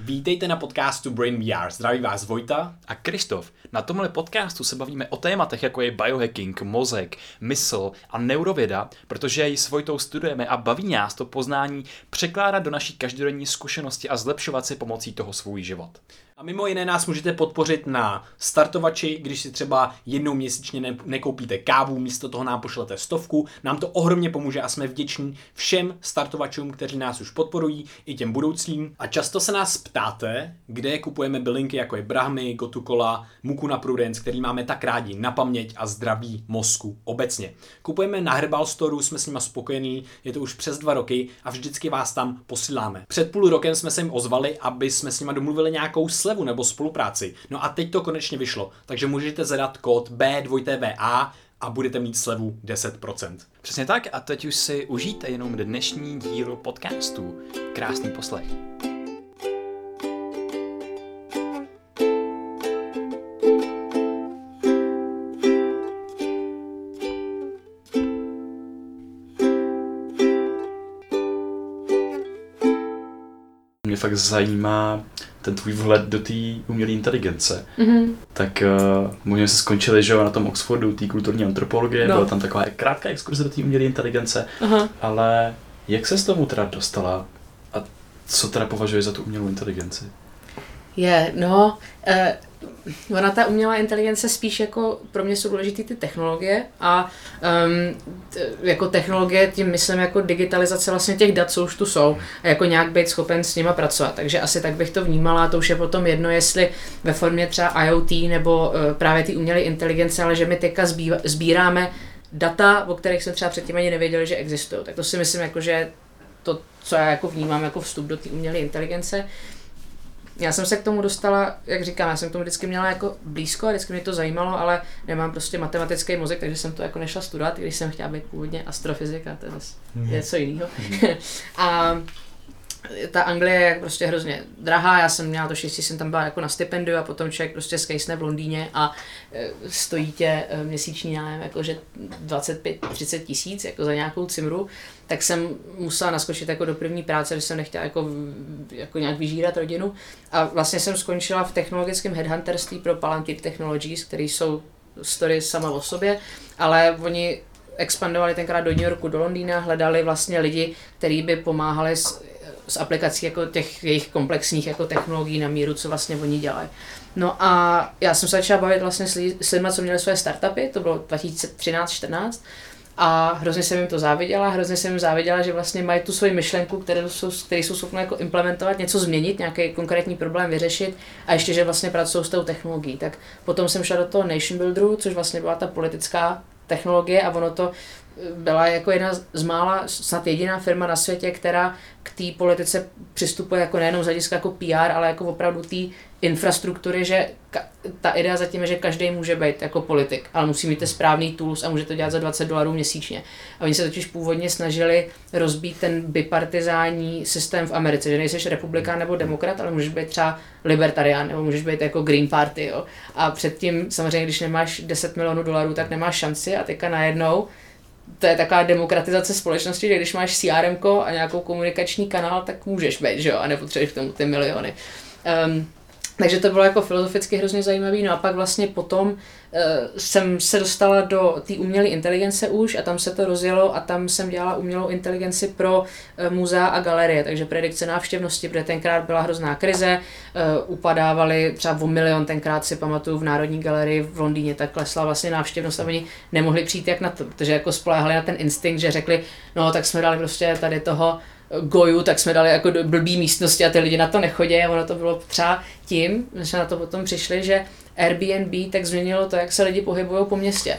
Vítejte na podcastu Brain VR. Zdraví vás Vojta a Krištof. Na tomhle podcastu se bavíme o tématech, jako je biohacking, mozek, mysl a neurověda, protože ji s Vojtou studujeme a baví nás to poznání překládat do naší každodenní zkušenosti a zlepšovat si pomocí toho svůj život. A mimo jiné nás můžete podpořit na startovači, když si třeba jednou měsíčně nekoupíte kávu, místo toho nám pošlete 100, nám to ohromně pomůže a jsme vděční všem startovačům, kteří nás už podporují, i těm budoucím. A často se nás ptáte, kde kupujeme bylinky jako je Brahmy, Gotukola, Muku na Prudence, který máme tak rádi na paměť a zdraví mozku obecně. Kupujeme na Herbal Storeu, jsme s nima spokojení, je to už přes 2 roky a vždycky vás tam posíláme. Před půl rokem jsme se jim ozvali, aby jsme s nima domluvili nějakou slevu nebo spolupráci. No a teď to konečně vyšlo, takže můžete zadat kód B2TVA a budete mít slevu 10%. Přesně tak a teď už si užijte jenom dnešní díl podcastu. Krásný poslech. Mě fakt zajímá ten tvůj vhled do té umělé inteligence. Mm-hmm. Tak možná se skončili, že jo, na tom Oxfordu, té kulturní antropologie, byla tam taková krátká exkurze do té umělé inteligence, ale jak se s tomu teda dostala a co teda považuješ za tu umělou inteligenci? Ona ta umělá inteligence spíš jako pro mě jsou důležité ty technologie a jako technologie tím myslím jako digitalizace vlastně těch dat, co už tu jsou a jako nějak být schopen s nima pracovat, takže asi tak bych to vnímala, to už je potom jedno, jestli ve formě třeba IoT nebo právě ty umělé inteligence, ale že my teďka sbíráme data, o kterých jsme třeba předtím ani nevěděli, že existují, tak to si myslím jako, že to, co já jako vnímám jako vstup do té umělé inteligence. Já jsem se k tomu dostala, jak říkám, já jsem k tomu vždycky měla jako blízko a vždycky mě to zajímalo, ale nemám prostě matematický mozek, takže jsem to jako nešla studovat, když jsem chtěla být původně astrofyzika, to je něco jiného. A ta Anglie je prostě hrozně drahá, já jsem měla to štěstí, jsem tam byla jako na stipendiu a potom člověk prostě skejsne v Londýně a stojí tě měsíční nájem jakože 25-30 tisíc jako za nějakou cimru, tak jsem musela naskočit jako do první práce, že jsem nechtěla jako nějak vyžírat rodinu a vlastně jsem skončila v technologickém headhunterství pro Palantir Technologies, který jsou story sama o sobě, ale oni expandovali tenkrát do New Yorku, do Londýna, hledali vlastně lidi, kteří by pomáhali s aplikací jako těch jejich komplexních jako technologií na míru, co vlastně oni dělají. No a já jsem se začala bavit vlastně s lidmi, co měli své startupy, to bylo 2013-14 a hrozně jsem jim to záviděla, že vlastně mají tu svoji myšlenku, které jsou schopné jako implementovat, něco změnit, nějaký konkrétní problém vyřešit a ještě, že vlastně pracují s tou technologií. Tak potom jsem šla do toho Nation Builderu, což vlastně byla ta politická technologie a ono to byla jako jedna z mála, snad jediná firma na světě, která k té politice přistupuje jako nejenom z hlediska jako PR, ale jako opravdu té infrastruktury, že ta idea zatím je, že každý může být jako politik, ale musí mít ty správný tools a může to dělat za $20 měsíčně. A oni se totiž původně snažili rozbít ten bipartizální systém v Americe, že nejseš republikán nebo demokrat, ale můžeš být třeba libertarián nebo můžeš být jako Green Party. Jo. A předtím samozřejmě, když nemáš $10 milionů, tak nemáš šanci a teďka najednou to je taková demokratizace společnosti, že když máš CRM a nějakou komunikační kanál, tak můžeš být, že jo, a nepotřebuješ k tomu ty miliony. Takže to bylo jako filozoficky hrozně zajímavý, no a pak vlastně potom jsem se dostala do té umělé inteligence už a tam se to rozjelo a tam jsem dělala umělou inteligenci pro muzea a galerie, takže predikce návštěvnosti, protože tenkrát byla hrozná krize, upadávali třeba o 1 milion, tenkrát si pamatuju v Národní galerii v Londýně, tak klesla vlastně návštěvnost a oni nemohli přijít jak na to, protože jako spoléhali na ten instinkt, že řekli, no tak jsme dali prostě tady toho Goju, tak jsme dali jako do blbý místnosti a ty lidi na to nechodí a ono to bylo třeba tím, že jsme na to potom přišli, že Airbnb tak změnilo to, jak se lidi pohybují po městě.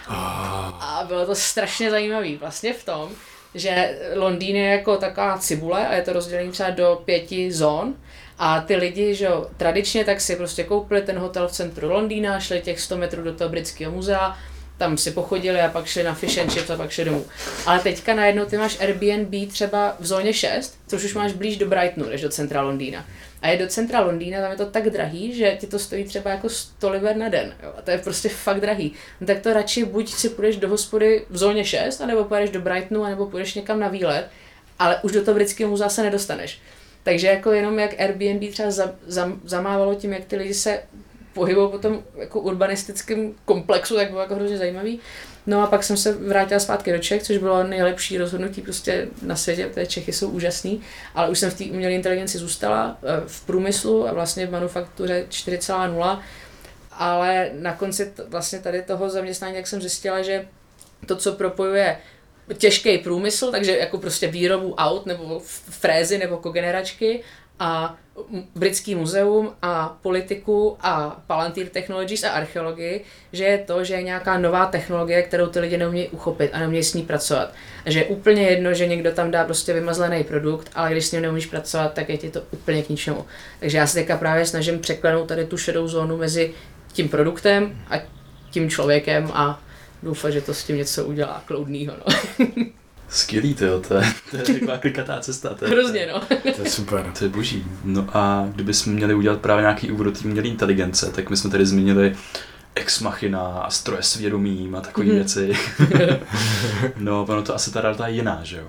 A bylo to strašně zajímavý vlastně v tom, že Londýn je jako taková cibule a je to rozdělené třeba do 5 zón a ty lidi, že jo, tradičně tak si prostě koupili ten hotel v centru Londýna, šli těch 100 metrů do toho britského muzea, tam si pochodili a pak šli na fish and chips a pak šli domů. Ale teďka najednou ty máš Airbnb třeba v zóně 6, což už máš blíž do Brightonu, než do centra Londýna. A je do centra Londýna, tam je to tak drahý, že ti to stojí třeba jako 100 liber na den. Jo? A to je prostě fakt drahý. No tak to radši buď si půjdeš do hospody v zóně 6, anebo půjdeš do Brightonu, anebo půjdeš někam na výlet, ale už do toho britského muzea se nedostaneš. Takže jako jenom jak Airbnb třeba zamávalo tím, jak ty lidi se pohybují po tom jako urbanistickém komplexu, tak bylo jako hrozně zajímavý. No a pak jsem se vrátila zpátky do Čech, což bylo nejlepší rozhodnutí prostě na světě, protože Čechy jsou úžasný, ale už jsem v té umělé inteligenci zůstala v průmyslu a vlastně v manufaktuře 4.0, ale na konci vlastně tady toho zaměstnání, jak jsem zjistila, že to, co propojuje těžký průmysl, takže jako prostě výrobu aut nebo frézy nebo kogeneračky a britský muzeum a politiku a Palantir Technologies a archeologii, že je to, že je nějaká nová technologie, kterou ty lidi neumějí uchopit a neumějí s ní pracovat. A že je úplně jedno, že někdo tam dá prostě vymazlený produkt, ale když s ním neumíš pracovat, tak je ti to úplně k ničemu. Takže já se teďka právě snažím překlenout tady tu šedou zónu mezi tím produktem a tím člověkem a doufám, že to s tím něco udělá kloudnýho. No. Skvělý, to je taková klikatá cesta. Hrozně, no. To je super. To je boží. No a kdybychom měli udělat právě nějaký úvod do té umělé inteligence, tak my jsme tady zmínili Ex Machina a stroje s vědomím a takové věci. No, ono to asi ta realita je jiná, že jo?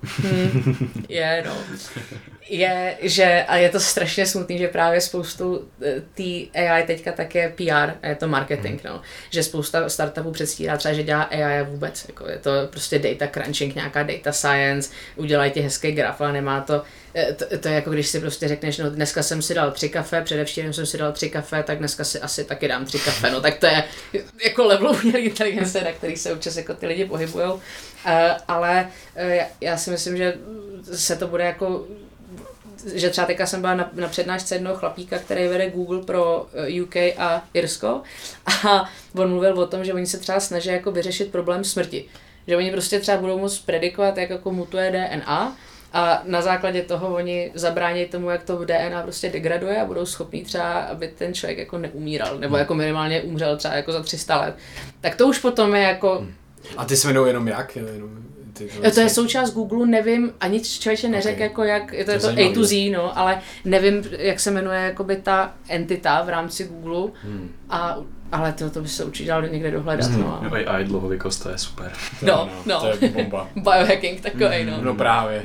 Je, no. Je, že, a je to strašně smutný, že právě spoustu té AI teďka také PR, a je to marketing, no. Že spousta startupů předstírá třeba, že dělá AI vůbec, jako je to prostě data crunching, nějaká data science, udělají ti hezký graf, ale nemá to, to je jako když si prostě řekneš, no dneska jsem si dal 3 kafe, předevčírem jsem si dal 3 kafe, tak dneska si asi taky dám 3 kafe, no tak to je jako level umělé inteligence, na který se občas jako ty lidi pohybujou, ale já si myslím, že se to bude jako, že třeba teďka jsem byla na přednášce jednoho chlapíka, který vede Google pro UK a Irsko a on mluvil o tom, že oni se třeba snaží jako vyřešit problém smrti. Že oni prostě třeba budou moct predikovat, jak jako mutuje DNA a na základě toho oni zabrání tomu, jak to DNA prostě degraduje a budou schopní třeba, aby ten člověk jako neumíral, nebo jako minimálně umřel třeba jako za 300 let. Tak to už potom je jako... A ty se jmenují jenom jak? To je součást Google, nevím, ani člověče neřekl jako jak, je to A to Z, no, ale nevím, jak se jmenuje jakoby ta entita v rámci Google, ale to by se určitě dalo někde dohledat, no. AI dlouhověkost, to je super. No. To je bomba. Biohacking takovej, no. No právě.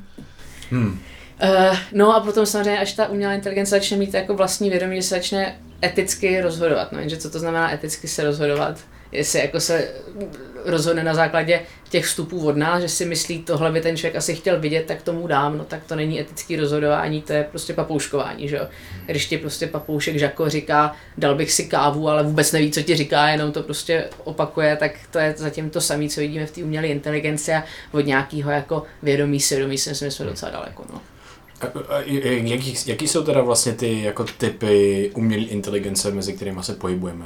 No a potom samozřejmě, až ta umělá inteligence začne mít jako vlastní vědomí, že se začne eticky rozhodovat, no, jenže co to znamená eticky se rozhodovat? Jestli jako se rozhodne na základě těch vstupů od nás, že si myslí, tohle by ten člověk asi chtěl vidět, tak tomu dám, no tak to není etický rozhodování, to je prostě papouškování, že jo. Když ti prostě papoušek Žako říká, dal bych si kávu, ale vůbec neví, co ti říká, jenom to prostě opakuje, tak to je zatím to samé, co vidíme v té umělé inteligenci a od nějakého jako vědomí si myslím, že jsme docela daleko, no. Jaký jsou teda vlastně ty jako typy umělé inteligence, mezi kterými se pohybujeme?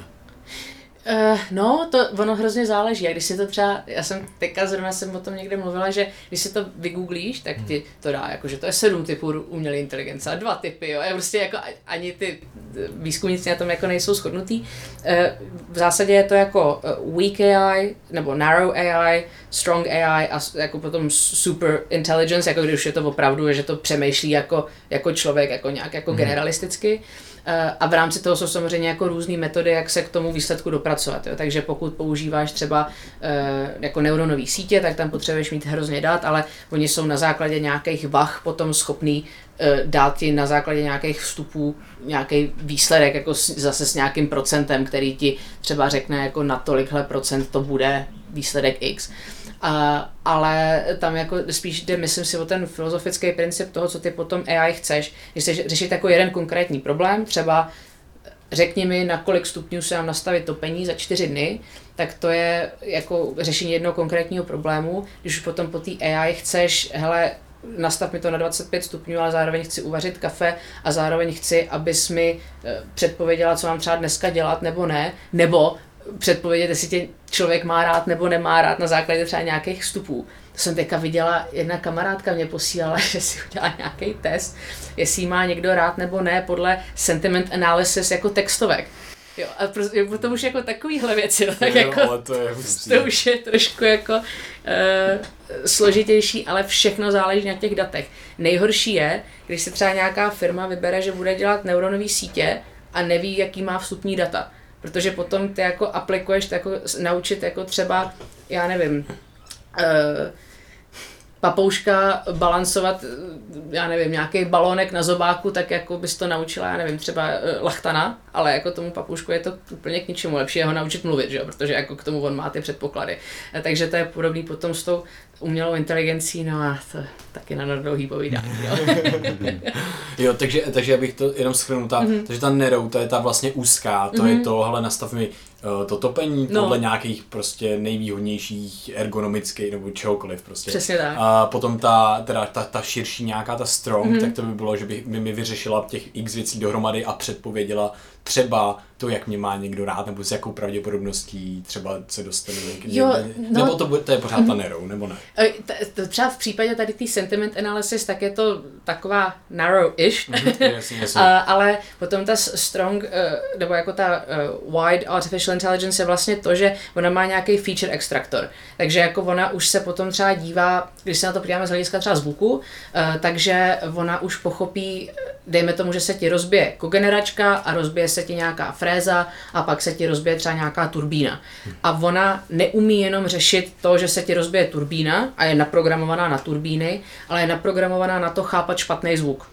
No, to ono hrozně záleží. A když si to třeba, já jsem teďka zrovna jsem o tom někde mluvila, že když si to vygooglíš, tak ti to dá, jako, že to je 7 typů umělé inteligence a 2 typy, jo. A prostě jako ani ty výzkumníci na tom jako nejsou shodnutý. V zásadě je to jako weak AI, nebo narrow AI, strong AI a jako potom super intelligence, jako když je to opravdu, že to přemýšlí jako člověk, jako nějak jako generalisticky. A v rámci toho jsou samozřejmě jako různé metody, jak se k tomu výsledku dopracovat. Jo. Takže pokud používáš třeba jako neuronové sítě, tak tam potřebuješ mít hrozně dat, ale oni jsou na základě nějakých vah potom schopný dát ti na základě nějakých vstupů nějaký výsledek jako zase s nějakým procentem, který ti třeba řekne jako na tolikhle procent to bude výsledek X. Ale tam jako spíš jde, myslím si, o ten filozofický princip toho, co ty potom AI chceš. Když chceš řešit jako jeden konkrétní problém, třeba řekni mi, na kolik stupňů se mám nastavit topení za 4 dny, tak to je jako řešení jednoho konkrétního problému. Když už potom po té AI chceš, hele, nastav mi to na 25 stupňů, ale zároveň chci uvařit kafe a zároveň chci, abys mi předpověděla, co mám třeba dneska dělat nebo ne, nebo předpovědět, jestli tě člověk má rád nebo nemá rád na základě třeba nějakých vstupů. To jsem teďka viděla, jedna kamarádka mě posílala, že si udělala nějaký test, jestli má někdo rád nebo ne podle sentiment analysis jako textovek. Jo, a potom už jako takovýhle věci, no, tak jako, ale to už je trošku jako složitější, ale všechno záleží na těch datech. Nejhorší je, když si třeba nějaká firma vybere, že bude dělat neuronové sítě a neví, jaký má vstupní data. Protože potom ty jako aplikuješ, jako naučit jako třeba, já nevím, papouška balancovat, já nevím, nějaký balónek na zobáku, tak jako bys to naučila, já nevím, třeba lachtana, ale jako tomu papoušku je to úplně k ničemu lepší, je ho naučit mluvit, že jo? Protože jako k tomu on má ty předpoklady. Takže to je podobný potom s tou umělou inteligencí, no a to taky na dlouhý povídání. Jo, takže abych to jenom shrnul, takže ta Nero, to je ta vlastně úzká, to je to, hele, nastav mi to topení podle nějakých prostě nejvýhodnějších ergonomických nebo čehokoliv prostě. Přesně tak. A potom ta širší nějaká, ta strong, tak to by bylo, že by mi vyřešila těch x věcí dohromady a předpověděla třeba to, jak mě má někdo rád, nebo s jakou pravděpodobností třeba se dostane někde. Nebo to je pořád ta Nero, nebo ne? Třeba v případě tady té sentiment analysis, tak je to taková narrow-ish, Jasně. ale potom ta strong, nebo jako ta wide artificial intelligence je vlastně to, že ona má nějaký feature extraktor. Takže jako ona už se potom třeba dívá, když se na to podíváme z hlediska třeba zvuku, takže ona už pochopí, dejme tomu, že se ti rozbije kogeneračka a rozbije se ti nějaká fréza a pak se ti rozbije třeba nějaká turbína. A ona neumí jenom řešit to, že se ti rozbije turbína a je naprogramovaná na turbíny, ale je naprogramovaná na to chápat špatný zvuk.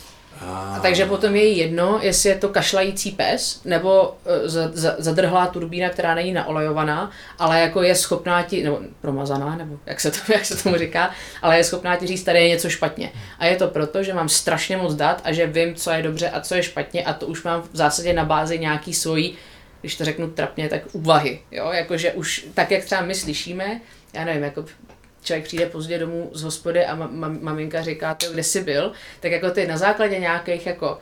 A takže potom je jí jedno, jestli je to kašlající pes, nebo zadrhlá turbína, která není naolejovaná, ale jako je schopná ti, nebo promazaná, nebo jak se tomu říká, ale je schopná ti říct, tady je něco špatně. A je to proto, že mám strašně moc dat a že vím, co je dobře a co je špatně a to už mám v zásadě na bázi nějaký svojí, když to řeknu trapně, tak úvahy. Jo? Jakože už tak, jak třeba my slyšíme, já nevím, jako člověk přijde pozdě domů z hospody a maminka říká, kde jsi byl, tak jako ty na základě nějakých jako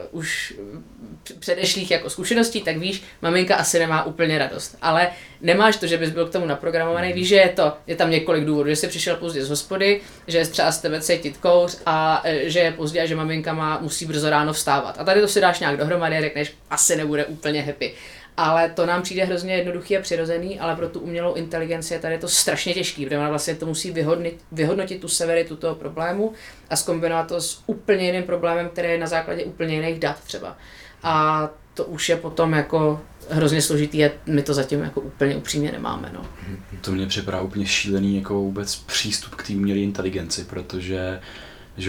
už předešlých jako zkušeností, tak víš, maminka asi nemá úplně radost. Ale nemáš to, že bys byl k tomu naprogramovaný, víš, že je tam několik důvodů, že jsi přišel pozdě z hospody, že je třeba z tebe cítit kouř a že je pozdě a že maminka musí brzo ráno vstávat. A tady to si dáš nějak dohromady a řekneš, asi nebude úplně happy. Ale to nám přijde hrozně jednoduchý a přirozený, ale pro tu umělou inteligenci je tady to strašně těžký, protože ona vlastně to musí vyhodnotit tu severitu toho problému a zkombinovat to s úplně jiným problémem, který je na základě úplně jiných dat třeba. A to už je potom jako hrozně složitý a my to zatím jako úplně upřímně nemáme. No. To mě připadá úplně šílený jako vůbec přístup k té umělé inteligenci, protože že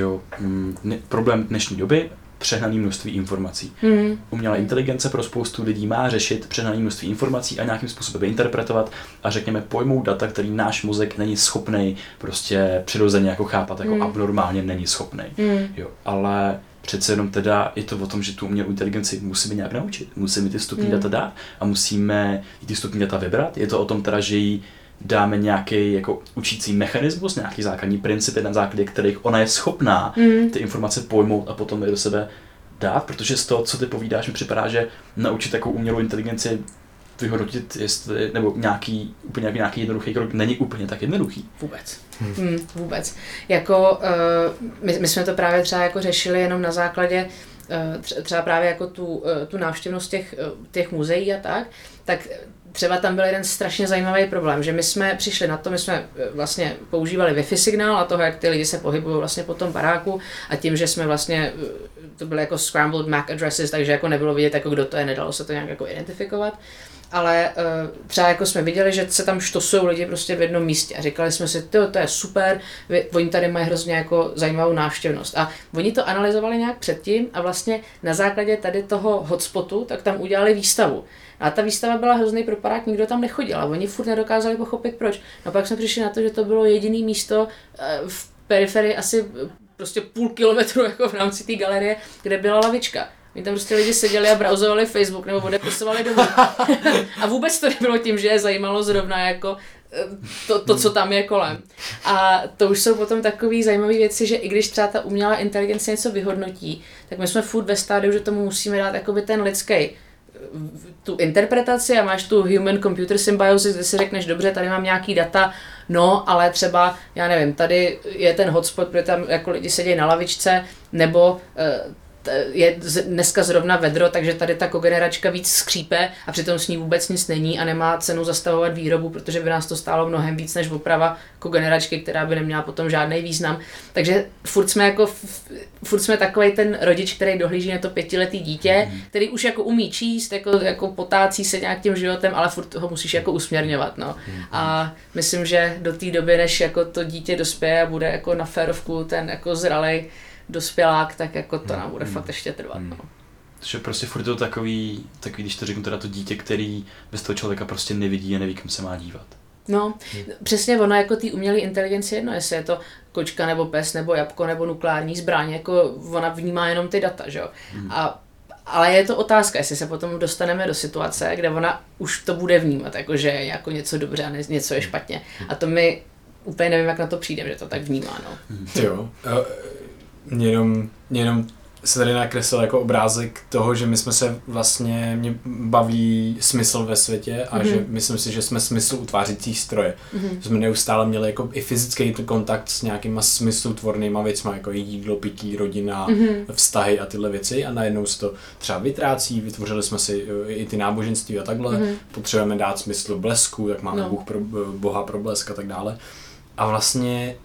problém dnešní doby přehnané množství informací. Umělá inteligence pro spoustu lidí má řešit přehnané množství informací a nějakým způsobem interpretovat a řekněme pojmout data, který náš mozek není schopný prostě přirozeně jako chápat, jako abnormálně není schopný. Jo, ale přece jenom teda je to o tom, že tu umělou inteligenci musíme nějak naučit. Musíme ty vstupní data dát a musíme ty vstupní data vybrat. Je to o tom teda, že jí dáme nějaký jako učící mechanismus, nějaký základní principy, na základě kterých ona je schopná ty informace pojmout a potom je do sebe dát, protože z toho, co ty povídáš, mi připadá, že naučit takovou umělou inteligenci vyhodnotit, jestli, nebo nějaký jednoduchý krok není úplně tak jednoduchý. Vůbec. Vůbec. Jako, my jsme to právě třeba jako řešili jenom na základě třeba právě jako tu návštěvnost těch muzeí a tak třeba tam byl jeden strašně zajímavý problém, že my jsme přišli na to, my jsme vlastně používali Wi-Fi signál a toho, jak ty lidi se pohybují vlastně po tom baráku a tím, že jsme vlastně, to byly jako scrambled MAC addresses, takže jako nebylo vidět, jako kdo to je, nedalo se to nějak jako identifikovat. Ale třeba jako jsme viděli, že se tam štosují lidi prostě v jednom místě a říkali jsme si, to je super, oni tady mají hrozně jako zajímavou návštěvnost. A oni to analyzovali nějak předtím a vlastně na základě tady toho hotspotu, tak tam udělali výstavu. A ta výstava byla hrozný propadák, nikdo tam nechodil a oni furt nedokázali pochopit proč. No pak jsme přišli na to, že to bylo jediné místo v periferii asi prostě půl kilometru jako v rámci té galerie, kde byla lavička. Oni tam prostě lidi seděli a browsovali Facebook nebo odepisovali domů. A vůbec to nebylo tím, že je zajímalo zrovna jako to, co tam je kolem. A to už jsou potom takové zajímavé věci, že i když třeba ta umělá inteligence něco vyhodnotí, tak my jsme furt ve stádiu, že tomu musíme dát jakoby ten lidský tu interpretaci a máš tu human-computer symbiosis, kde si řekneš, dobře, tady mám nějaký data, no, ale třeba, já nevím, tady je ten hotspot, protože tam jako lidi sedějí na lavičce, nebo je dneska zrovna vedro, takže tady ta kogeneračka víc skřípe a přitom s ní vůbec nic není a nemá cenu zastavovat výrobu, protože by nás to stálo mnohem víc než oprava kogeneračky, která by neměla potom žádný význam. Takže furt jsme takovej ten rodič, který dohlíží na to 5letý dítě, který už jako umí číst, jako potácí se nějak tím životem, ale furt ho musíš jako usměrňovat, no. A myslím, že do té doby, než jako to dítě dospěje a bude jako na férovku ten jako zralej dospělák, tak jako to nám bude fakt ještě trvat, no. Takže prostě furt to takový, když to řeknu teda to dítě, který bez toho člověka prostě nevidí a neví, kam se má dívat. No, přesně ono jako té umělé inteligenci jedno, jestli je to kočka nebo pes nebo jabko nebo nukleární zbraň, jako ona vnímá jenom ty data, že jo. Ale je to otázka, jestli se potom dostaneme do situace, kde ona už to bude vnímat, jako že je jako něco dobře a něco je špatně. A to my úplně nevím, jak na to přijdeme, že to tak vnímá, no. Jo, mě jenom se tady nakreslil jako obrázek toho, že my jsme se vlastně, mě baví smysl ve světě a že myslím si, že jsme smysl utvářící stroje. Jsme neustále měli jako i fyzický kontakt s nějakýma smyslutvornýma věcma, jako jídlo, pití, rodina, vztahy a tyhle věci a najednou se to třeba vytrácí, vytvořili jsme si i ty náboženství a takhle, potřebujeme dát smysl blesku, tak máme Boha pro blesk a tak dále. A vlastně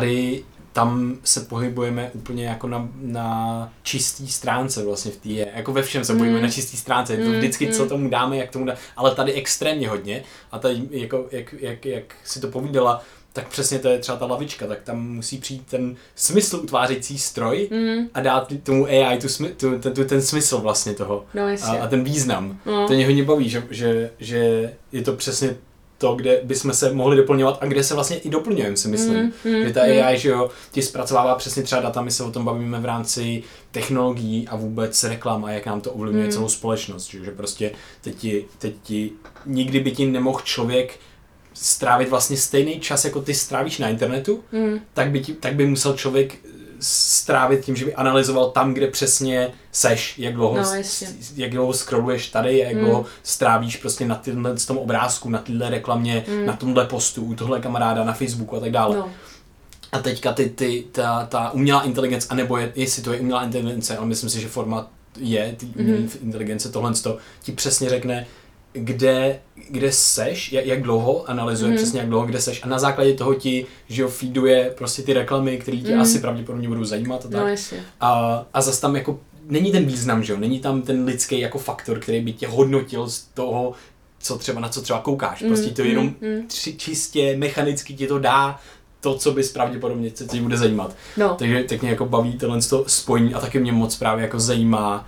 tam se pohybujeme úplně jako na čistý stránce vlastně v té, jako ve všem se pohybujeme na čistý stránce, to vždycky co tomu dáme, jak tomu dáme, ale tady extrémně hodně a tady jako, jak si to povídala, tak přesně to je třeba ta lavička, tak tam musí přijít ten smysl utvářející stroj a dát tomu AI ten smysl vlastně toho a ten význam. To mě hodně baví, že je to přesně to, kde bychom se mohli doplňovat a kde se vlastně i doplňujeme, si myslím. Že ta AI, že jo, ti zpracovává přesně třeba data, my se o tom bavíme v rámci technologií a vůbec reklam a jak nám to ovlivňuje celou společnost, že prostě teď ti nikdy by ti nemohl člověk strávit vlastně stejný čas, jako ty strávíš na internetu, tak by musel člověk strávit tím, že by analyzoval tam, kde přesně seš, jak dlouho scrolluješ tady, jak dlouho strávíš prostě na tom obrázku, na téhle reklamě, na tomhle postu, u tohle kamaráda na Facebooku a tak dále. No. A teďka ta umělá inteligence, anebo jestli to je umělá inteligence, ale myslím si, že forma je ty umělé inteligence, tohle ti přesně řekne, kde seš, jak dlouho analyzuje přesně jak dlouho, kde seš a na základě toho ti, že jo, feeduje prostě ty reklamy, které tě asi pravděpodobně budou zajímat a tak. No, a zase tam jako není ten význam, že jo, není tam ten lidský jako faktor, který by tě hodnotil z toho, na co třeba koukáš. Prostě to jenom čistě mechanicky ti to dá to, co bys pravděpodobně tě bude zajímat. No. Takže tak mě jako baví tohle spojení a taky mě moc právě jako zajímá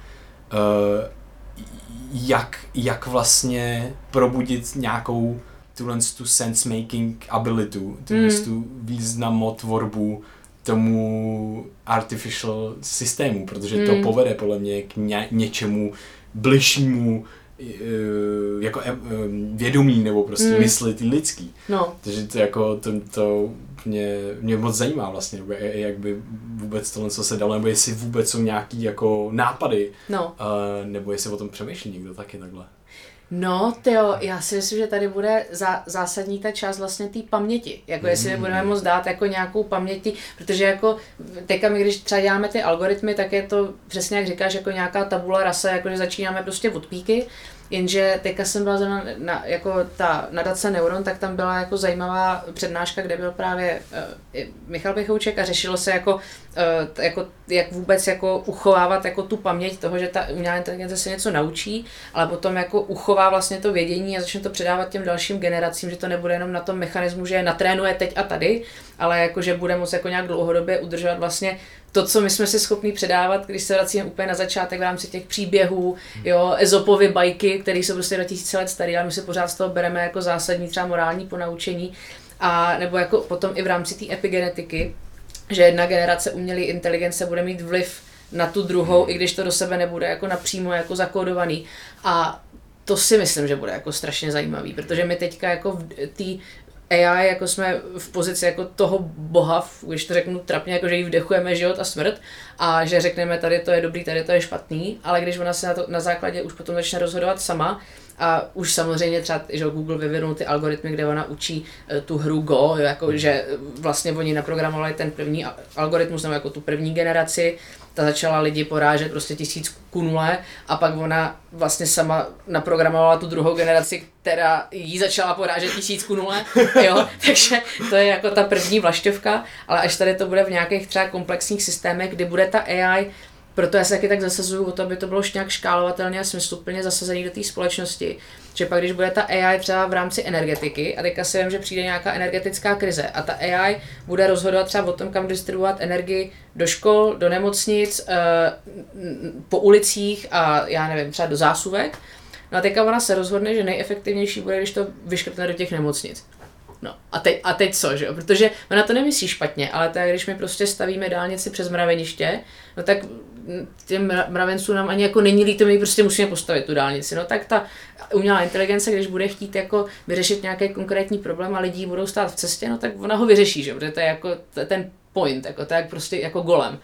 jak vlastně probudit nějakou tu sense-making abilitu, tu významotvorbu tomu artificial systému, protože to povede podle mě k něčemu bližšímu jako vědomí nebo prostě mysli ty lidský. No. Takže to jako to mě moc zajímá vlastně, nebo jak by vůbec tohle co se dalo, nebo jestli vůbec jsou nějaký jako nápady, nebo jestli o tom přemýšlí někdo taky takhle. No, tyjo, já si myslím, že tady bude zásadní ta část vlastně té paměti. Jako jestli budeme moct dát jako nějakou paměti, protože jako teďka my, když třeba děláme ty algoritmy, tak je to přesně jak říkáš, jako nějaká tabula rasa, jakože začínáme prostě od píky, jenže teďka jsem byla jako ta nadace Neuron, tak tam byla jako zajímavá přednáška, kde byl právě Michal Běchouček a řešilo se jako jak vůbec jako uchovávat jako tu paměť toho, že ta umělá inteligence se něco naučí, ale potom jako uchová vlastně to vědění a začne to předávat těm dalším generacím, že to nebude jenom na tom mechanismu, že je natrénuje teď a tady, ale jako že bude moct jako nějak dlouhodobě udržovat vlastně to, co my jsme si schopni předávat, když se vracíme úplně na začátek v rámci těch příběhů, jo, Ezopovy bajky, které jsou prostě 2000 let staré, ale my si pořád z toho bereme jako zásadní třeba morální ponaučení, a nebo jako potom i v rámci té epigenetiky, že jedna generace umělé inteligence bude mít vliv na tu druhou, i když to do sebe nebude jako napřímo jako zakódovaný. A to si myslím, že bude jako strašně zajímavý, protože my teďka jako v té AI jako jsme v pozici jako toho boha, když to řeknu trapně, jako že jí vdechujeme život a smrt a že řekneme tady to je dobrý, tady to je špatný, ale když ona se na základě už potom začne rozhodovat sama a už samozřejmě třeba, že Google vyvinul ty algoritmy, kde ona učí tu hru Go, jo, jako že vlastně oni naprogramovali ten první algoritmus nebo jako tu první generaci ta začala lidi porážet prostě 1000 ku 0 a pak ona vlastně sama naprogramovala tu druhou generaci, která jí začala porážet 1000 ku 0, jo, takže to je jako ta první vlašťovka, ale až tady to bude v nějakých třeba komplexních systémech, kdy bude ta AI, proto já se taky tak zasazuju o to, aby to bylo nějak škálovatelně a smysluplně zasazený do té společnosti, že pak když bude ta AI třeba v rámci energetiky a teďka si vím, že přijde nějaká energetická krize a ta AI bude rozhodovat třeba o tom, kam distribuovat energii do škol, do nemocnic, po ulicích a já nevím, třeba do zásuvek. No a teďka ona se rozhodne, že nejefektivnější bude, když to vyškrtne do těch nemocnic. No a teď co, že jo? Protože ona to nemyslí špatně, ale tak když my prostě stavíme dálnici přes mraveniště, no tak těm mravencům nám ani jako není líto, my prostě musíme postavit tu dálnici. No tak ta umělá inteligence, když bude chtít jako vyřešit nějaký konkrétní problém a lidi budou stát v cestě, no tak ona ho vyřeší, že jo? Protože to je jako ten point, jako to je prostě jako golem.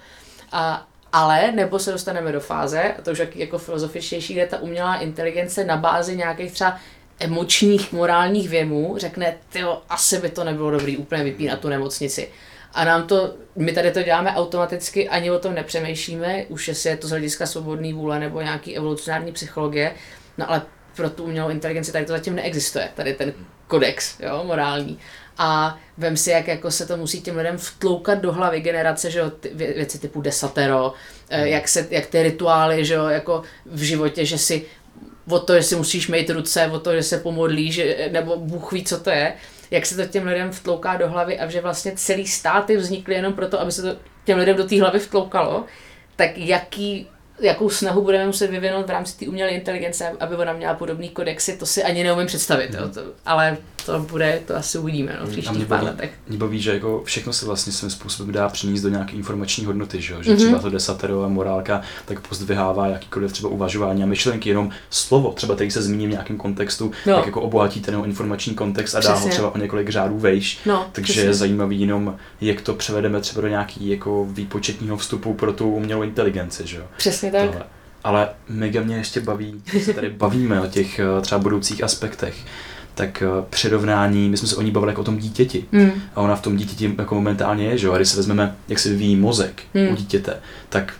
Ale nebo se dostaneme do fáze, a to už jako filozofičtější, kde ta umělá inteligence na bázi nějakých třeba emočních, morálních věmů řekne, tyjo, asi by to nebylo dobrý úplně vypínat tu nemocnici. A my tady to děláme automaticky, ani o tom nepřemýšlíme, už jestli je to z hlediska svobodné vůle nebo nějaký evolucionární psychologie, no ale pro tu umělou inteligenci tady to zatím neexistuje, tady ten kodex, jo, morální. A vem si, jak jako se to musí těm lidem vtloukat do hlavy generace, že jo, věci typu desatero, jak ty rituály, že jo, jako v životě, že si o to, že si musíš mít ruce, o to, že se pomodlíš, nebo Bůh ví, co to je, jak se to těm lidem vtlouká do hlavy a že vlastně celý státy vznikly jenom proto, aby se to těm lidem do té hlavy vtloukalo, tak jakou snahu budeme muset vyvinout v rámci té umělé inteligence, aby ona měla podobný kodexy, to si ani neumím představit, jo, ale to asi uvidíme, no, v příštích pár letech. Mě baví, že jako všechno se vlastně svým způsobem dá přinést do nějaké informační hodnoty, že třeba to desatero a morálka tak pozdvihává jakýkoliv třeba uvažování a myšlenky, jenom slovo, třeba tady se zmíní v nějakém kontextu, tak jako obohatí ten informační kontext a dá ho třeba o několik řádů vejš, takže je zajímavý jenom, jak to převedeme třeba do nějaký jako výpočetního vstupu pro tu umělou inteligenci, že jo. Přesně tak. Ale mega mě ještě baví, když se tady bavíme o těch třeba budoucích aspektech, tak přirovnání, my jsme se o ní bavili jako o tom dítěti. A ona v tom dítěti jako momentálně je, že jo? A když se vezmeme, jak se vyvíjí mozek u dítěte, tak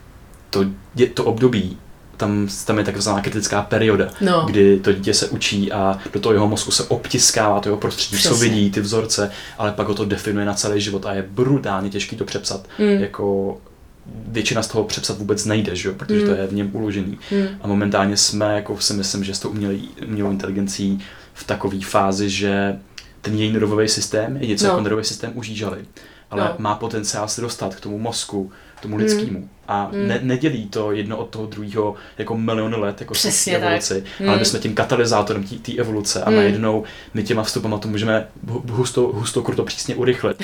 to období, tam je takzvaná kritická perioda, kdy to dítě se učí a do toho jeho mozku se obtiskává to jeho prostředí, co vidí, ty vzorce, ale pak ho to definuje na celý život a je brutálně těžký to přepsat. Jako většina z toho přepsat vůbec nejde, že jo? Protože to je v něm uložený. A momentálně jsme, jako si myslím, že s tou umělou inteligencí v takové fázi, že ten její nervový systém je něco jako nervový systém u žížaly, ale má potenciál se dostat k tomu mozku, tomu lidskému. A nedělí to jedno od toho druhého jako miliony let, jako přesně evoluci, ale my jsme tím katalyzátorem té evoluce a najednou my těma vstupama to můžeme husto kruto přísně urychlit.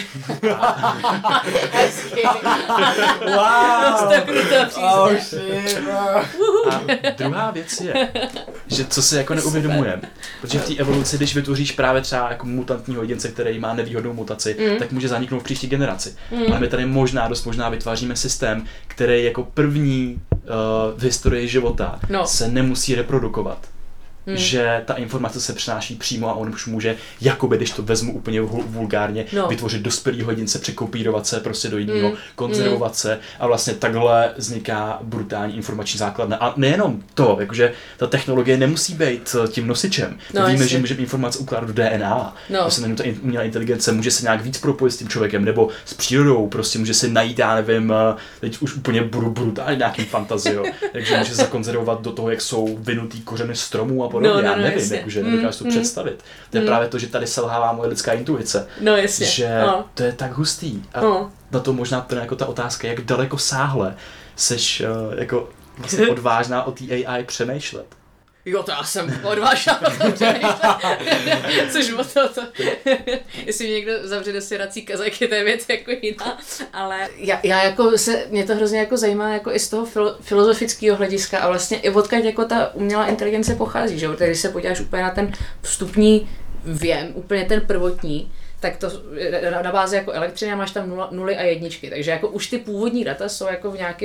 Husto kruto přísně. A druhá věc je, že co si jako neuvědomujeme, protože v té evoluci, když vytvoříš právě třeba jako mutantního jedince, který má nevýhodnou mutaci, tak může zaniknout v příští generaci. Ale my tady dost možná vytváříme systém, který jako první v historii života se nemusí reprodukovat. Že ta informace se přenáší přímo a on už může, jakoby, když to vezmu úplně vulgárně, vytvořit dospělýho jedince, překopírovat se prostě do jiného, konzervovat se a vlastně takhle vzniká brutální informační základna. A nejenom to, jakože ta technologie nemusí být tím nosičem. Víme, že můžeme informace ukládat do DNA. Prostě ta umělá inteligence může se nějak víc propojit s tím člověkem nebo s přírodou, prostě může se najít, já nevím, teď už úplně brutálně nějaký fantazio, takže může zakonzervovat do toho, jak jsou vynutý kořeny stromů a podobně, já nevím, jakože nedokážu to představit. To je právě to, že tady selhává moje lidská intuice. Že to je tak hustý. A na to možná to je jako ta otázka, jak daleko sáhle seš jako vlastně odvážná o té AI přemýšlet. Jo, to já jsem odvážná o tom přemýšlet. Což o to. Jestli mě někdo zavře do svěrací kazajky, to je věc jako jiná. Ale já jako mě to hrozně jako zajímá jako i z toho filozofického hlediska a vlastně i odkud jako ta umělá inteligence pochází, že? Protože když se podíváš úplně na ten vstupní věm, úplně ten prvotní, tak to na bázi jako elektřiny máš tam nuly a jedničky, takže jako už ty původní data jsou jako v nějakém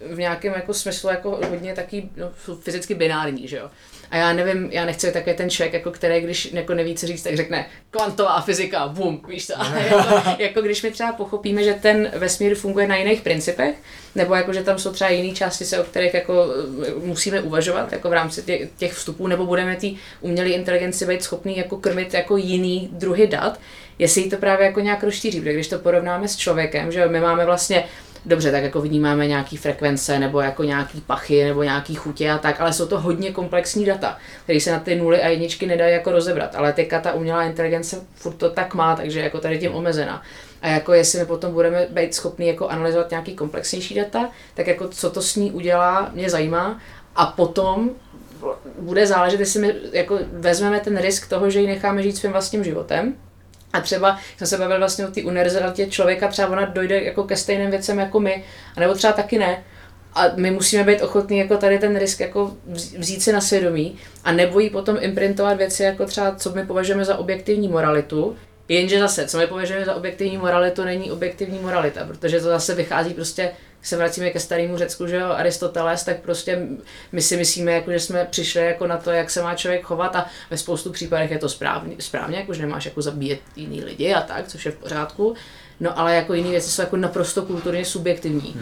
v nějakém jako smyslu jako hodně taky fyzicky binární, že jo. A já nevím, já nechci být takový ten člověk, jako který, když jako neví, co říct, tak řekne kvantová fyzika, bum, víš co. A jako když my třeba pochopíme, že ten vesmír funguje na jiných principech, nebo jako, že tam jsou třeba jiné částice, o kterých jako musíme uvažovat jako v rámci těch vstupů, nebo budeme té umělé inteligenci být schopný jako krmit jako jiný druhy dat, jestli to právě jako nějak rozšíří, protože když to porovnáme s člověkem, že my máme vlastně dobře, tak jako vnímáme nějaký frekvence nebo jako nějaký pachy nebo nějaký chutě a tak, ale jsou to hodně komplexní data, které se na ty nuly a jedničky nedají jako rozebrat, ale teďka ta umělá inteligence furt to tak má, takže jako tady tím omezená. A jako jestli my potom budeme být schopni jako analyzovat nějaký komplexnější data, tak jako co to s ní udělá, mě zajímá a potom bude záležet, jestli my jako vezmeme ten risk toho, že ji necháme žít svým vlastním životem. A třeba jsem se bavil vlastně o té univerzalitě člověka, třeba ona dojde jako ke stejným věcem jako my, anebo třeba taky ne. A my musíme být ochotní jako tady ten risk jako vzít si na svědomí a nebo jí potom imprintovat věci jako třeba, co my považujeme za objektivní moralitu. Jenže zase, co my považujeme za objektivní moralitu, není objektivní moralita, protože to zase vychází prostě, se vracíme ke starému Řecku, že jo, Aristoteles, tak prostě my si myslíme, jako, že jsme přišli jako na to, jak se má člověk chovat a ve spoustu případech je to správně jako, že nemáš jako zabíjet jiný lidi a tak, což je v pořádku, no ale jako jiné věci jsou jako naprosto kulturně subjektivní.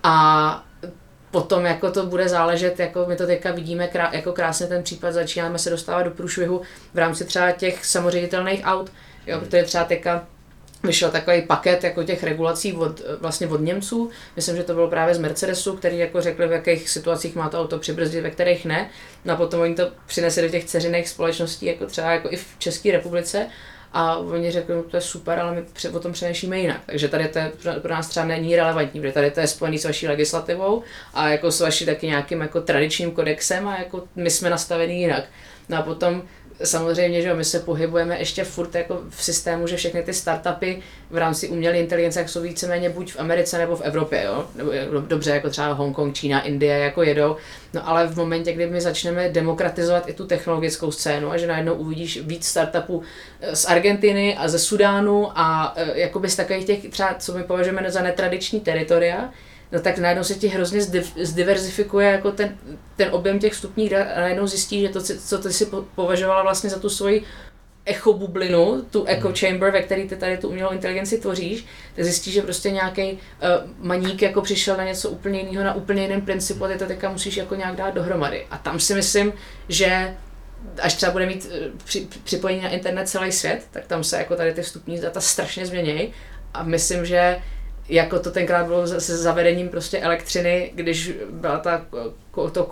A potom jako to bude záležet, jako my to teďka vidíme, jako krásně ten případ, začínáme se dostávat do průšvihu v rámci třeba těch samoředitelných aut, jo, protože třeba teďka vyšel takový paket jako těch regulací od Němců. Myslím, že to bylo právě z Mercedesu, který jako řekli, v jakých situacích má to auto přibrzdit, ve kterých ne. No a potom oni to přinesli do těch dceřiných společností, jako třeba jako i v České republice. A oni řekli, no to je super, ale my o tom přenešíme jinak. Takže tady to je, pro nás třeba není relevantní, protože tady to je spojený s vaší legislativou a jako s vaší taky nějakým jako tradičním kodexem a jako my jsme nastavení jinak. No a potom samozřejmě, že my se pohybujeme ještě furt jako v systému, že všechny ty startupy v rámci umělé inteligence jsou víceméně buď v Americe nebo v Evropě, jo? Nebo dobře, jako třeba Hongkong, Čína, Indie jako jedou, no ale v momentě, kdy my začneme demokratizovat i tu technologickou scénu a že najednou uvidíš víc startupů z Argentiny a ze Sudánu a jakoby z takových těch třeba, co my považujeme za netradiční teritoria, no tak najednou se ti hrozně zdiverzifikuje jako ten objem těch vstupních dat a najednou zjistí, že to, co ty si považovala vlastně za tu svoji echobublinu, tu echo chamber, ve který ty tady tu umělou inteligenci tvoříš, tak zjistíš, že prostě nějaký maník jako přišel na něco úplně jiného, na úplně jiném principu a ty to teďka musíš jako nějak dát dohromady. A tam si myslím, že až třeba bude mít připojení na internet celý svět, tak tam se jako tady ty vstupní data strašně změní a myslím, že jako to tenkrát bylo se zavedením prostě elektřiny, když byla to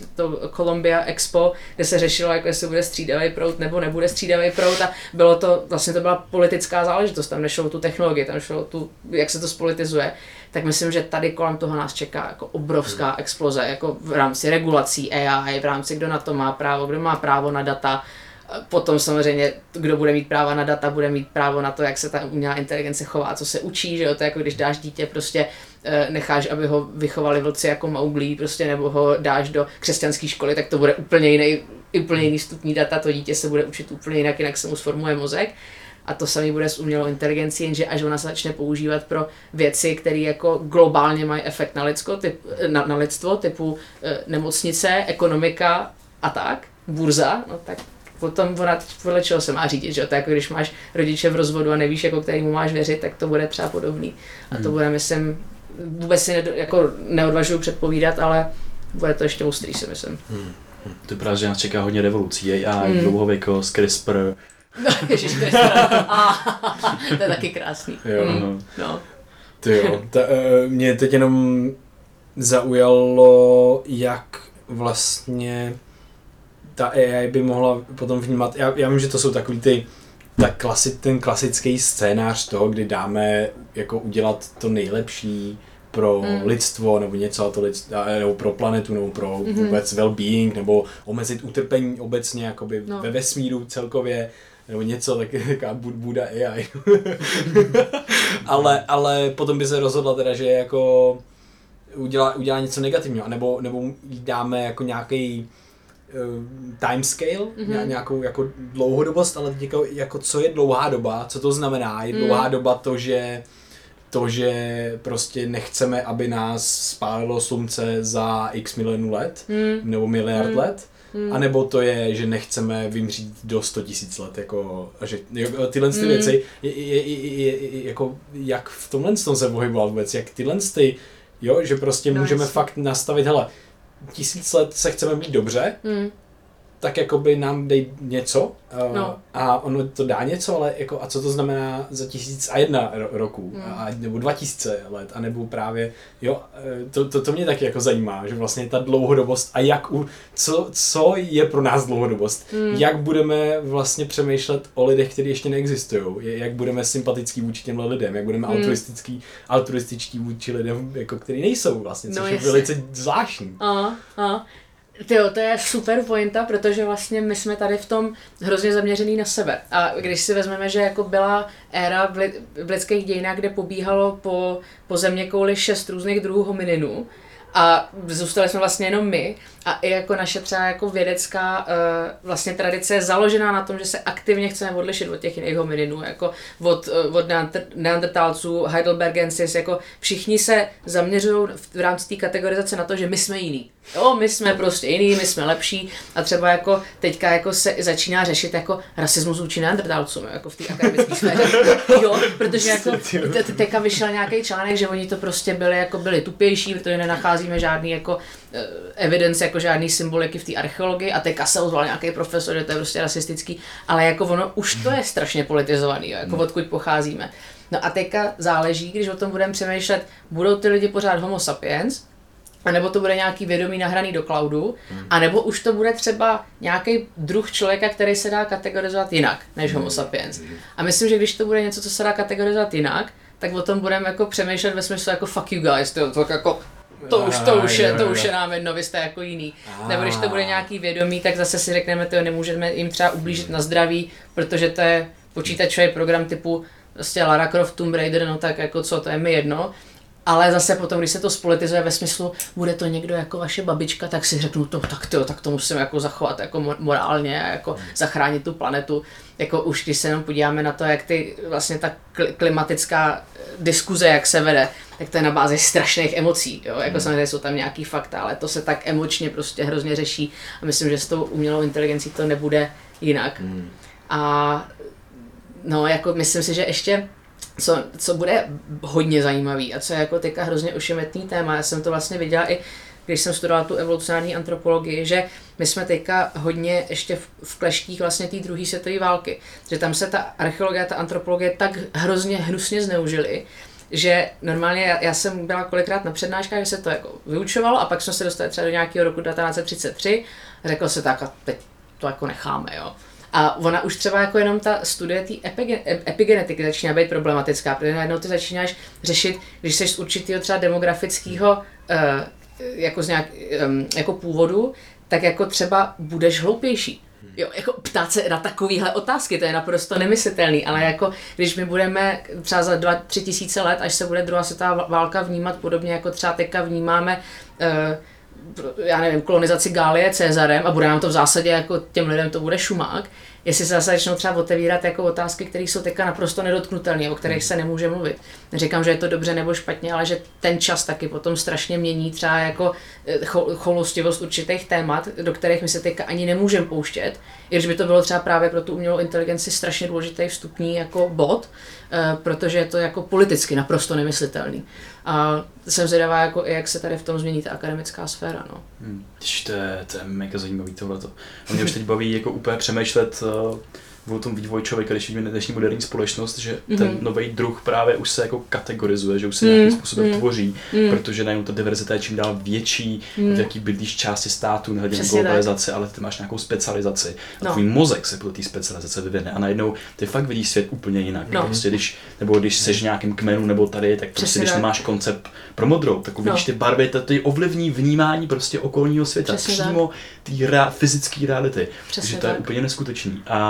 Columbia Expo, kde se řešilo, jako jestli bude střídavý proud nebo nebude střídavý proud a bylo to, vlastně to byla politická záležitost, tam nešlo o tu technologii, tam šlo o tu, jak se to spolitizuje, tak myslím, že tady kolem toho nás čeká jako obrovská exploze, jako v rámci regulací AI, v rámci kdo na to má právo, kdo má právo na data. Potom samozřejmě, kdo bude mít práva na data, bude mít právo na to, jak se ta umělá inteligence chová, co se učí, že jo, to je jako když dáš dítě, prostě necháš, aby ho vychovali vlci jako Mowgli, prostě nebo ho dáš do křesťanské školy, tak to bude úplně jiný vstupní data, to dítě se bude učit úplně jinak se mu sformuje mozek. A to samé bude s umělou inteligencí, jenže až ona se začne používat pro věci, které jako globálně mají efekt na lidstvo, typu nemocnice, ekonomika a tak, burza, no tak potom ona podle čeho se má řídit, že jo? To je jako když máš rodiče v rozvodu a nevíš, jako kterému máš věřit, tak to bude třeba podobný. A to bude, myslím, vůbec si neodvažuji předpovídat, ale bude to ještě ostrý, si myslím. To je právě, že nás čeká hodně revolucí, AI, dlouhověkost, CRISPR. Ježiš, CRISPR, to je taky krásný. Jo, no. Ty jo, mě teď jenom zaujalo, jak vlastně ta AI by mohla potom vnímat, já vím, že to jsou takový ten klasický scénář toho, kdy dáme jako udělat to nejlepší pro lidstvo, nebo něco nebo pro planetu, nebo pro vůbec well-being, nebo omezit utrpení obecně jakoby ve vesmíru celkově, nebo něco taková Buddha AI. ale potom by se rozhodla teda, že jako udělá něco negativního, nebo dáme jako nějaký timescale, nějakou jako dlouhodobost, ale teď jako co je dlouhá doba, co to znamená? Je dlouhá doba to, že to, že prostě nechceme, aby nás spálilo slunce za x milionů let, nebo miliard let, anebo to je, že nechceme vymřít do 100 000 let, jako, a že tyhle ty věci, jako, jak v tomhle se pohybovat vůbec, jak tyhle ty, jo, že prostě můžeme fakt nastavit, hele, 1000 let se chceme mít dobře, tak jakoby nám dej něco a ono to dá něco, ale jako a co to znamená za 1001 roků, nebo 2000 let, anebo právě, jo, to mě taky jako zajímá, že vlastně ta dlouhodobost a co je pro nás dlouhodobost, jak budeme vlastně přemýšlet o lidech, kteří ještě neexistují, jak budeme sympatický vůči těmhle lidem, jak budeme altruističtí vůči lidem, jako, který nejsou vlastně, což je velice zvláštní. Tyjo, to je super pointa, protože vlastně my jsme tady v tom hrozně zaměřený na sebe. A když si vezmeme, že jako byla éra v lidských dějinách, kde pobíhalo po zeměkouli 6 různých druhů homininů a zůstali jsme vlastně jenom my a i jako naše třeba jako vědecká vlastně tradice je založená na tom, že se aktivně chceme odlišit od těch jiných homininů, jako od neandertálců, heidelbergensis, jako všichni se zaměřují v rámci té kategorizace na to, že my jsme jiný. Jo, my jsme prostě jiný, my jsme lepší a třeba jako teďka jako se začíná řešit jako rasismus vůči neandertálcům, jako v té akademické sféře. Jo, protože jako teďka vyšel nějaký článek, že oni to prostě byli tupější, protože nenacházíme žádný jako evidence, jako žádný symboliky v té archeologii a teďka se ozval nějaký profesor, že to je prostě rasistický, ale jako ono už to je strašně politizovaný, jo, jako odkud pocházíme. No a teďka záleží, když o tom budeme přemýšlet, budou ty lidi pořád homo sapiens, anebo to bude nějaký vědomí nahraný do cloudu, anebo už to bude třeba nějaký druh člověka, který se dá kategorizovat jinak než homo sapiens. A myslím, že když to bude něco, co se dá kategorizovat jinak, tak o tom budeme jako přemýšlet ve smyslu jako fuck you guys, to jako to už je nám jedno, vy jste jako jiný. Nebo když to bude nějaký vědomí, tak zase si řekneme, že nemůžeme jim třeba ublížit na zdraví, protože to je počítačový program typu vlastně Lara Croft, Tomb Raider, no tak jako co, to je mi jedno. Ale zase potom, když se to spolitizuje ve smyslu, bude to někdo jako vaše babička, tak si řeknu, tak to musím jako zachovat jako morálně a jako zachránit tu planetu. Jako už když se jenom podíváme na to, jak vlastně ta klimatická diskuze, jak se vede, tak to je na bázi strašných emocí. Jo? Jako samozřejmě jsou tam nějaký fakta, ale to se tak emočně prostě hrozně řeší a myslím, že s tou umělou inteligencí to nebude jinak. A no, jako myslím si, že ještě co bude hodně zajímavý a co je jako teďka hrozně ošemetný téma, já jsem to vlastně viděla i když jsem studovala tu evolucionární antropologii, že my jsme teďka hodně ještě v kleštích vlastně té druhé světové války, že tam se ta archeologie a ta antropologie tak hrozně hnusně zneužily, že normálně já jsem byla kolikrát na přednáškách, že se to jako vyučovalo a pak jsme se dostali třeba do nějakého roku 1933 a řekl se tak a teď to jako necháme, jo. A ona už třeba jako jenom ta studie té epigenetiky začíná být problematická, protože najednou ty začínáš řešit, když jsi z určitého třeba demografického jako původu, tak jako třeba budeš hloupější. Jo, jako ptát se na takovéhle otázky, to je naprosto nemyslitelný, ale jako když my budeme třeba za 2-3 tisíce let, až se bude druhá světová válka vnímat podobně jako třeba teďka vnímáme já nevím, kolonizaci Gálie Cezarem a bude nám to v zásadě jako těm lidem to bude šumák, jestli se zase začnou třeba otevírat jako otázky, které jsou teďka naprosto nedotknutelné, o kterých se nemůže mluvit. Neříkám, že je to dobře nebo špatně, ale že ten čas taky potom strašně mění třeba jako choulostivost určitých témat, do kterých my se teďka ani nemůžeme pouštět, i když by to bylo třeba právě pro tu umělou inteligenci strašně důležitý vstupní jako bod, protože je to jako politicky naprosto nemyslitelný. A jsem zvědavá, jako jak se tady v tom změní ta akademická sféra. No. To je mega zajímavý tohleto. A mě už teď baví jako úplně přemýšlet o tom vývoji člověka, když vidíme dnešní moderní společnost, že ten nový druh právě už se jako kategorizuje, že už se nějakým způsobem tvoří, protože najednou ta diverzita je čím dál větší, v jaký bydlíš části státu, nehledě na globalizaci, ale ty máš nějakou specializaci a tvůj mozek se podle té specializace vyvine a najednou ty fakt vidíš svět úplně jinak. Prostě když seš v nějakém kmenu nebo tady, tak prostě když nemáš koncept pro modrou, tak uvidíš ty barvy, ty ovlivní vnímání prostě okolního světa, přímo té fyzické reality. Takže to je úplně neskutečný. A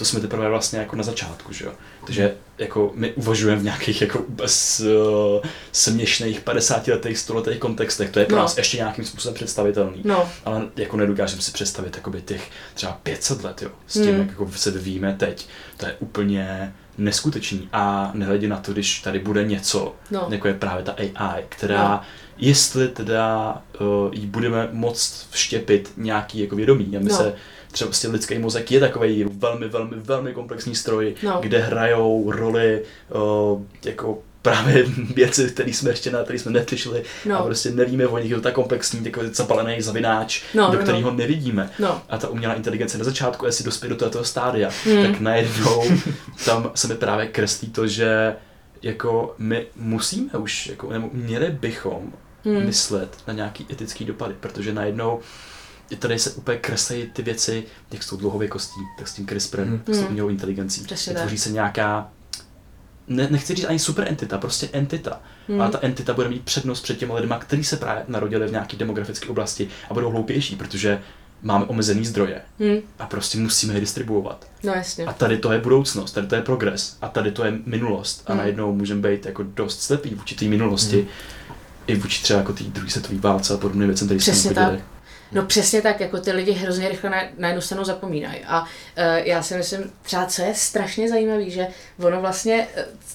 to jsme teprve vlastně jako na začátku, že jo. Takže jako my uvažujeme v nějakých jako směšných 50letých, 100letých kontextech, to je pro nás ještě nějakým způsobem představitelný, ale jako nedokážeme si představit jakoby těch třeba 500 let, jo, s tím, jak jako se vyvíjíme teď, to je úplně neskutečný a nehledě na to, když tady bude něco, jako je právě ta AI, která jestli teda jí budeme moct vštěpit nějaký jako vědomí, a my se třeba prostě lidský mozek je takový velmi, velmi, velmi komplexní stroj, kde hrajou roli jako právě věci, které jsme ještě netušili a prostě nevíme o nich, je to tak komplexní, takový zapalený zavináč, do kterého nevidíme. A ta umělá inteligence na začátku, jestli dospěje do tohoto stádia, tak najednou tam se mi právě kreslí to, že jako my musíme už, jako, měli bychom myslet na nějaký etický dopady, protože najednou tady se úplně kreslejí ty věci, jak s tou dlouhověkostí, tak s tím CRISPRem, tak s tou umělou inteligencí. Tvoří se nějaká, nechci říct ani super entita, prostě entita. A ta entita bude mít přednost před těmi lidmi, kteří se právě narodili v nějaké demografické oblasti a budou hloupější, protože máme omezený zdroje a prostě musíme je distribuovat. No jasně. A tady to je budoucnost, tady to je progres a tady to je minulost a najednou můžeme být jako dost slepí vůči té minulosti i vůči třeba jako té druhé světové válce a podobné věci, které jsme viděli. No přesně tak, jako ty lidi hrozně rychle na jednu stranu zapomínají a já si myslím, třeba co je strašně zajímavé, že ono vlastně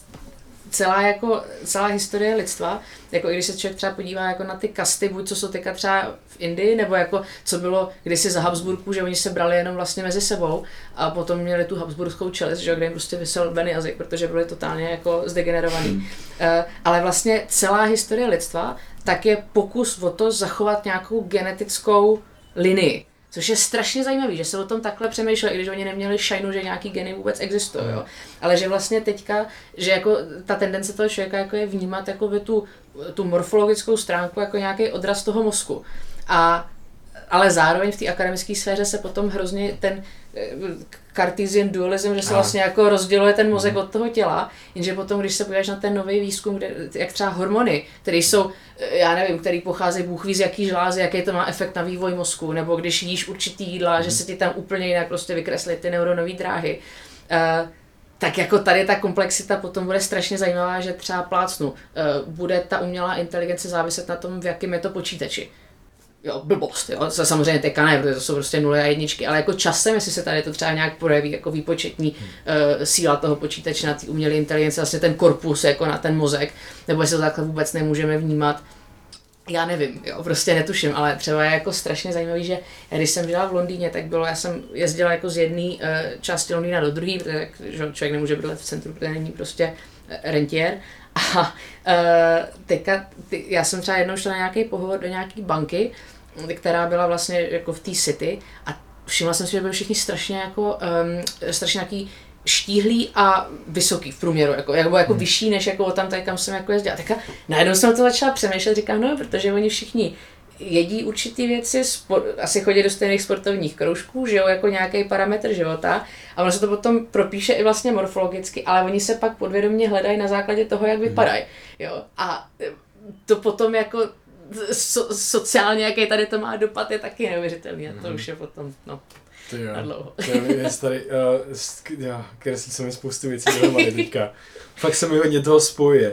celá historie lidstva, jako i když se člověk třeba podívá jako na ty kasty, buď co jsou teďka třeba v Indii, nebo jako co bylo kdysi za Habsburků, že oni se brali jenom vlastně mezi sebou a potom měli tu habsburskou čelist, že kde jim prostě vysel ven jazyk, protože byli totálně jako zdegenerovaný. Ale vlastně celá historie lidstva tak je pokus o to zachovat nějakou genetickou linii. Což je strašně zajímavý, že se o tom takhle přemýšleli, i když oni neměli šajnu, že nějaký geny vůbec existují, jo. Ale že vlastně teďka, že jako ta tendence toho člověka jako je vnímat jako tu morfologickou stránku jako nějaký odraz toho mozku. Ale zároveň v té akademické sféře se potom hrozně ten Cartesian dualism, že se vlastně jako rozděluje ten mozek od toho těla, jenže potom, když se podíváš na ten nový výzkum, kde, jak třeba hormony, které jsou, já nevím, který pocházejí bůh ví z jaký žlázy, jaký to má efekt na vývoj mozku, nebo když jíš určitý jídla, že se ti tam úplně jinak prostě vykreslí ty neuronové dráhy, tak jako tady ta komplexita potom bude strašně zajímavá, že třeba plácnu, bude ta umělá inteligence záviset na tom, v jakém je to počítači. Jo, blbost, jo, samozřejmě teďka ne, protože to jsou prostě 0 a 1, ale jako časem, jestli se tady to třeba nějak projeví, jako výpočetní síla toho počítače na té umělé inteligence, vlastně ten korpus, jako na ten mozek, nebo jestli to takhle vůbec nemůžeme vnímat, já nevím, jo, prostě netuším, ale třeba je jako strašně zajímavý, že když jsem žila v Londýně, tak já jsem jezdila jako z jedné části Londýna do druhé, protože člověk nemůže bydlet v centru, protože není prostě rentiér. A teďka, já jsem třeba jednou šla na nějaký pohovor do nějaké banky, která byla vlastně jako v té city a všimla jsem si, že byli všichni strašně jako, strašně nějaký štíhlý a vysoký v průměru, jako vyšší než jako tam tady, kam jsem jako jezdila. Tak najednou jsem to začala přemýšlet, říkám, no, protože oni všichni jedí určitý věci, asi chodí do stejných sportovních kroužků, žijou jako nějaký parametr života a ono se to potom propíše i vlastně morfologicky, ale oni se pak podvědomě hledají na základě toho, jak vypadají. Jo? A to potom jako sociálně, jaký tady to má dopad, je taky neuvěřitelný a to už je potom, no, na dlouho. To je tady, kreslí se mi spoustu věcí dohromady teďka. Fakt se mi hodně toho spojuje.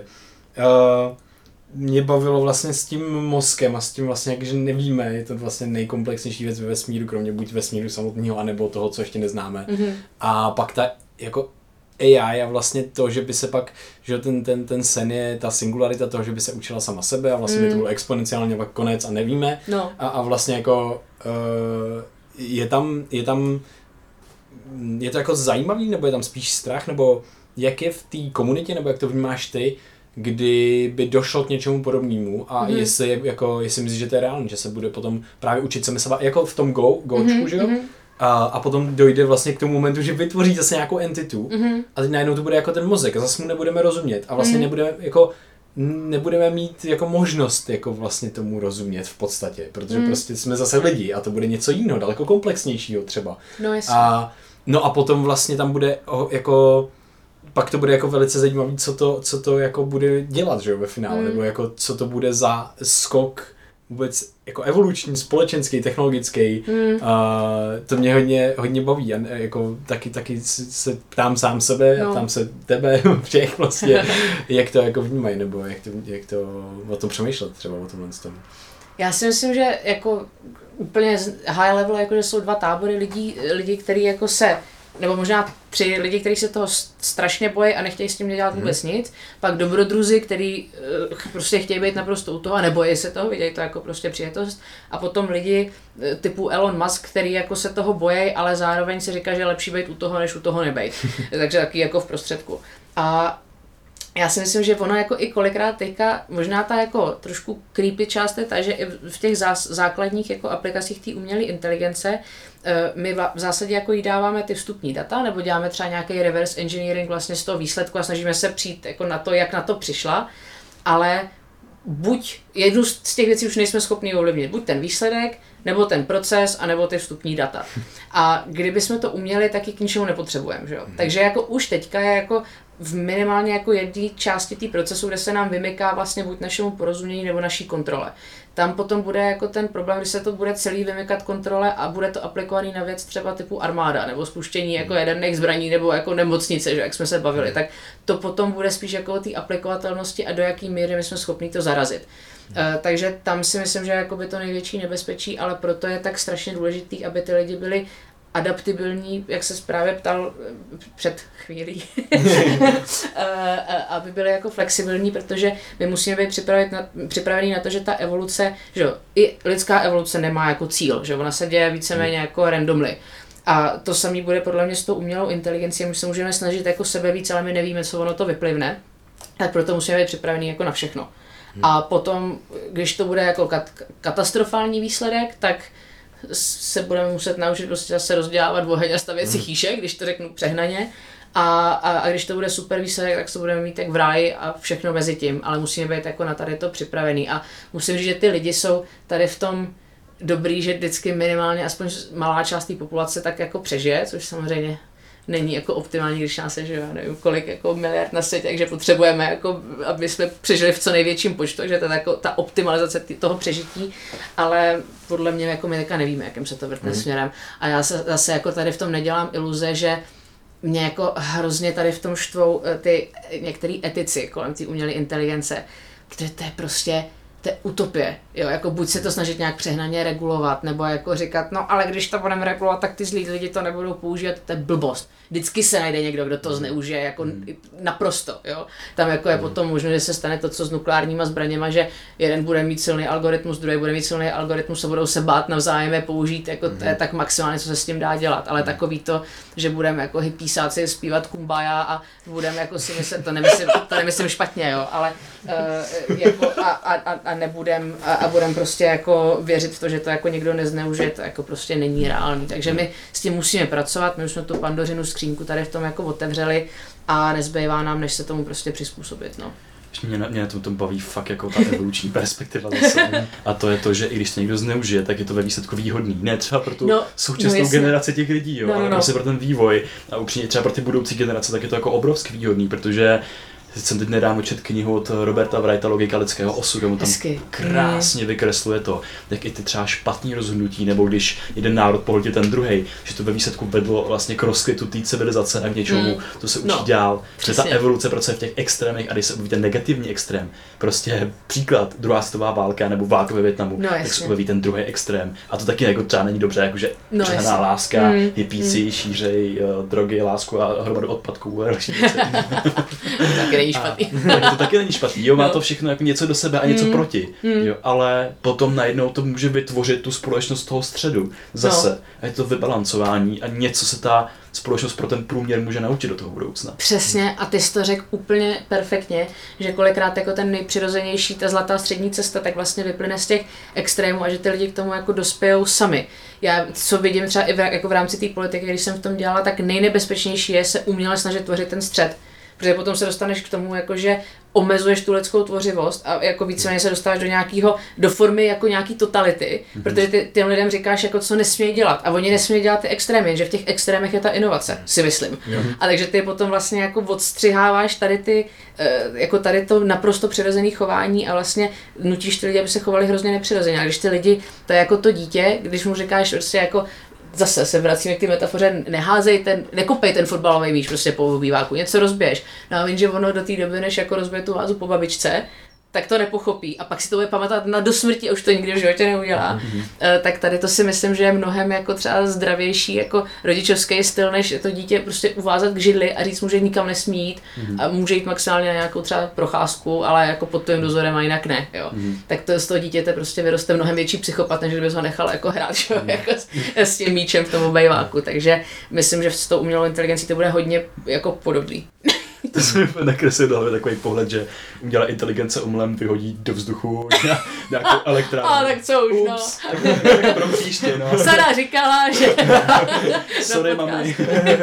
Mě bavilo vlastně s tím mozkem a s tím vlastně, že nevíme, je to vlastně nejkomplexnější věc ve vesmíru, kromě buď vesmíru samotného, anebo toho, co ještě neznáme. A pak ta jako AI a vlastně to, že by se pak, že ten sen je ta singularita toho, že by se učila sama sebe a vlastně by to bylo exponenciálně pak konec a nevíme. No. A vlastně jako je to jako zajímavý, nebo je tam spíš strach, nebo jak je v té komunitě, nebo jak to vnímáš ty, kdy by došlo k něčemu podobnému a jestli myslíš, že to je reálné, že se bude potom právě učit sami sebe, jako v tom Gočku, že jo? A potom dojde vlastně k tomu momentu, že vytvoří zase nějakou entitu a teď najednou to bude jako ten mozek a zase mu nebudeme rozumět a vlastně nebudeme mít jako možnost jako vlastně tomu rozumět v podstatě, protože prostě jsme zase lidi a to bude něco jiného, daleko komplexnějšího třeba. No jasně. A potom vlastně tam bude jako pak to bude jako velice zajímavý, co to jako bude dělat, že jo, ve finále, nebo jako co to bude za skok vůbec jako evoluční, společenský, technologický, to mě hodně baví a jako taky se ptám sám sebe a ptám se tebe, všech vlastně, jak to jako vnímají, nebo jak to o tom přemýšlet třeba o tomhle tom. Já si myslím, že jako úplně high level, jako že jsou dva tábory lidí, kteří jako se, nebo možná 3 lidi, kteří se toho strašně bojí a nechtějí s tím dělat vůbec nic, pak dobrodruzi, kteří prostě chtějí být naprosto u toho a nebojí se toho, vidějí to jako prostě přijetost, a potom lidi typu Elon Musk, který jako se toho bojí, ale zároveň si říká, že je lepší být u toho, než u toho nebejt. Takže taky jako v prostředku. A já si myslím, že ono jako i kolikrát teďka, možná ta jako trošku creepy část je ta, že i v těch základních jako aplikacích té umělé inteligence my v zásadě jako jí dáváme ty vstupní data, nebo děláme třeba nějaký reverse engineering vlastně z toho výsledku a snažíme se přijít jako na to, jak na to přišla, ale buď jednu z těch věcí už nejsme schopni ovlivnit, buď ten výsledek, nebo ten proces, anebo ty vstupní data. A kdybychom to uměli, tak ji k ničemu nepotřebujeme, že jo? Takže jako už teďka je jako v minimálně jako jedné části té procesu, kde se nám vymyká vlastně buď našemu porozumění nebo naší kontrole. Tam potom bude jako ten problém, když se to bude celý vymykat kontrole a bude to aplikovaný na věc třeba typu armáda nebo spuštění jako jaderných zbraní nebo jako nemocnice, že jak jsme se bavili, tak to potom bude spíš jako o té aplikovatelnosti a do jaký míry my jsme schopni to zarazit. Takže tam si myslím, že je jakoby to největší nebezpečí, ale proto je tak strašně důležitý, aby ty lidi byli adaptibilní, jak se právě ptal před chvílí, aby byli jako flexibilní, protože my musíme být připraveni na to, že ta evoluce, že jo, i lidská evoluce nemá jako cíl, že ona se děje víceméně jako randomly. A to samé bude podle mě s tou umělou inteligencí, my se můžeme snažit jako sebe víc, ale my nevíme, co ono to vyplivne, tak proto musíme být připraveni jako na všechno. A potom, když to bude jako katastrofální výsledek, tak se budeme muset naučit prostě zase rozdělávat oheň a stavět si chýše, když to řeknu přehnaně. A když to bude super výsledek, tak to budeme mít tak v ráji a všechno mezi tím, ale musíme být jako na tady to připravený. A musím říct, že ty lidi jsou tady v tom dobrý, že vždycky minimálně aspoň malá část té populace tak jako přežije, což samozřejmě není jako optimální, když nás je, že já nevím kolik jako miliard na světě, takže potřebujeme, jako, aby jsme přežili v co největším počtu, takže to je jako ta optimalizace toho přežití, ale podle mě jako my teďka nevíme, jakým se to vrtne směrem. A já se zase jako tady v tom nedělám iluze, že mě jako hrozně tady v tom štvou ty některý etici kolem té umělé inteligence, protože to je prostě to je utopie, jo, jako buď se to snažit nějak přehnaně regulovat, nebo jako říkat, no ale když to budeme regulovat, tak ty zlí lidi to nebudou používat, to je blbost. Vždycky se najde někdo, kdo to zneužije, jako naprosto, jo. Tam jako je potom možné, že se stane to, co s nukleárníma zbraněma, že jeden bude mít silný algoritmus, druhý bude mít silný algoritmus a budou se bát navzájem je použít, jako to je tak maximálně, co se s tím dá dělat, ale takový to, že budeme jako hippísáci zpívat kumbaya a budeme jako si myslet, to nemyslím špatně, jo, ale jako a budeme prostě jako věřit v to, že to jako někdo nezneužije, to jako prostě není reálný. Takže my s tím musíme pracovat, my už jsme tu Pandořinu skřínku tady v tom jako otevřeli a nezbývá nám, než se tomu prostě přizpůsobit, no. Mě na tom baví fakt jako ta evoluční perspektiva zase. A to je to, že i když to někdo zneužije, tak je to ve výsledku výhodný. Ne třeba pro tu současnou generaci těch lidí, jo, ale prostě pro ten vývoj. A upřímně třeba pro ty budoucí generace, tak je to jako obrovský výhodný, protože jsem teď nedávno četl knihu od Roberta Wrighta Logika lidského osudu, on tam krásně vykresluje to, jak i ty třeba špatný rozhodnutí, nebo když jeden národ pohltil ten druhej, že to ve výsledku vedlo vlastně k rozkvětu té civilizace a k něčemu, to se učí dál. Že ta evoluce pracuje v těch extrémech a když se objeví ten negativní extrém, prostě příklad druhá světová válka nebo válka ve Vietnamu, tak se objeví ten druhý extrém. A to taky jako třeba není dobře, jakože přehnaná láska, hippíci šířej drogy, lásku a hromadu odpadků a další věci. Špatný. To taky není špatný, jo, má to všechno jako něco do sebe a něco proti, jo, ale potom najednou to může vytvořit tu společnost toho středu zase. A je to vybalancování a něco se ta společnost pro ten průměr může naučit do toho budoucna. Přesně, a ty jsi to řekl úplně perfektně, že kolikrát jako ten nejpřirozenější, ta zlatá střední cesta, tak vlastně vyplyne z těch extrémů a že ty lidi k tomu jako dospějou sami. Já, co vidím třeba i jako v rámci té politiky, když jsem v tom dělala, tak nejnebezpečnější je se uměle snažit tvořit ten střed. protože potom se dostaneš k tomu, jako že omezuješ tu lidskou tvořivost a jako víceméně se dostáváš do formy jako nějaký totality, protože ty těm lidem říkáš, jako co nesmějí dělat a oni nesmějí dělat ty extrémy, že v těch extrémech je ta inovace, si myslím. A takže ty potom vlastně jako odstřiháváš tady to naprosto přirozené chování a vlastně nutíš ty lidi, aby se chovali hrozně nepřirozeně. A když ty lidi, to je jako to dítě, když mu říkáš prostě jako zase se vracíme k té metafoře, nekopej ten fotbalový míč prostě po obýváku, něco rozbiješ. No a vím, že ono do té doby, než jako rozbije tu vázu po babičce, tak to nepochopí a pak si to bude pamatovat na dosmrti a už to nikdy v životě neudělá. Tak tady to si myslím, že je mnohem jako třeba zdravější jako rodičovský styl, než to dítě prostě uvázat k židli a říct mu, že nikam nesmí jít a může jít maximálně na nějakou třeba procházku, ale jako pod tvým dozorem a jinak ne. Jo. Tak to z toho dítěte prostě vyroste mnohem větší psychopat, než kdyby ho nechal jako hrát jako s tím míčem v tom obejváku. Takže myslím, že s tou umělou inteligencí to bude hodně jako podobný. To se mi nakreslil do hlavy takový pohled, že umělá inteligence omylem vyhodí do vzduchu nějakou elektrárnu. A tak co už, ups, tak pro příště, no. Sada říkala, že... Sorry, mami.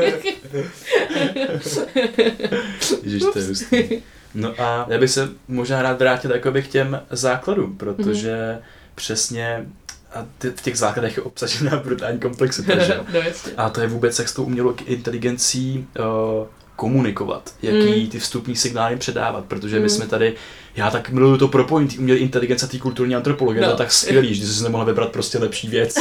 Ježiš, to je hustý. No a já bych se možná rád vrátil jakoby k těm základům, protože přesně a v těch základech je obsažená brutální komplexita, že? A to je vůbec, jak s tou umělou inteligencí komunikovat, jaký ty vstupní signály předávat, protože my jsme tady, já tak miluju to propojení té umělé inteligence a té kulturní antropologie, to je tak skvělý, že jsi nemohla vybrat prostě lepší věc.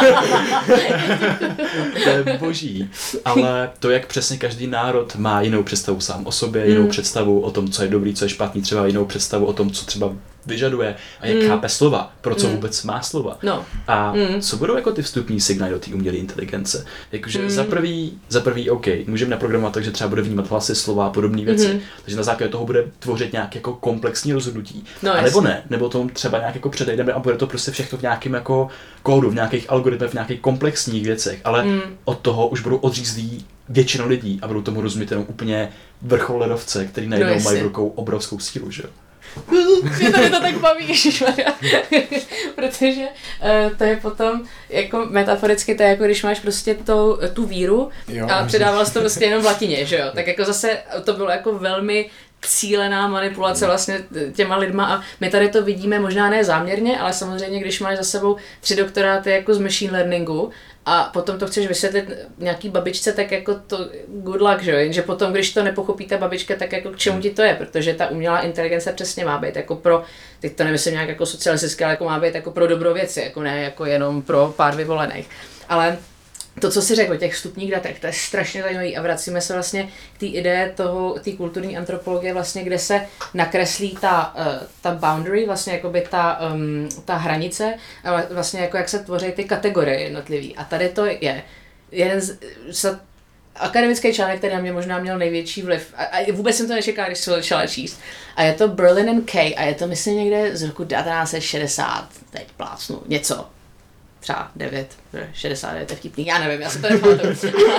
To je boží. Ale to, jak přesně každý národ má jinou představu sám o sobě, jinou představu o tom, co je dobrý, co je špatný, třeba jinou představu o tom, co třeba vyžaduje a jak chápe slova, pro co vůbec má slova. No. A co budou jako ty vstupní signály do té umělé inteligence? Jakože za prvý OK, můžeme naprogramovat tak, že třeba bude vnímat hlasy, slova a podobné věci. Takže na základě toho bude tvořit nějaké jako komplexní rozhodnutí. No, a nebo ne, nebo tomu třeba nějak jako předejdeme a bude to prostě všechno v nějakém jako kódu, v nějakých algoritmech, v nějakých komplexních věcech, ale od toho už budou odřízlí většinou lidí a budou tomu rozumět jenom úplně vrchol ledovce, který najednou mají v rukou obrovskou sílu, že jo? Mě tady to tak baví, ježišmarja. Protože to je potom, jako metaforicky, to je jako když máš prostě tu víru a předával jsi to prostě jenom v latině, že jo? Tak jako zase to bylo jako velmi cílená manipulace vlastně těma lidma a my tady to vidíme možná ne záměrně, ale samozřejmě, když máš za sebou 3 doktoráty jako z machine learningu a potom to chceš vysvětlit nějaký babičce, tak jako to good luck, že jo, jenže potom, když to nepochopí ta babička, tak jako k čemu ti to je, protože ta umělá inteligence přesně má být jako pro, teď to nemyslím nějak jako socialistické, ale jako má být jako pro dobro věci, jako ne jako jenom pro pár vyvolených. Ale to, co jsi řekl o těch vstupních datech, to je strašně zajímavý a vracíme se vlastně k té ideje té kulturní antropologie, vlastně, kde se nakreslí ta boundary, vlastně jakoby ta hranice, vlastně jako jak se tvoří ty kategorie jednotlivý. A tady to je jeden z akademický článek, který na mě možná měl největší vliv. A vůbec jsem to nečekala, když jsem to začala číst. A je to Berlin and Kay a je to myslím někde z roku 1960, teď plácnu, něco. Třeba 69 je vtipný, já nevím, já se to nepamatuju.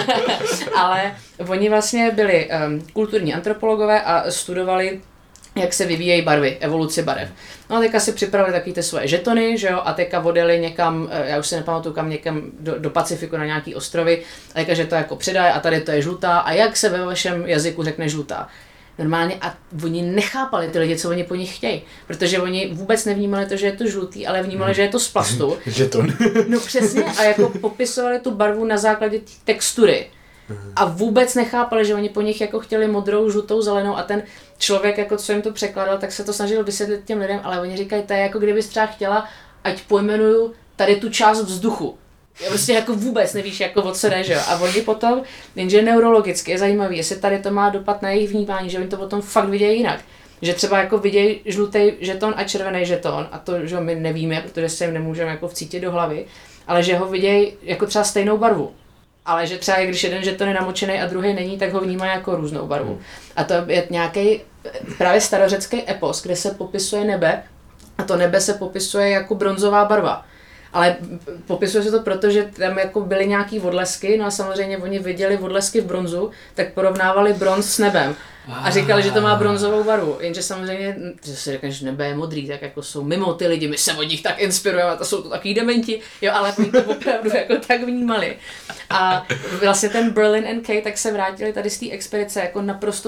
Ale oni vlastně byli kulturní antropologové a studovali, jak se vyvíjejí barvy, evoluci barev. No a teďka si připravili takový ty svoje žetony, že jo, a teďka odjeli někam, já už si nepamatuju kam, někam do Pacifiku na nějaký ostrovy, a teďka, že to jako přidají a tady to je žlutá a jak se ve vašem jazyku řekne žlutá. Normálně a oni nechápali ty lidi, co oni po nich chtějí, protože oni vůbec nevnímali to, že je to žlutý, ale vnímali, že je to z plastu. Žeton. No přesně, a jako popisovali tu barvu na základě textury. A vůbec nechápali, že oni po nich jako chtěli modrou, žlutou, zelenou a ten člověk, jako co jim to překládal, tak se to snažil vysvětlit těm lidem, ale oni říkají, to je jako kdybys třeba chtěla, ať pojmenuju tady tu část vzduchu. Já prostě jako vůbec nevíš, jako o co jde, že jo. A oni potom, jenže neurologicky je zajímavý, jestli tady to má dopad na jejich vnímání, že oni to potom fakt vidějí jinak. Že třeba jako vidějí žlutý žeton a červený žeton a to, že my nevíme, protože se jim nemůžeme jako vcítit do hlavy, ale že ho vidějí jako třeba stejnou barvu. Ale že třeba když jeden žeton je namočený a druhý není, tak ho vnímají jako různou barvu. A to je nějaký právě starořecký epos, kde se popisuje nebe a to nebe se popisuje jako bronzová barva. Ale popisuje se to proto, že tam jako byly nějaký odlesky, no a samozřejmě oni viděli odlesky v bronzu, tak porovnávali bronz s nebem. A říkali, že to má bronzovou barvu, jenže samozřejmě, že si řekne, že nebe je modrý, tak jako jsou mimo ty lidi, my se od nich tak inspirujeme, a jsou to takový dementi, jo, ale oni to opravdu jako tak vnímali. A vlastně ten Berlin and Kay tak se vrátili tady z té expedice jako naprosto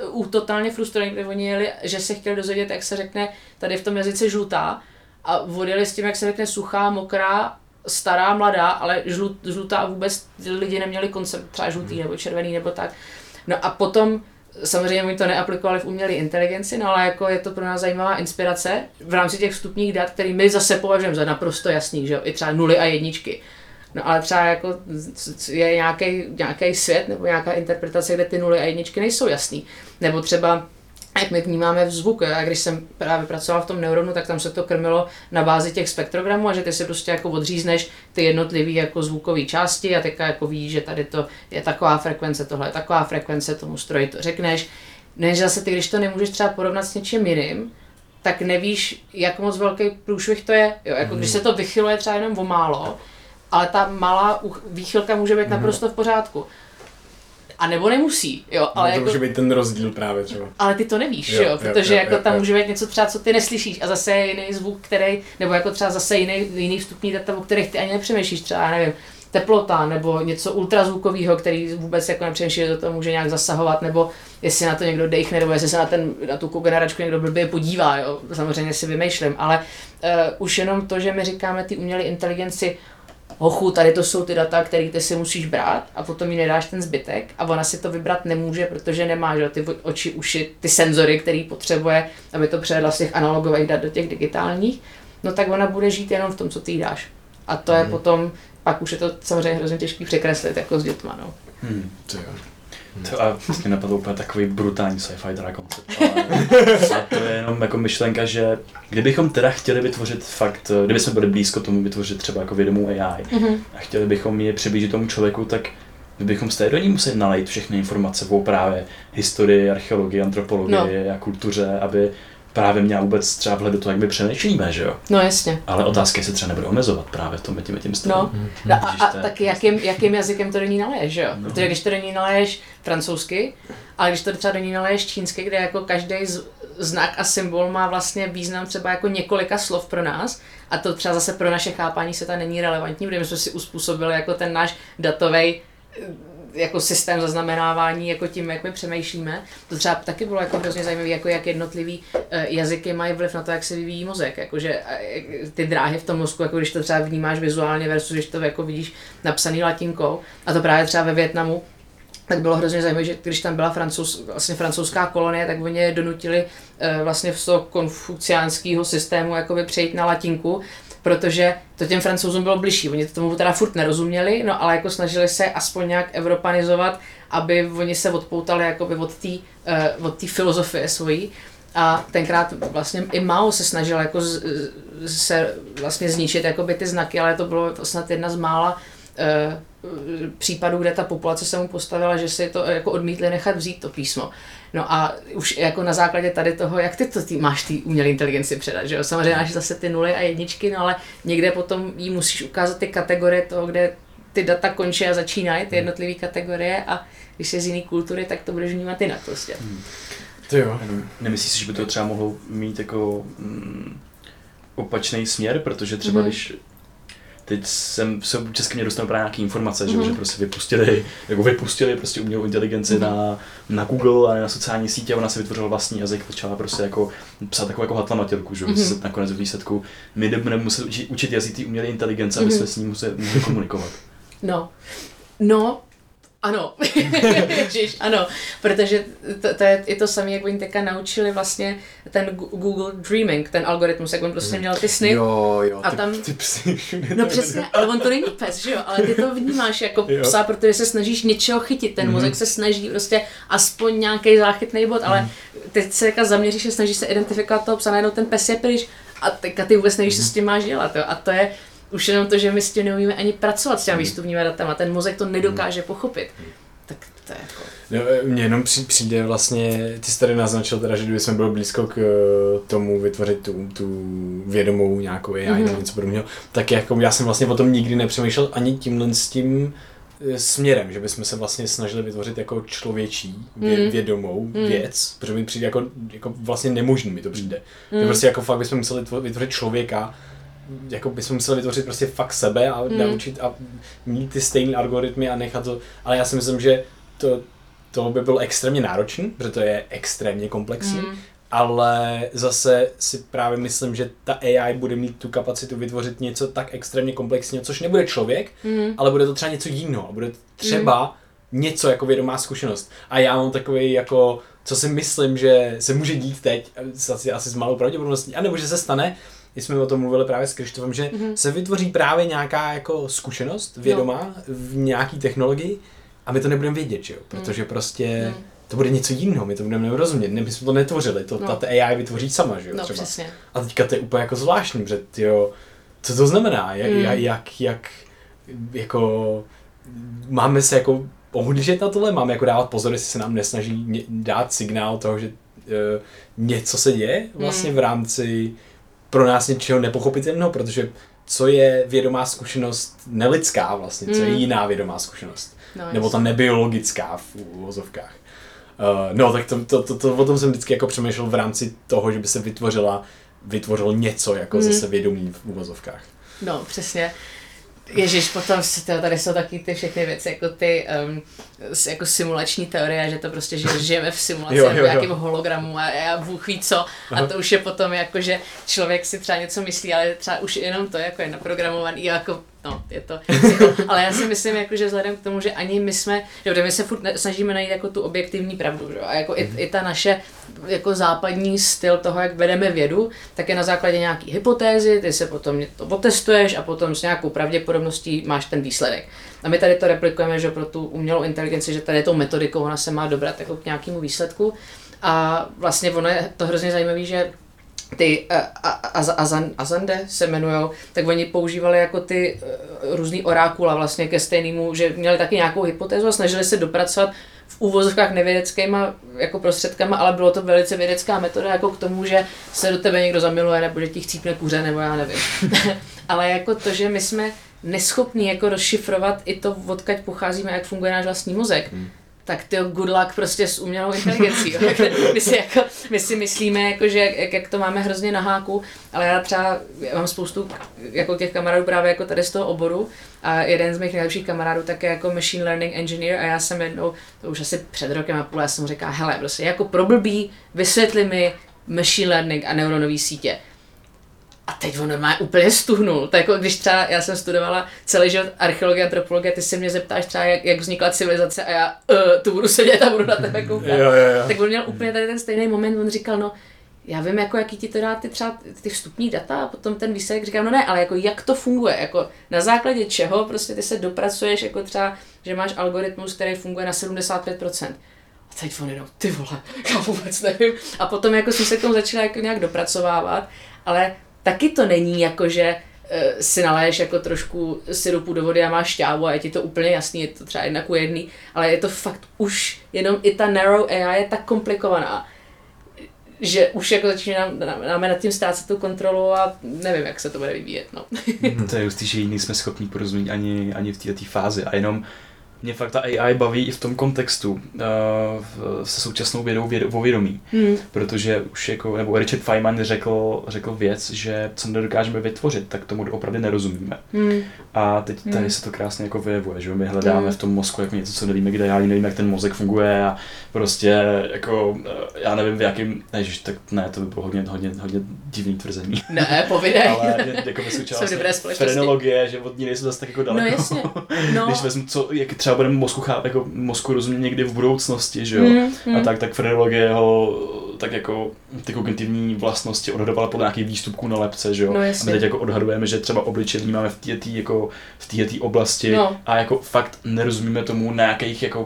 totálně frustrovaní, protože oni jeli, že se chtěli dozvědět, jak se řekne tady v tom jazyce žlutá a odjeli s tím, jak se řekne suchá, mokrá, stará, mladá, ale žlutá a vůbec lidi neměli koncept třeba žlutý nebo červený nebo tak. No a potom samozřejmě oni to neaplikovali v umělé inteligenci, no ale jako je to pro nás zajímavá inspirace v rámci těch vstupních dat, který my zase považujeme za naprosto jasný, že jo, i třeba 0 a 1. No ale třeba jako je nějaký svět nebo nějaká interpretace, kde ty 0 a 1 nejsou jasný. Nebo třeba jak my vnímáme zvuk, a když jsem právě pracoval v tom neuronu, tak tam se to krmilo na bázi těch spektrogramů a že ty si prostě jako odřízneš ty jednotlivý jako zvukové části a teďka jako víš, že tady to je taková frekvence, tohle je taková frekvence, tomu stroji to řekneš. Než zase ty, když to nemůžeš třeba porovnat s něčím jiným, tak nevíš, jak moc velký průšvih to je. Jo, jako když se to vychyluje třeba jenom o málo, ale ta malá výchylka může být naprosto v pořádku. A nebo nemusí, jo, ale to jako, může být ten rozdíl právě třeba. Ale ty to nevíš, jo, protože jako tam může být něco třeba, co ty neslyšíš a zase je jiný zvuk, který, nebo jako třeba zase jiný vstupní data, o kterých ty ani nepřemýšlíš, třeba, nevím, teplota nebo něco ultrazvukového, který vůbec jako nepřemýšlíš, že to může nějak zasahovat, nebo jestli na to někdo dejchne, nebo jestli se na tu kogeneračku někdo blbě podívá, jo, samozřejmě si vymýšlím, ale už jenom to, že my říkáme ty umělé inteligenci, hochu, tady to jsou ty data, které ty si musíš brát a potom jí nedáš ten zbytek a ona si to vybrat nemůže, protože nemá, že, ty oči, uši, ty senzory, který potřebuje, aby to převedla z těch analogových dat do těch digitálních, no tak ona bude žít jenom v tom, co ty jí dáš. A to je potom, pak už je to samozřejmě hrozně těžký překreslit jako s dětma, no. To a vlastně napadl úplně takový brutální sci-fi teda koncept. A to je jenom jako myšlenka, že kdybychom teda chtěli vytvořit fakt, kdybychom byli blízko tomu vytvořit třeba jako vědomou AI a chtěli bychom je přiblížit tomu člověku, tak bychom z té do ní museli nalejt všechny informace o právě historii, archeologii, antropologii a kultuře, aby právě měla vůbec třeba vhled do toho, jak my přemýšlíme, že jo? No jasně. Ale otázka je, se třeba nebude omezovat právě v tom tím stavem. No. A taky jakým jazykem to do ní naleješ, že jo? No. Protože když to do ní naleješ francouzsky, ale když to třeba do ní naleješ čínsky, kde jako každý znak a symbol má vlastně význam třeba jako několika slov pro nás a to třeba zase pro naše chápání světa není relevantní, protože my jsme si uspůsobili jako ten náš datový jako systém zaznamenávání, jako tím, jak my přemýšlíme. To třeba taky bylo jako hrozně zajímavé, jako jak jednotlivý jazyky mají vliv na to, jak se vyvíjí mozek. Jakože ty dráhy v tom mozku, jako když to třeba vnímáš vizuálně versus, když to jako vidíš napsaný latinkou. A to právě třeba ve Vietnamu, tak bylo hrozně zajímavé, že když tam byla francouzská kolonie, tak oni je donutili vlastně z toho konfuciánského systému jakoby přejít na latinku, protože to těm Francouzům bylo bližší. Oni tomu teda furt nerozuměli, no ale jako snažili se aspoň nějak evropanizovat, aby oni se odpoutali jakoby od té filozofie svojí. A tenkrát vlastně i Mao se snažil jako se vlastně zničit jakoby ty znaky, ale to bylo snad jedna z mála případů, kde ta populace se mu postavila, že si to jako odmítli nechat vzít to písmo. No a už jako na základě tady toho, jak ty to máš ty umělé inteligenci předat, že jo? Samozřejmě máš zase ty 0 a 1, no ale někde potom jí musíš ukázat ty kategorie toho, kde ty data končí a začínají, ty jednotlivé kategorie a když je z jiné kultury, tak to budeš vnímat jinak prostě. To jo. Nemyslíš si, že by to třeba mohlo mít jako opačný směr, protože třeba když teď jsem se česky mě dostal právě nějaké informace, že prostě vypustili prostě umělou inteligenci na Google a na sociální sítě a ona se vytvořila vlastní jazyk, začala prostě jako psát takovou jako hatlamotělku, že se nakonec v výsledku my nebudeme muset učit jazyk té umělé inteligence, aby jsme s ní mohli komunikovat. No, ano, Ježiš, ano, protože to je i to samé, jak oni teďka naučili vlastně ten Google Dreaming, ten algoritmus, jak on prostě měl ty sny. Jo, a tam, ty psy všude. No přesně, ale on to není pes, že jo, ale ty to vnímáš jako psa, protože se snažíš něčeho chytit, ten mozek se snaží prostě aspoň nějaký záchytný bod, ale teď se teďka zaměříš a snažíš se identifikovat toho psa, najednou ten pes je pryč a teďka ty vůbec nevíš, co s tím máš dělat, jo, a to je už jenom to, že my s tím neumíme ani pracovat s těmi výstupními datama, ten mozek to nedokáže pochopit. Tak to je jako... No, mně jenom přijde vlastně, ty jsi tady naznačil teda, že kdyby jsme byli blízko k tomu vytvořit tu vědomou nějakou AI nebo něco podobného, tak jako já jsem vlastně o tom nikdy nepřemýšlel ani tímhle s tím směrem, že bychom se vlastně snažili vytvořit jako člověčí, vědomou věc, protože mi přijde jako vlastně nemožný mi to přijde. Že prostě jako fakt bychom museli vytvořit člověka, jako bychom museli vytvořit prostě fakt sebe a naučit a mít ty stejné algoritmy a nechat to, ale já si myslím, že to by bylo extrémně náročný, protože to je extrémně komplexní, ale zase si právě myslím, že ta AI bude mít tu kapacitu vytvořit něco tak extrémně komplexního, což nebude člověk, ale bude to třeba něco jiného, bude to třeba něco jako vědomá zkušenost. A já mám takový jako, co si myslím, že se může dít teď, asi s malou pravděpodobností, anebo že se stane, když jsme o tom mluvili právě s Krištofem, že se vytvoří právě nějaká jako zkušenost vědomá v nějaký technologii a my to nebudeme vědět, že jo? Protože prostě to bude něco jiného, my to budeme rozumět, my jsme to netvořili, ta AI vytvoří sama, že jo? No, třeba. Přesně. A teďka to je úplně jako zvláštní, protože tyjo, co to znamená, jak jako máme se jako pohlížet na tohle, máme jako dávat pozor, jestli se nám nesnaží dát signál toho, že něco se děje vlastně v rámci pro nás něčeho nepochopitelného, protože co je vědomá zkušenost nelidská vlastně, co je jiná vědomá zkušenost, nebo ta nebiologická v uvozovkách. No tak to o tom jsem vždycky jako přemýšlel v rámci toho, že by se vytvořilo něco jako zase vědomí v uvozovkách. No, přesně. Ježiš, potom tady jsou taky ty všechny věci, jako ty jako simulační teorie, že to prostě, že žijeme v simulaci v nějakém hologramu a Bůh ví co. A to už je potom jako, že člověk si třeba něco myslí, ale třeba už jenom to jako je naprogramovaný, jako no, je to ale já si myslím, jako, že vzhledem k tomu, že ani my jsme, že my se furt snažíme najít jako tu objektivní pravdu, že? A jako i ta naše jako západní styl toho, jak vedeme vědu, tak je na základě nějaký hypotézy, ty se potom to otestuješ a potom s nějakou pravděpodobností máš ten výsledek. A my tady to replikujeme, že pro tu umělou inteligenci, že tady tou metodikou ona se má dobrat jako k nějakému výsledku. A vlastně ono je to hrozně zajímavé, že ty Azande se jmenujou, tak oni používali jako ty různý orákula vlastně ke stejnému, že měli taky nějakou hypotézu a snažili se dopracovat v úvozovkách nevědeckýma jako prostředkama, ale bylo to velice vědecká metoda jako k tomu, že se do tebe někdo zamiluje nebo že ti chcípne kuře nebo já nevím. Ale jako to, že my jsme neschopní jako rozšifrovat i to, odkud pocházíme, jak funguje náš vlastní mozek, tak ty good luck prostě s umělou inteligencí. My si myslíme, jako, že jak to máme hrozně na háku, ale já třeba mám spoustu jako těch kamarádů právě jako tady z toho oboru a jeden z mých nejlepších kamarádů tak je jako machine learning engineer a já jsem jednou, to už asi před rokem a půl, já jsem mu říkal, hele, prostě jako pro blbý, vysvětli mi machine learning a neuronové sítě. A teď on normálně úplně stuhnul. To jako když třeba já jsem studovala celý život archeologie, antropologie, ty se mě zeptáš třeba, jak vznikla civilizace a já tu budu sedět a budu na tebe koukat. Jo. Tak on měl úplně tady ten stejný moment, on říkal, no já vím, jako jaký ti to dá ty vstupní data a potom ten výsledek říkám, no ne, ale jako jak to funguje, jako na základě čeho prostě ty se dopracuješ, jako třeba, že máš algoritmus, který funguje na 75%. A teď on jenom, ty vole, já vůbec nevím. A potom jako jsem se k tomu začala jako nějak dopracovávat, ale taky to není jako, že si naléješ jako trošku syrupu do vody a máš šťávu a je ti to úplně jasný, je to třeba 1:1, ale je to fakt už jenom i ta narrow AI je tak komplikovaná, že už jako začínáme nad tím ztrácet tu kontrolu a nevím, jak se to bude vyvíjet. No. To je jistý, že jiný jsme schopni porozumět ani v této fázi a jenom mě fakt ta AI baví i v tom kontextu se současnou vědou o vědomí, protože už jako, nebo Richard Feynman řekl věc, že co nedokážeme vytvořit, tak tomu opravdu nerozumíme. A teď tady se to krásně jako vyjevuje, že my hledáme v tom mozku jako něco, co nevíme kde, já nevím, jak ten mozek funguje a prostě jako já nevím v jakým, než tak ne, to by bylo hodně divný tvrzení. Ne, povídej. Ale jako součást frenologie, že od ní nejsem zase tak jako daleko. No jasně. No. Když vezmu, jak třeba budeme mozku rozumět někdy v budoucnosti, že jo, a tak frenologie ho tak jako ty kognitivní vlastnosti odhadovala podle nějakých výstupků na lepce, že jo. No, a my teď jako odhadujeme, že třeba obličej vnímáme v této oblasti a jako fakt nerozumíme tomu, na jakých jako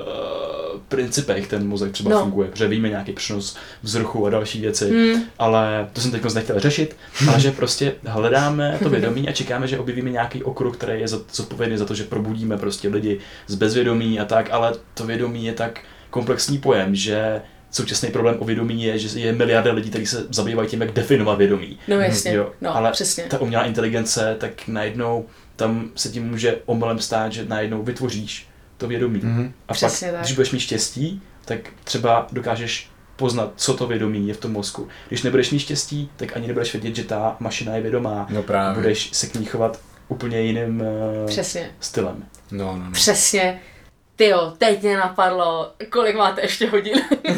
principech ten mozek třeba funguje, protože víme nějaký přenos vzruchu a další věci, ale to jsem teď nechtěl řešit, ale že prostě hledáme to vědomí a čekáme, že objevíme nějaký okruh, který je zodpovědný za to, že probudíme prostě lidi z bezvědomí a tak, ale to vědomí je tak komplexní pojem, že současný problém o vědomí je, že je miliarda lidí, kteří se zabývají tím, jak definovat vědomí. No jasně, ale přesně. Ta umělá inteligence, tak najednou tam se tím může omylem stát, že najednou vytvoříš to vědomí. A pak, když budeš mít štěstí, tak třeba dokážeš poznat, co to vědomí je v tom mozku. Když nebudeš mít štěstí, tak ani nebudeš vědět, že ta mašina je vědomá. No právě. Budeš se k ní chovat úplně jiným stylem. No. Přesně. tyjo, teď mě napadlo, kolik máte ještě hodin?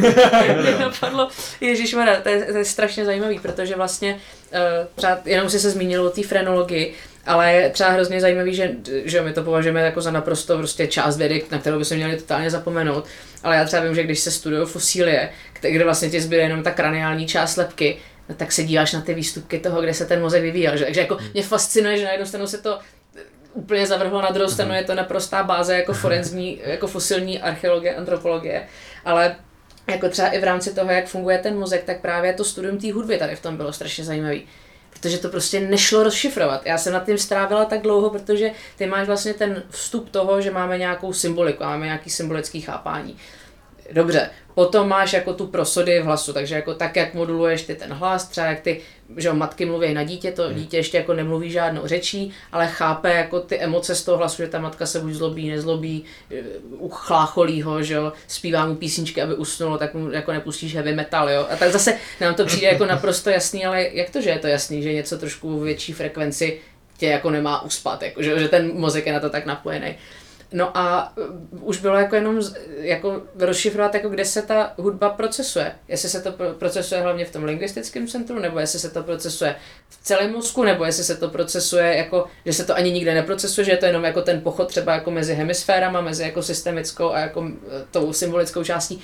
Mě napadlo, ježišmarja, to je strašně zajímavý, protože vlastně třeba jenom si se zmínil o té frenologii, ale je třeba hrozně zajímavý, že my to považujeme jako za naprosto prostě část vědy, na kterou by se měli totálně zapomenout, ale já třeba vím, že když se studují fosílie, kde vlastně ti zbyde jenom ta kraniální část lebky, no tak se díváš na ty výstupky toho, kde se ten mozek vyvíjel, že? Takže jako mě fascinuje, že na jednu stranu se to úplně zavrhlo, na druhou stranu je to naprostá báze jako forenzní, jako fosilní archeologie, antropologie, ale jako třeba i v rámci toho, jak funguje ten mozek, tak právě to studium té hudby tady v tom bylo strašně zajímavý. Protože to prostě nešlo rozšifrovat. Já jsem nad tím strávila tak dlouho, protože ty máš vlastně ten vstup toho, že máme nějakou symboliku, máme nějaký symbolický chápání. Dobře, potom máš jako tu prosody v hlasu, takže jako tak, jak moduluješ ty ten hlas, třeba jak ty, že matky mluví na dítě, to dítě ještě jako nemluví žádnou řečí, ale chápe jako ty emoce z toho hlasu, že ta matka se buď zlobí, nezlobí, uchlácholí ho, že jo, zpívá mu písničky, aby usnulo, tak mu jako nepustíš heavy metal, jo. A tak zase nám to přijde jako naprosto jasný, ale jak to, že je to jasný, že něco trošku větší frekvenci tě jako nemá uspat, jako, že ten mozek je na to tak napojený. No a už bylo jako jenom jako rozšifrovat, jako kde se ta hudba procesuje. Jestli se to procesuje hlavně v tom lingvistickém centru, nebo jestli se to procesuje v celém mozku, nebo jestli se to procesuje jako, že se to ani nikde neprocesuje, že je to jenom jako ten pochod třeba jako mezi hemisférama, mezi jako systemickou a jako tou symbolickou částí.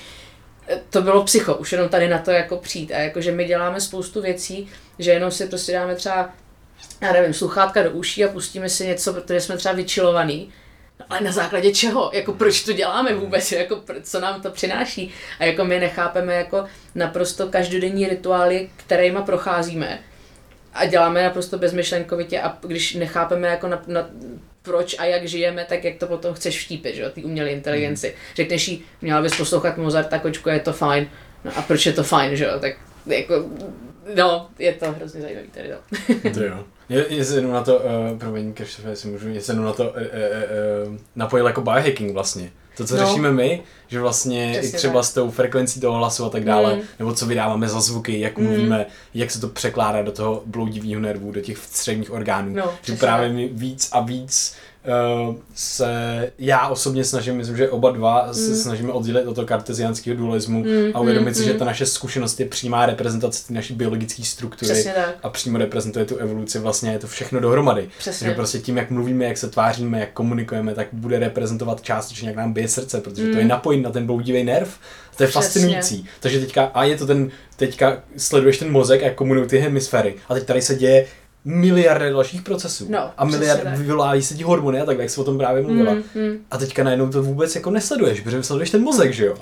To bylo psycho, už jenom tady na to jako přijít. A jakože my děláme spoustu věcí, že jenom si prostě dáme třeba, já nevím, sluchátka do uší a pustíme si něco, protože jsme třeba vyčilovaný. Ale na základě čeho? Jako proč to děláme vůbec? Jako co nám to přináší? A jako my nechápeme jako naprosto každodenní rituály, kterýma procházíme. A děláme naprosto bezmyšlenkovitě a když nechápeme jako na proč a jak žijeme, tak jak to potom chceš vtípit, že jo, ty umělé inteligenci. Řekneš jí, měla bys poslouchat Mozarta, kočko, je to fajn. No a proč je to fajn, že jo? Tak jako, no, je to hrozně zajímavý tady, no. To jo. Je se jenom na to, promiň, Krištofe, jestli můžu, je se jenom na to napojil jako biohacking vlastně. To, co řešíme my, že vlastně přesně i třeba tak. S tou frekvencí toho hlasu a tak dále, nebo co vydáváme za zvuky, jak mluvíme, jak se to překládá do toho bloudivého nervu, do těch vstřebních orgánů. No, že právě my víc a víc se já osobně snažím, myslím, že oba dva se snažíme oddělit od toho karteziánského dualismu a uvědomit si, že ta naše zkušenost je přímá reprezentace naší biologické struktury a přímo reprezentuje tu evoluci, vlastně je to všechno dohromady. Přesně. Že prostě tím, jak mluvíme, jak se tváříme, jak komunikujeme, tak bude reprezentovat částečně, jak nám bije srdce, protože to je napojení na ten bloudivý nerv. To je fascinující. Takže teďka sleduješ ten mozek, jak komunikují ty hemisféry a teď tady se děje miliardy dalších procesů. No, a vyvolávají se ti hormony a tak, jak jsi o tom právě mluvila. A teďka najednou to vůbec jako nesleduješ, protože sleduješ ten mozek, že jo?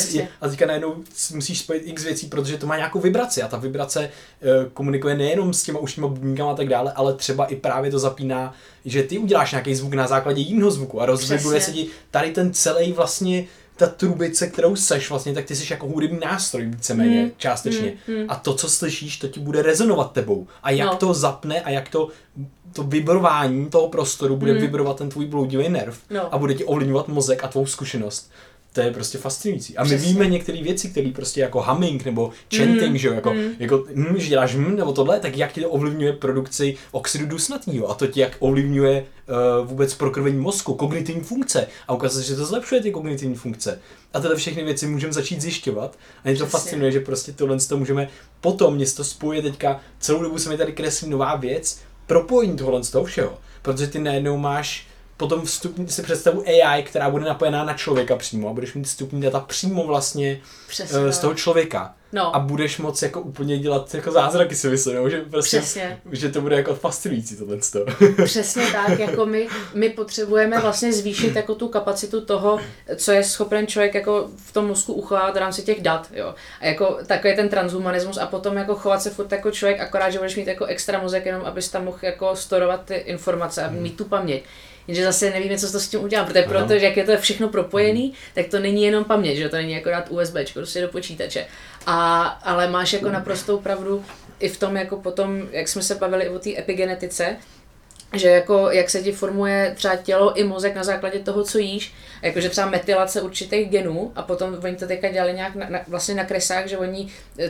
A teďka najednou musíš spojit x věcí, protože to má nějakou vibraci a ta vibrace komunikuje nejenom s těma ušníma buňkama a tak dále, ale třeba i právě to zapíná, že ty uděláš nějaký zvuk na základě jiného zvuku a rozvibruje se ti tady ten celý vlastně ta trubice, kterou seš vlastně, tak ty jsi jako hudební nástroj víceméně částečně. A to, co slyšíš, to ti bude rezonovat tebou. A jak to zapne a jak to vibrování toho prostoru bude vibrovat ten tvůj bloudivý nerv a bude ti ovlivňovat mozek a tvou zkušenost. To je prostě fascinující. A my víme některé věci, které prostě jako humming nebo chanting, že jo, jako že děláš nebo tohle, tak jak ti to ovlivňuje produkci oxidu dusnatního a to ti jak ovlivňuje vůbec prokrvení mozku, kognitivní funkce. A ukazuje se, že to zlepšuje ty kognitivní funkce. A tyhle všechny věci můžeme začít zjišťovat. A mě to fascinuje, že prostě tohle to můžeme potom, mě to spojuje teďka, celou dobu se mi tady kreslí nová věc, propojení tohle z toho všeho. Protože ty najednou máš potom vstupní si představu AI, která bude napojená na člověka přímo a budeš mít vstupní data přímo vlastně z toho člověka. No. A budeš moc jako úplně dělat jako zázraky, si myslím, že prostě, že to bude jako fascinující tohle. Přesně tak, jako my potřebujeme vlastně zvýšit jako tu kapacitu toho, co je schopen člověk jako v tom mozku uchovávat v rámci těch dat, jo. A jako takový ten transhumanismus a potom jako chovat se furt jako člověk, akorát, že budeš mít jako extra mozek, jenom abys tam mohl jako storovat ty informace a mít tu paměť. Jenže zase nevíme, co to s tím udělá, protože jak je to všechno propojený, tak to není jenom paměť, že to není jako dát USBčko prostě do počítače. Ale máš jako naprostou pravdu i v tom, jako potom, jak jsme se bavili o té epigenetice, že jako jak se ti formuje třeba tělo i mozek na základě toho, co jíš, jakože třeba metylace určitých genů a potom oni to teďka dělali nějak vlastně na kresách, že oni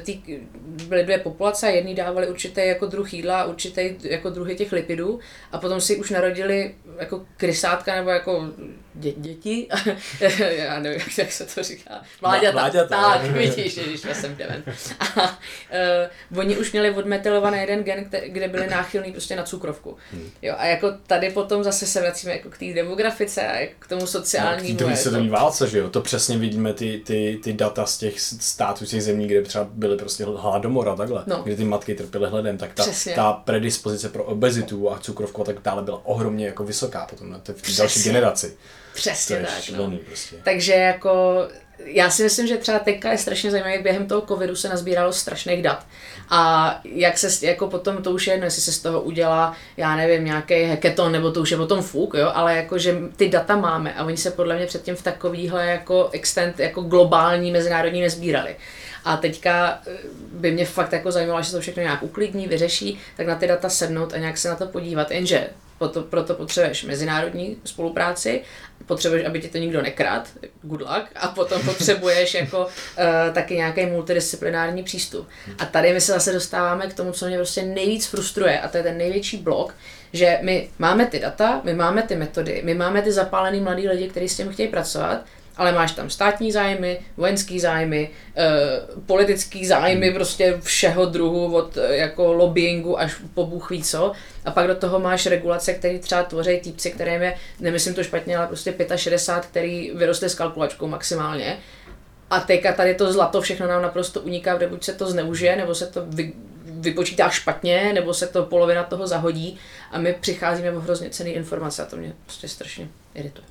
byly dvě populace a jedni dávali určitý jako druh jídla a určitý jako druhy těch lipidů a potom si už narodili jako krysátka nebo jako děti, já nevím, jak se to říká, mláďata, tak, vidíš, já jsem dement. A oni už měli odmetilovaný jeden gen, kde byli náchylní prostě na cukrovku. Jo, a jako tady potom zase se vracíme jako k té demografice a k tomu sociálnímu. K té světové válce, že jo, to přesně vidíme ty data z těch států, z těch zemí, kde třeba byly prostě hladomor a takhle, kde ty matky trpěly hledem, tak ta predispozice pro obezitu a cukrovku a tak dále byla ohromně jako vysoká potom v té další generaci. Přesně tak, šílený, prostě. Takže jako já si myslím, že třeba teďka je strašně zajímavé, jak během toho covidu se nazbíralo strašných dat. A jak se jako potom, to už je jedno, jestli se z toho udělá, já nevím, nějaký hackathon, nebo to už je potom fuk, jo, ale jako, že ty data máme a oni se podle mě předtím v takovýhle jako extent, jako globální, mezinárodní nezbírali. A teďka by mě fakt jako zajímalo, že se to všechno nějak uklidní, vyřeší, tak na ty data sednout a nějak se na to podívat, jenže proto potřebuješ mezinárodní spolupráci, potřebuješ, aby ti to nikdo nekrad, good luck, a potom potřebuješ jako taky nějaký multidisciplinární přístup. A tady my se zase dostáváme k tomu, co mě prostě nejvíc frustruje, a to je ten největší blok, že my máme ty data, my máme ty metody, my máme ty zapálený mladý lidi, kteří s tím chtějí pracovat, ale máš tam státní zájmy, vojenský zájmy, politický zájmy prostě všeho druhu, od jako lobbyingu až po bůh ví co. A pak do toho máš regulace, které třeba tvoří týpci, kterým je, nemyslím to špatně, ale prostě 65, který vyrostly s kalkulačkou maximálně. A teďka tady to zlato všechno nám naprosto uniká, kde buď se to zneužije, nebo se to vypočítá špatně, nebo se to polovina toho zahodí a my přicházíme o hrozně cenné informace a to mě prostě strašně irituje.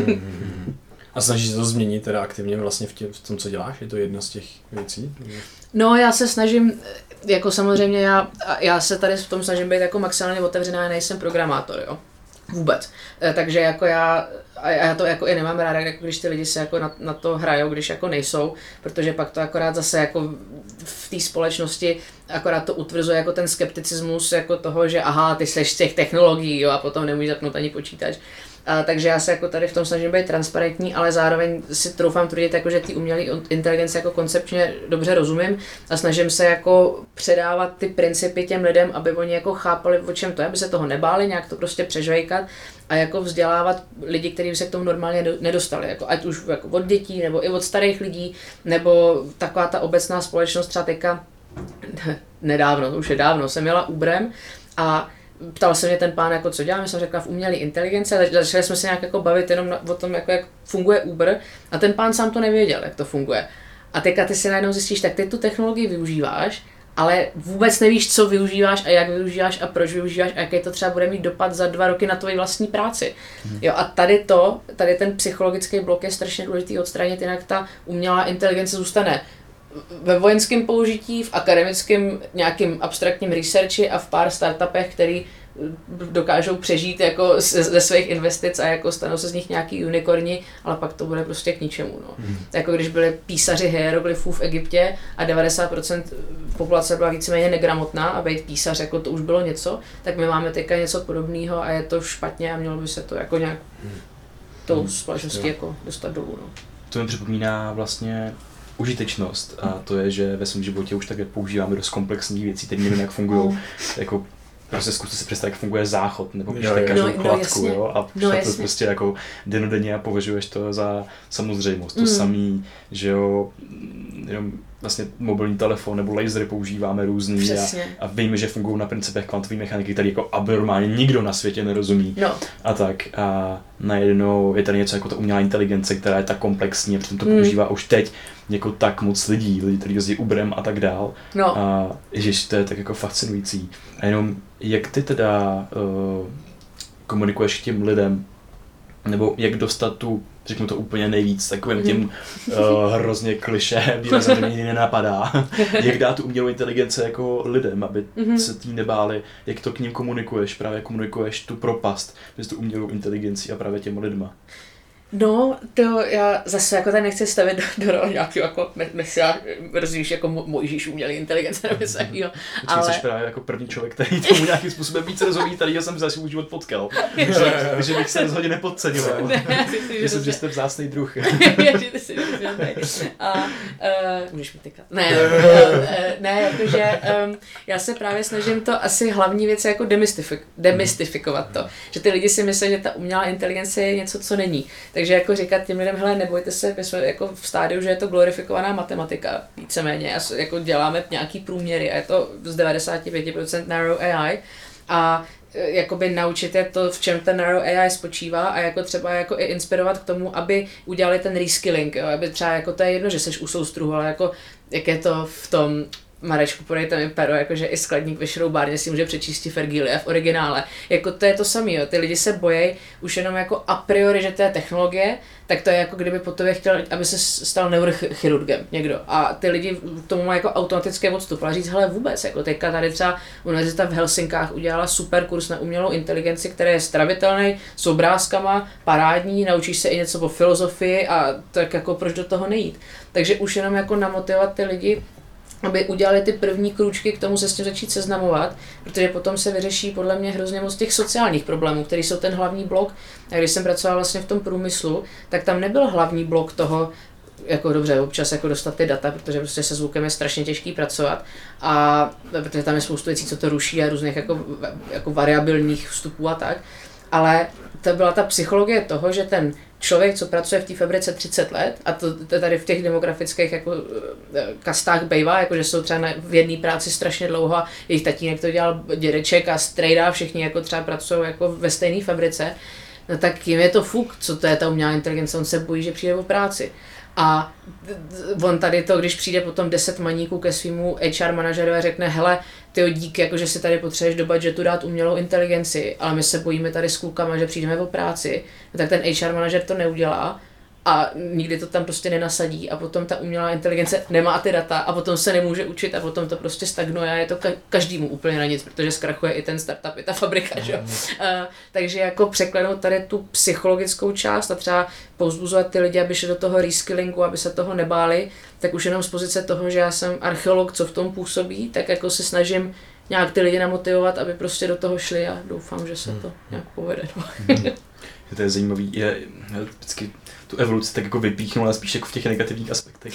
A snažíš se to změnit teda aktivně vlastně v tom, co děláš? Je to jedna z těch věcí? No, já se snažím, jako samozřejmě já se tady v tom snažím být jako maximálně otevřená, já nejsem programátor, jo. Vůbec. Takže jako já to jako i nemám ráda, jako když ty lidi se jako na to hrajou, když jako nejsou, protože pak to akorát zase jako v té společnosti akorát to utvrzuje jako ten skepticismus jako toho, že aha, ty seš z těch technologií, jo, a potom nemůžeš zapnout ani počítač. Takže já se jako tady v tom snažím být transparentní, ale zároveň si troufám tvrdit, jako, že ty umělé inteligence jako koncepčně dobře rozumím a snažím se jako předávat ty principy těm lidem, aby oni jako chápali, o čem to je, aby se toho nebáli, nějak to prostě přežvejkat a jako vzdělávat lidi, kteří se k tomu normálně nedostali, jako ať už jako od dětí, nebo i od starých lidí, nebo taková ta obecná společnost, třeba teďka nedávno, to už je dávno, jsem jela Uberem a ptal se mě ten pán, jako co děláme, jsem řekla v umělé inteligence, a začali jsme se nějak jako bavit jenom o tom, jako jak funguje Uber a ten pán sám to nevěděl, jak to funguje. A teďka ty si najednou zjistíš, tak ty tu technologii využíváš, ale vůbec nevíš, co využíváš a jak využíváš a proč využíváš a jaký to třeba bude mít dopad za 2 roky na tvoji vlastní práci. Jo, a tady ten psychologický blok je strašně důležitý odstranit, jinak ta umělá inteligence zůstane ve vojenském použití, v akademickém nějakým abstraktním researchi a v pár startupech, který dokážou přežít jako ze svých investic a jako stanou se z nich nějaký unikorni, ale pak to bude prostě k ničemu. No. Jako když byli písaři hieroglyfů v Egyptě a 90% populace byla víceméně negramotná a být písař, jako to už bylo něco, tak my máme teďka něco podobného a je to špatně a mělo by se to jako nějak tou společností jako dostat dolů. No. To mi připomíná vlastně užitečnost a to je, že ve svém životě už také používáme dost komplexních věcí, které nevím, jak fungují. Jako prostě zkuste si představit, jak funguje záchod, nebo píšete každou kladku, jo, a to prostě jako dennodenně a považuješ to za samozřejmost. To samý, že jo, jenom vlastně mobilní telefon nebo lasery používáme různý a víme, že fungují na principech kvantové mechaniky, které jako abnormálně nikdo na světě nerozumí. A tak a najednou je tady něco jako ta umělá inteligence, která je tak komplexní a přitom to používá už teď jako tak moc lidí, kteří jezdí Uberem a tak dál. A ježiš, to je tak jako fascinující. A jenom jak ty teda komunikuješ k těm lidem, nebo jak dostat tu, řeknu to úplně nejvíc, takovým tím hrozně klišé, výrazem mě nenapadá, jak dát tu umělou inteligenci jako lidem, aby se tím nebáli, jak to k ním komunikuješ, právě komunikuješ tu propast mezi tu umělou inteligencí a právě těma lidma. No, to já zase jako tady nechci stavit do role nějakého jako mesiáš, rozumíš, jako Mojžíš umělý inteligence nebo něco takového. Ale jsi právě jako první člověk, který tomu nějakým způsobem víc rozumí, tady jsem za svůj život potkal. Takže bych se rozhodně nepodceňoval. Myslím, že jste vzácný druh. Můžeš mi tykat. Ne, jakože já se právě snažím to asi hlavní věc jako demystifikovat to. Že ty lidi si myslí, že ta umělá inteligence je něco, co není. Takže jako říkat těm lidem, hele, nebojte se, my jsme jako v stádiu, že je to glorifikovaná matematika, víceméně, jako děláme nějaký průměry a je to z 95% narrow AI a jakoby naučit je to, v čem ten narrow AI spočívá a jako třeba jako i inspirovat k tomu, aby udělali ten reskilling, jo? Aby třeba jako to je jedno, že seš u soustruhu, ale jako jak je to v tom Marečku, podejte mi pero, jakože i skladník ve šroubárně si může přečíst Fergilia v originále. Jako to je to samé, jo. Ty lidi se bojí už jenom jako a priori, že to je technologie, tak to je jako kdyby po tobě chtěl, aby se stal neurochirurgem někdo. A ty lidi k tomu mají jako automatické odstup, ale říct, hele vůbec, jako teďka tady třeba univerzita v Helsinkách udělala super kurz na umělou inteligenci, který je stravitelný, s obrázkama, parádní, naučíš se i něco o filozofii a tak jako proč do toho nejít. Takže už jenom jako namotivovat ty lidi, aby udělali ty první krůčky k tomu se s tím začít seznamovat, protože potom se vyřeší podle mě hrozně moc těch sociálních problémů, který jsou ten hlavní blok. A když jsem pracovala vlastně v tom průmyslu, tak tam nebyl hlavní blok toho, jako dobře, občas jako dostat ty data, protože prostě se zvukem je strašně těžký pracovat a protože tam je spoustu věcí, co to ruší a různých jako variabilních vstupů a tak. Ale to byla ta psychologie toho, že ten člověk, co pracuje v té fabrice 30 let, a to tady v těch demografických jako kastách bejvá, jako že jsou třeba v jedné práci strašně dlouho a jejich tatínek to dělal dědeček a strejda, všichni jako třeba pracují jako ve stejné fabrice, no tak jim je to fuk, co to je ta umělá inteligence, on se bojí, že přijde o práci. A on tady to, když přijde potom 10 maníků ke svýmu HR manažeru a řekne, hele, tyjo, díky, jako že si tady potřebuješ do budgetu dát umělou inteligenci, ale my se bojíme tady s klukama, že přijdeme o práci, tak ten HR manažer to neudělá a nikdy to tam prostě nenasadí a potom ta umělá inteligence nemá ty data a potom se nemůže učit a potom to prostě stagnuje a je to každému úplně na nic, protože zkrachuje i ten startup, i ta fabrika, že? Takže jako překlenout tady tu psychologickou část a třeba povzbuzovat ty lidi, aby šli do toho reskillingu, aby se toho nebáli, tak už jenom z pozice toho, že já jsem archeolog, co v tom působí, tak jako se snažím nějak ty lidi namotivovat, aby prostě do toho šli a doufám, že se to nějak povede. To je zajímavý, je vždycky tu evoluci tak jako vypíchnu, ale spíš jako v těch negativních aspektech.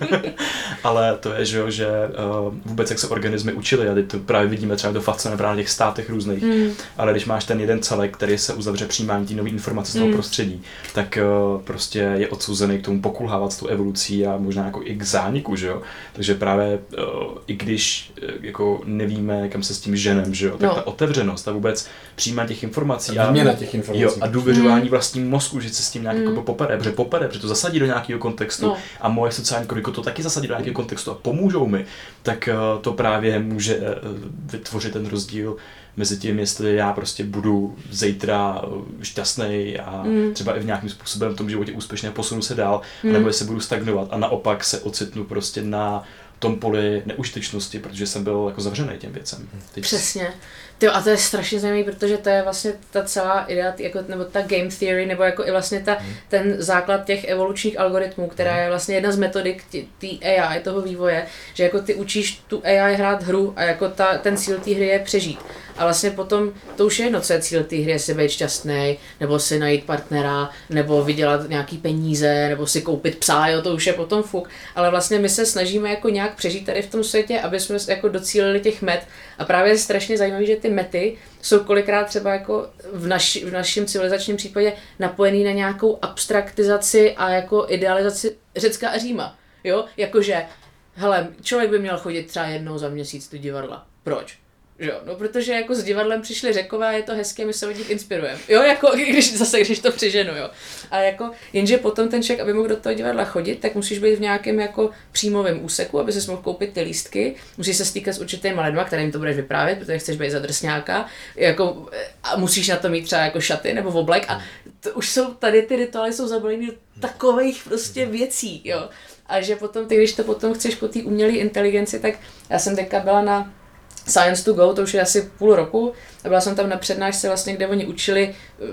Ale to je, že vůbec jak se organismy učily, a teď to právě vidíme třeba to fascinuje právě na těch státech různých, ale když máš ten jeden celek, který se uzavře přijímání té nové informace z toho prostředí, tak prostě je odsouzený k tomu pokulhávat s tou evolucí a možná jako i k zániku, že jo. Takže právě i když jako nevíme, kam se s tím ženem, že jo, tak ta otevřenost a vůbec přijímání těch informací a výměna těch informací. Jo, a důvěřování vlastnímu mozku, že se s tím nějak jako popere, protože to zasadí do nějakého kontextu a moje sociální koliko to taky zasadí do nějakého kontextu a pomůžou mi, tak to právě může vytvořit ten rozdíl mezi tím, jestli já prostě budu zítra šťastný a třeba i v nějakým způsobem v tom životě úspěšně posunu se dál, nebo jestli budu stagnovat a naopak se ocitnu prostě na tom poli neužitečnosti, protože jsem byl jako zavřený těm věcem. Přesně. Tyjo, a to je strašně zajímavé, protože to je vlastně ta celá idea, jako, nebo ta game theory, nebo jako i vlastně ten základ těch evolučních algoritmů, která je vlastně jedna z metodik té AI, toho vývoje, že jako ty učíš tu AI hrát hru a jako ten cíl té hry je přežít. A vlastně potom to už je jedno, co je cíl té hry, jestli být šťastný, nebo si najít partnera, nebo vydělat nějaký peníze, nebo si koupit psa, jo, to už je potom fuk. Ale vlastně my se snažíme jako nějak přežít tady v tom světě, aby jsme jako docílili těch met. A právě je strašně zajímavé, že ty mety jsou kolikrát třeba jako v našem civilizačním případě napojený na nějakou abstraktizaci a jako idealizaci Řecka a Říma. Jo, jakože, hele, člověk by měl chodit třeba jednou za měsíc do divadla. Proč? Jo, no protože jako s divadlem přišli Řekové a je to hezké, my se od nich inspirujeme. Jo, jako když to přiženu, jo. A jako, jenže potom ten člověk, aby mohl do toho divadla chodit, tak musíš být v nějakém jako příjmovém úseku, aby se mohl koupit ty lístky, musíš se stýkat s určitýma lidma, kterým to budeš vyprávět, protože chceš být za drsňáka, jako, a musíš na to mít třeba jako šaty nebo oblek a to už jsou, tady ty rituály jsou zabaleny do takových prostě věcí, jo. A že potom ty, když to potom chceš po té umělé inteligenci, tak já jsem teďka byla na Science to Go, to už je asi půl roku a byla jsem tam na přednášce vlastně, kde oni učili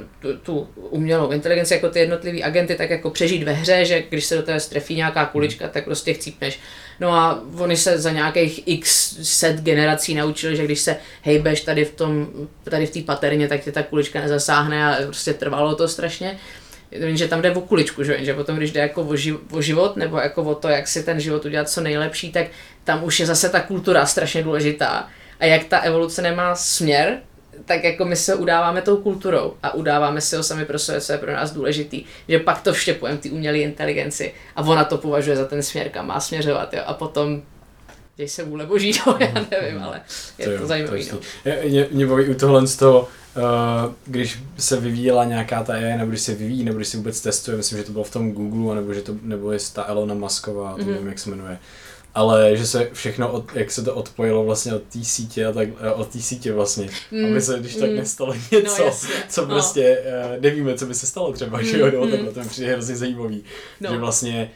tu umělou inteligenci, jako ty jednotlivý agenty, tak jako přežít ve hře, že když se do tebe strefí nějaká kulička, tak prostě chcípneš. No a oni se za nějakých x set generací naučili, že když se hejbeš tady v té paterně, tak tě ta kulička nezasáhne a prostě trvalo to strašně. Že tam jde o kuličku, že potom když jde jako o život nebo jako o to, jak si ten život udělat co nejlepší, tak tam už je zase ta kultura strašně důležitá. A jak ta evoluce nemá směr, tak jako my se udáváme tou kulturou a udáváme si ho sami pro sebe, co je pro nás důležitý, že pak to vštěpujeme ty umělé inteligenci a ona to považuje za ten směr, kam má směřovat, jo, a potom děj se vůle boží, no, já nevím, ale je to zajímavý. No. Mě baví u tohle z toho, když se vyvíjela nějaká ta AI, nebo když se vyvíjí, nebo když se vůbec testuje, myslím, že to bylo v tom Google, nebo je ta Elona Musková, to nevím, jak se jmenuje. Ale že se všechno, jak se to odpojilo vlastně od té sítě a tak, od té sítě vlastně, aby se když tak nestalo něco, co prostě nevíme, co by se stalo třeba, že jo, nebo takhle, to mi přijde hrozně zajímavý, že vlastně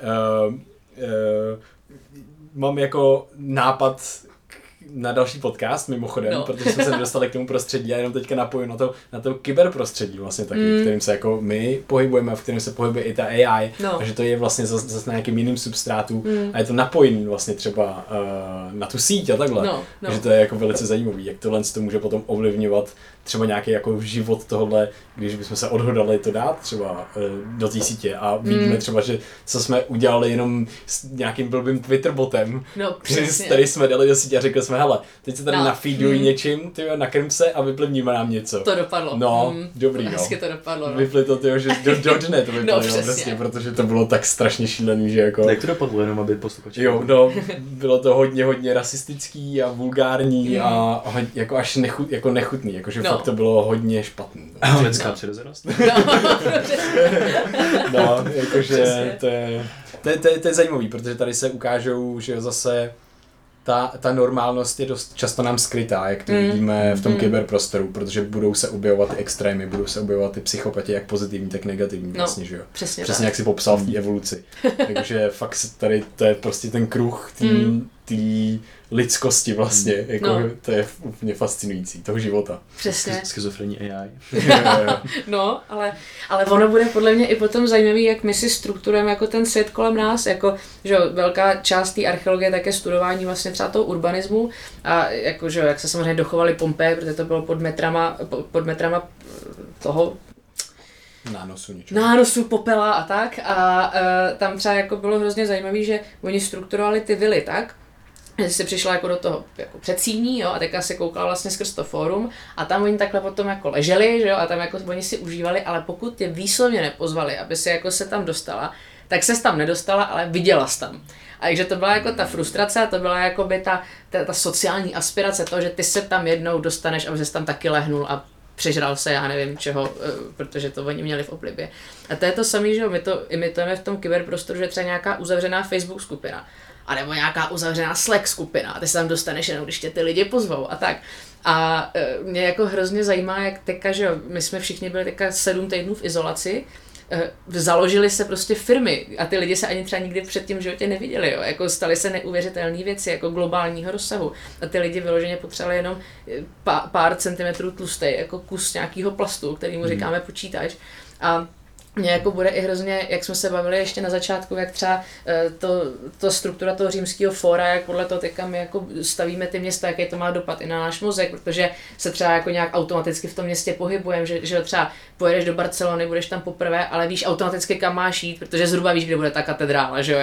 mám jako nápad na další podcast mimochodem, protože jsme se nedostali k tomu prostředí a jenom teďka napojím na to kyberprostředí vlastně taky, v kterém se jako my pohybujeme a v kterém se pohybuje i ta AI a že to je vlastně zase na nějakým jiným substrátu a je to napojený vlastně třeba na tu síť a takhle, že to je jako velice zajímavý, jak tohle to může potom ovlivňovat třeba nějaký jako život tohle, když bychom se odhodlali to dát třeba do té sítě a vidíme třeba, že co jsme udělali jenom s nějakým blbým Twitter botem, který jsme dali do sítě a řekli jsme, hele, teď se tady nafeedují něčím, tyjo, nakrm se a vyplivníme nám něco. To dopadlo. No, dobrý, hezky to dopadlo. No. Vypli to, tyjo, že do dne to vypadlo, prostě, protože to bylo tak strašně šílený, že jako... Jak to dopadlo, jenom aby posluchači? Jo, no, bylo to hodně rasistický a vulgární a jako až nechutný, jakože fakt to bylo hodně špatný. No. Lidská přirozenost. No, jakože to je zajímavý, protože tady se ukážou, že zase ta normálnost je dost často nám skrytá, jak to vidíme v tom kyberprostoru, protože budou se objevovat ty extrémy, budou se objevovat ty psychopati, jak pozitivní, tak negativní vlastně, že jo. Přesně jak si popsal v té evoluci. Takže fakt tady to je prostě ten kruh té lidskosti vlastně, jako to je úplně fascinující, toho života. Přesně. Schizofrení AI. No, ale ono bude podle mě i potom zajímavý, jak my si strukturujeme jako ten svět kolem nás, jako, že velká část té archeologie také studování vlastně třeba toho urbanismu a jako, že jak se samozřejmě dochovaly Pompeje, protože to bylo pod metrama toho nánosu popela a tak a tam třeba jako bylo hrozně zajímavý, že oni strukturovali ty vily tak, že jsi přišla jako do toho jako předsíní, jo, a teďka se koukala vlastně skrz to fórum a tam oni takhle potom jako leželi, že jo, a tam jako oni si užívali, ale pokud tě výslovně nepozvali, aby si jako se tam dostala, tak ses tam nedostala, ale viděla jsi tam. A takže to byla jako ta frustrace a to byla jako by ta sociální aspirace toho, že ty se tam jednou dostaneš, aby ses tam taky lehnul a přežral se, já nevím čeho, protože to oni měli v oblibě. A to je to samé, že my to imitujeme v tom kyberprostoru, že třeba nějaká uzavřená Facebook skupina, a nebo nějaká uzavřená Slack skupina a ty se tam dostaneš jenom, když tě ty lidi pozvou a tak. A mě jako hrozně zajímá, jak teďka, že my jsme všichni byli teďka 7 týdnů v izolaci, založily se prostě firmy a ty lidi se ani třeba nikdy předtím v životě neviděli, jo. Jako staly se neuvěřitelné věci, jako globálního rozsahu a ty lidi vyloženě potřebovali jenom pár centimetrů tlustej, jako kus nějakého plastu, kterýmu říkáme počítač a mě jako bude i hrozně, jak jsme se bavili ještě na začátku, jak třeba to struktura toho římského fóra, jak podle toho teďka my jako stavíme ty města, jaký to má dopad i na náš mozek, protože se třeba jako nějak automaticky v tom městě pohybujeme, že třeba pojedeš do Barcelony, budeš tam poprvé, ale víš automaticky kam máš jít, protože zhruba víš, kde bude ta katedrála, že jo,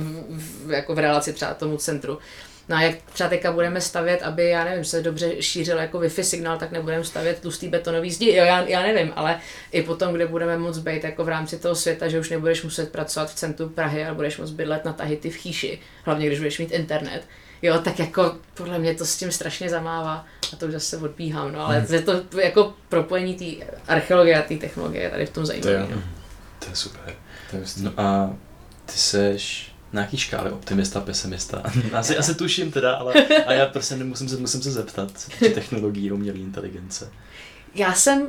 jako v relaci třeba tomu centru. No a jak třeba teďka budeme stavět, aby, já nevím, se dobře šířil jako Wi-Fi signál, tak nebudeme stavět tlustý betonový zdi, jo, já nevím, ale i potom, kde budeme moc být jako v rámci toho světa, že už nebudeš muset pracovat v centru Prahy, ale budeš moc bydlet na Tahiti v Chýši, hlavně když budeš mít internet. Jo, tak jako podle mě to s tím strašně zamává a to už zase odbíhám, no, ale je to jako propojení té archeologie a té technologie tady v tom zajímavé. To je super. No a ty seš na jaký škále optimista, pesimista? Asi tuším teda, ale a já prostě musím se zeptat, co týče technologií a umělé inteligence. Já jsem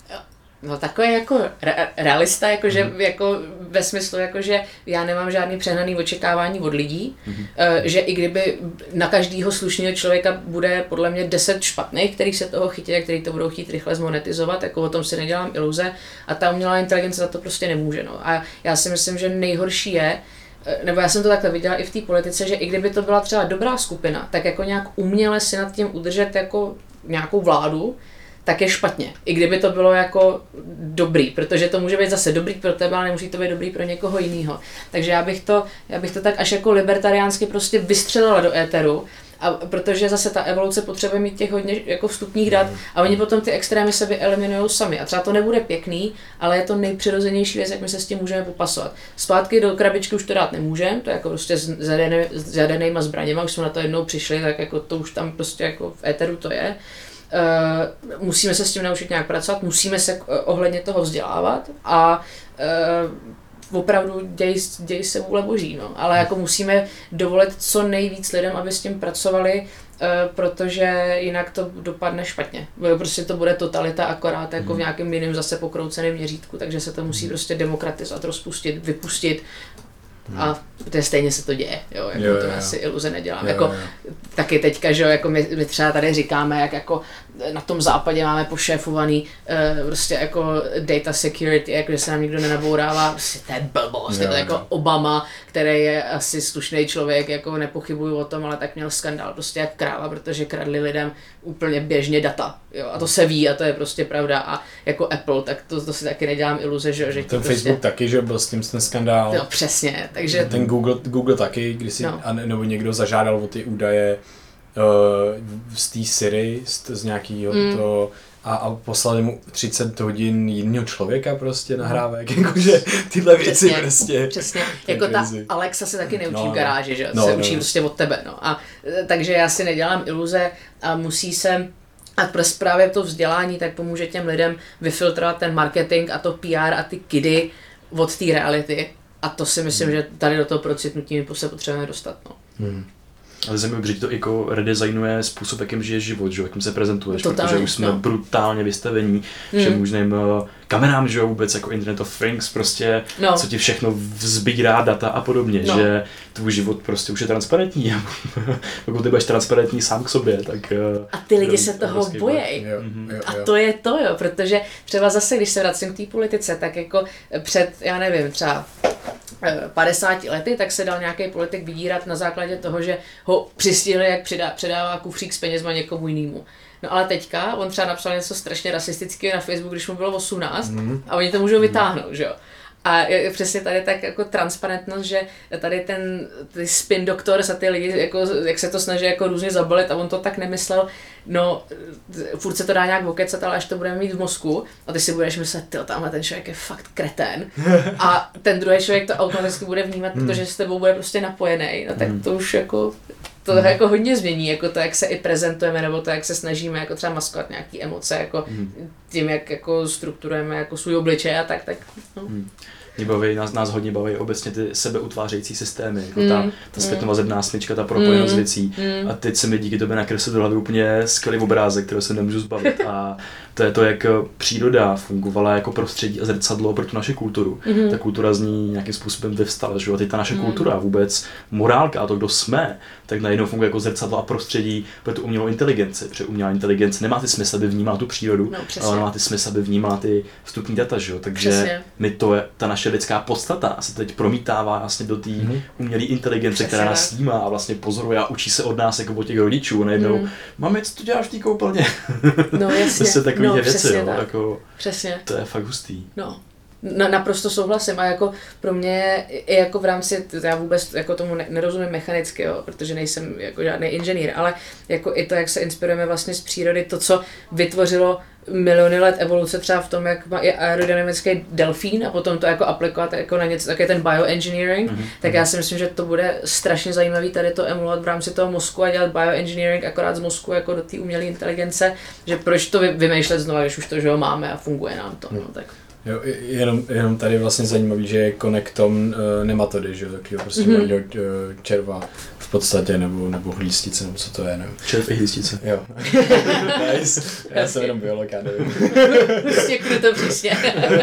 takový jako realista, jakože jako ve smyslu, jakože já nemám žádný přehnaný očekávání od lidí, že i kdyby na každého slušného člověka bude podle mě 10 špatných, který se toho chytí a který to budou chtít rychle zmonetizovat, jako o tom si nedělám iluze a ta umělá inteligence za to prostě nemůže. No. A já si myslím, že nejhorší je, nebo já jsem to takhle viděla i v té politice, že i kdyby to byla třeba dobrá skupina, tak jako nějak uměle si nad tím udržet jako nějakou vládu, tak je špatně. I kdyby to bylo jako dobrý, protože to může být zase dobrý pro tebe, ale nemusí to být dobrý pro někoho jiného. Takže já bych to tak až jako libertariánsky prostě vystřelila do éteru, a protože zase ta evoluce potřebuje mít těch hodně jako vstupních dat a oni potom ty extrémy se vyeliminují sami. A třeba to nebude pěkný, ale je to nejpřirozenější věc, jak my se s tím můžeme popasovat. Zpátky do krabičky už to dát nemůžeme, to je jako prostě s jadernýma zbraněma, už jsme na to jednou přišli, tak jako to už tam prostě jako v éteru to je. Musíme se s tím naučit nějak pracovat, musíme se ohledně toho vzdělávat a opravdu děj se vůle boží, no. Ale jako musíme dovolit co nejvíc lidem, aby s tím pracovali, protože jinak to dopadne špatně. Prostě to bude totalita akorát jako v nějakém jiném zase pokrouceném měřítku, takže se to musí prostě demokratizovat, rozpustit, vypustit. A protože stejně se to děje, jo, jako to asi iluze nedělám. Jako, taky teďka, že jo, jako my třeba tady říkáme, jak jako na tom západě máme pošéfovaný prostě jako data security, jako že se nám nikdo nenabourává, prostě to je blbost, je to jako Obama, který je asi slušný člověk, jako nepochybuju o tom, ale tak měl skandál prostě jak kráva, protože kradli lidem úplně běžně data, jo, a to se ví a to je prostě pravda a jako Apple, tak to si taky nedělám iluze, že ten prostě... Facebook taky, že byl s tím ten skandál. No přesně, takže... Ten Google taky, když si, nebo někdo zažádal o ty údaje z té Siri, z nějakého to a poslali mu 30 hodin jiného člověka prostě nahrávek, jakože tyhle věci přesně, prostě. Přesně, jako ta Alexa se taky neučí v garáži, že se učí prostě od tebe, no. A takže já si nedělám iluze a musí se a právě to vzdělání tak pomůže těm lidem vyfiltrovat ten marketing a to PR a ty kidy od té reality. A to si myslím, že tady do toho procitnutí se potřebujeme dostat, no. Ale zajímavé, že to jako redesignuje způsob, jakým žiješ život, že? Jakým se prezentuješ, totálně, protože už jsme brutálně vystavení všem možným kamerám, že vůbec jako Internet of Things, prostě, co ti všechno vzbírá data a podobně, že tvůj život prostě už je transparentní. Pokud ty budeš transparentní sám k sobě, tak... A ty lidi se toho bojí. A to je to, jo, protože třeba zase, když se vracím k té politice, tak jako před, já nevím, třeba 50 lety, tak se dal nějaký politik vydírat na základě toho, že ho přistihli, jak předává kufřík s penězma někomu jinému. No ale teďka, on třeba napsal něco strašně rasistického na Facebook, když mu bylo 18 a oni to můžou vytáhnout, že jo. A je přesně tady tak jako transparentnost, že tady ty spin doctors a ty lidi, jako, jak se to snaží jako různě zabalit a on to tak nemyslel, no furt se to dá nějak okecat, ale až to budeme mít v mozku a ty si budeš myslet, tyjo, tamhle ten člověk je fakt kretén a ten druhý člověk to automaticky bude vnímat, protože s tebou bude prostě napojený, no tak to už jako to jako hodně změní, jako to, jak se i prezentujeme, nebo to, jak se snažíme jako třeba maskovat nějaký emoce, jako tím, jak jako strukturujeme jako svůj obličej a tak no. Nás hodně baví obecně ty sebeutvářející systémy, jako ta zpětnovazebná smyčka, ta propojenost věcí. A teď se mi díky tobě nakreslil do hlavy úplně skvělý obrázek, kterého se nemůžu zbavit. A to je to, jak příroda fungovala jako prostředí a zrcadlo pro tu naši kulturu. Ta kultura z ní nějakým způsobem vyvstala, že? A teď ta naše kultura, vůbec morálka a to, kdo jsme, tak najednou funguje jako zrcadlo a prostředí pro tu umělou inteligenci. Protože umělá inteligence nemá ty smysl, aby vnímala tu přírodu, ale má ty smysl, aby vnímala ty vstupní data, že? Takže ta naše lidská podstata se teď promítává vlastně do té umělé inteligence, která nás snímá a vlastně pozoruje a učí se od nás jako od těch rodičů. Najednou, mami, co tu děláš v té koupelně? No jasně, věci, jo, jako, to je fakt hustý. No. Naprosto souhlasím a jako pro mě i jako v rámci, já vůbec jako tomu nerozumím mechanicky, jo, protože nejsem jako žádný inženýr, ale jako i to, jak se inspirujeme vlastně z přírody, to, co vytvořilo miliony let evoluce třeba v tom, jak je aerodynamický delfín a potom to jako aplikovat jako na něco, tak je ten bioengineering, tak já si myslím, že to bude strašně zajímavý tady to emulovat v rámci toho mozku a dělat bioengineering akorát z mozku jako do té umělé inteligence, že proč to vymýšlet znova, když už to, že ho máme a funguje nám to, no tak. Jo, jenom tady vlastně zajímavý, že je konektom nematody, že jo, takového prostě červa v podstatě, nebo hlístice, nebo co to je, nevím. Červ i hlístice. Jo. Nice. Já jsem jenom biolog, já nevím. Stěknu to přísně.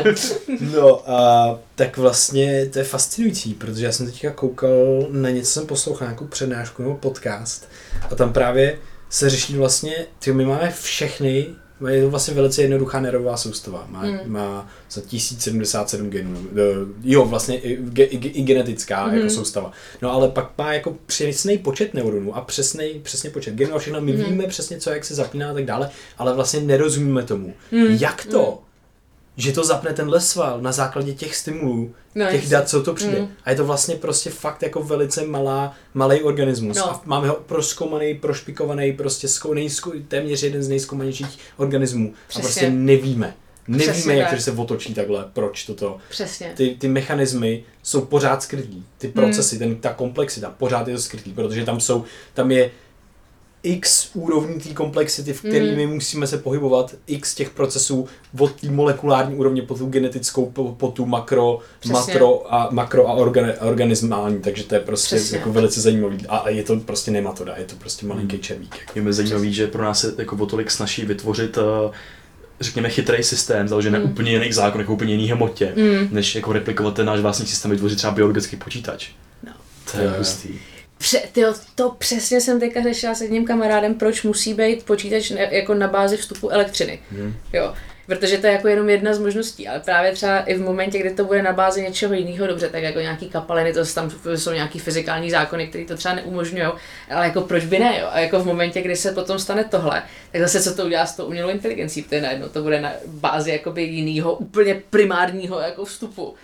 No a tak vlastně to je fascinující, protože já jsem teďka koukal na něco, jsem poslouchal nějakou přednášku nebo podcast a tam právě se řeší vlastně, my máme všechny Je to vlastně velice jednoduchá nervová soustava. Má za 1077 genů. Jo, vlastně i genetická jako soustava. No ale pak má jako přesný počet neuronů a přesně počet genů a všechno. My víme přesně, co jak se zapíná a tak dále, ale vlastně nerozumíme tomu. Jak to? Že to zapne tenhle sval na základě těch stimulů, těch dat, co to přijde. A je to vlastně prostě fakt jako velice malý organismus. A máme ho prozkoumaný, prošpikovaný, prostě téměř jeden z nejzkoumanějších organismů. Přesně. A prostě nevíme. Nevíme, jak se otočí takhle, proč toto. Přesně. Ty mechanismy jsou pořád skrytý. Ty procesy, ta komplexita, pořád je to skrytý, protože tam je x úrovní té komplexity, v který my musíme se pohybovat, x těch procesů od té molekulární úrovně po tu genetickou, po tu makro a organismální, takže to je prostě jako velice zajímavý a je to prostě nematoda, je to prostě malinký červík. Jako. Je mi zajímavý, že pro nás je jako o tolik snaží vytvořit řekněme chytrý systém, založený na úplně jiných zákonech, úplně jiný hmotě, než jako replikovat ten náš vlastní systém, vytvořit třeba biologický počítač. No. To je hustý. To přesně jsem teďka řešila s jedním kamarádem, proč musí být počítač jako na bázi vstupu elektřiny. Jo. Protože to je jako jenom jedna z možností, ale právě třeba i v momentě, kdy to bude na bázi něčeho jiného, dobře, tak jako nějaký kapaliny, to tam jsou nějaký fyzikální zákony, které to třeba neumožňují, ale jako proč by ne, jo? A jako v momentě, kdy se potom stane tohle, tak zase co to udělá s tou umělou inteligencí, protože najednou to bude na bázi jakoby jiného, úplně primárního jako vstupu.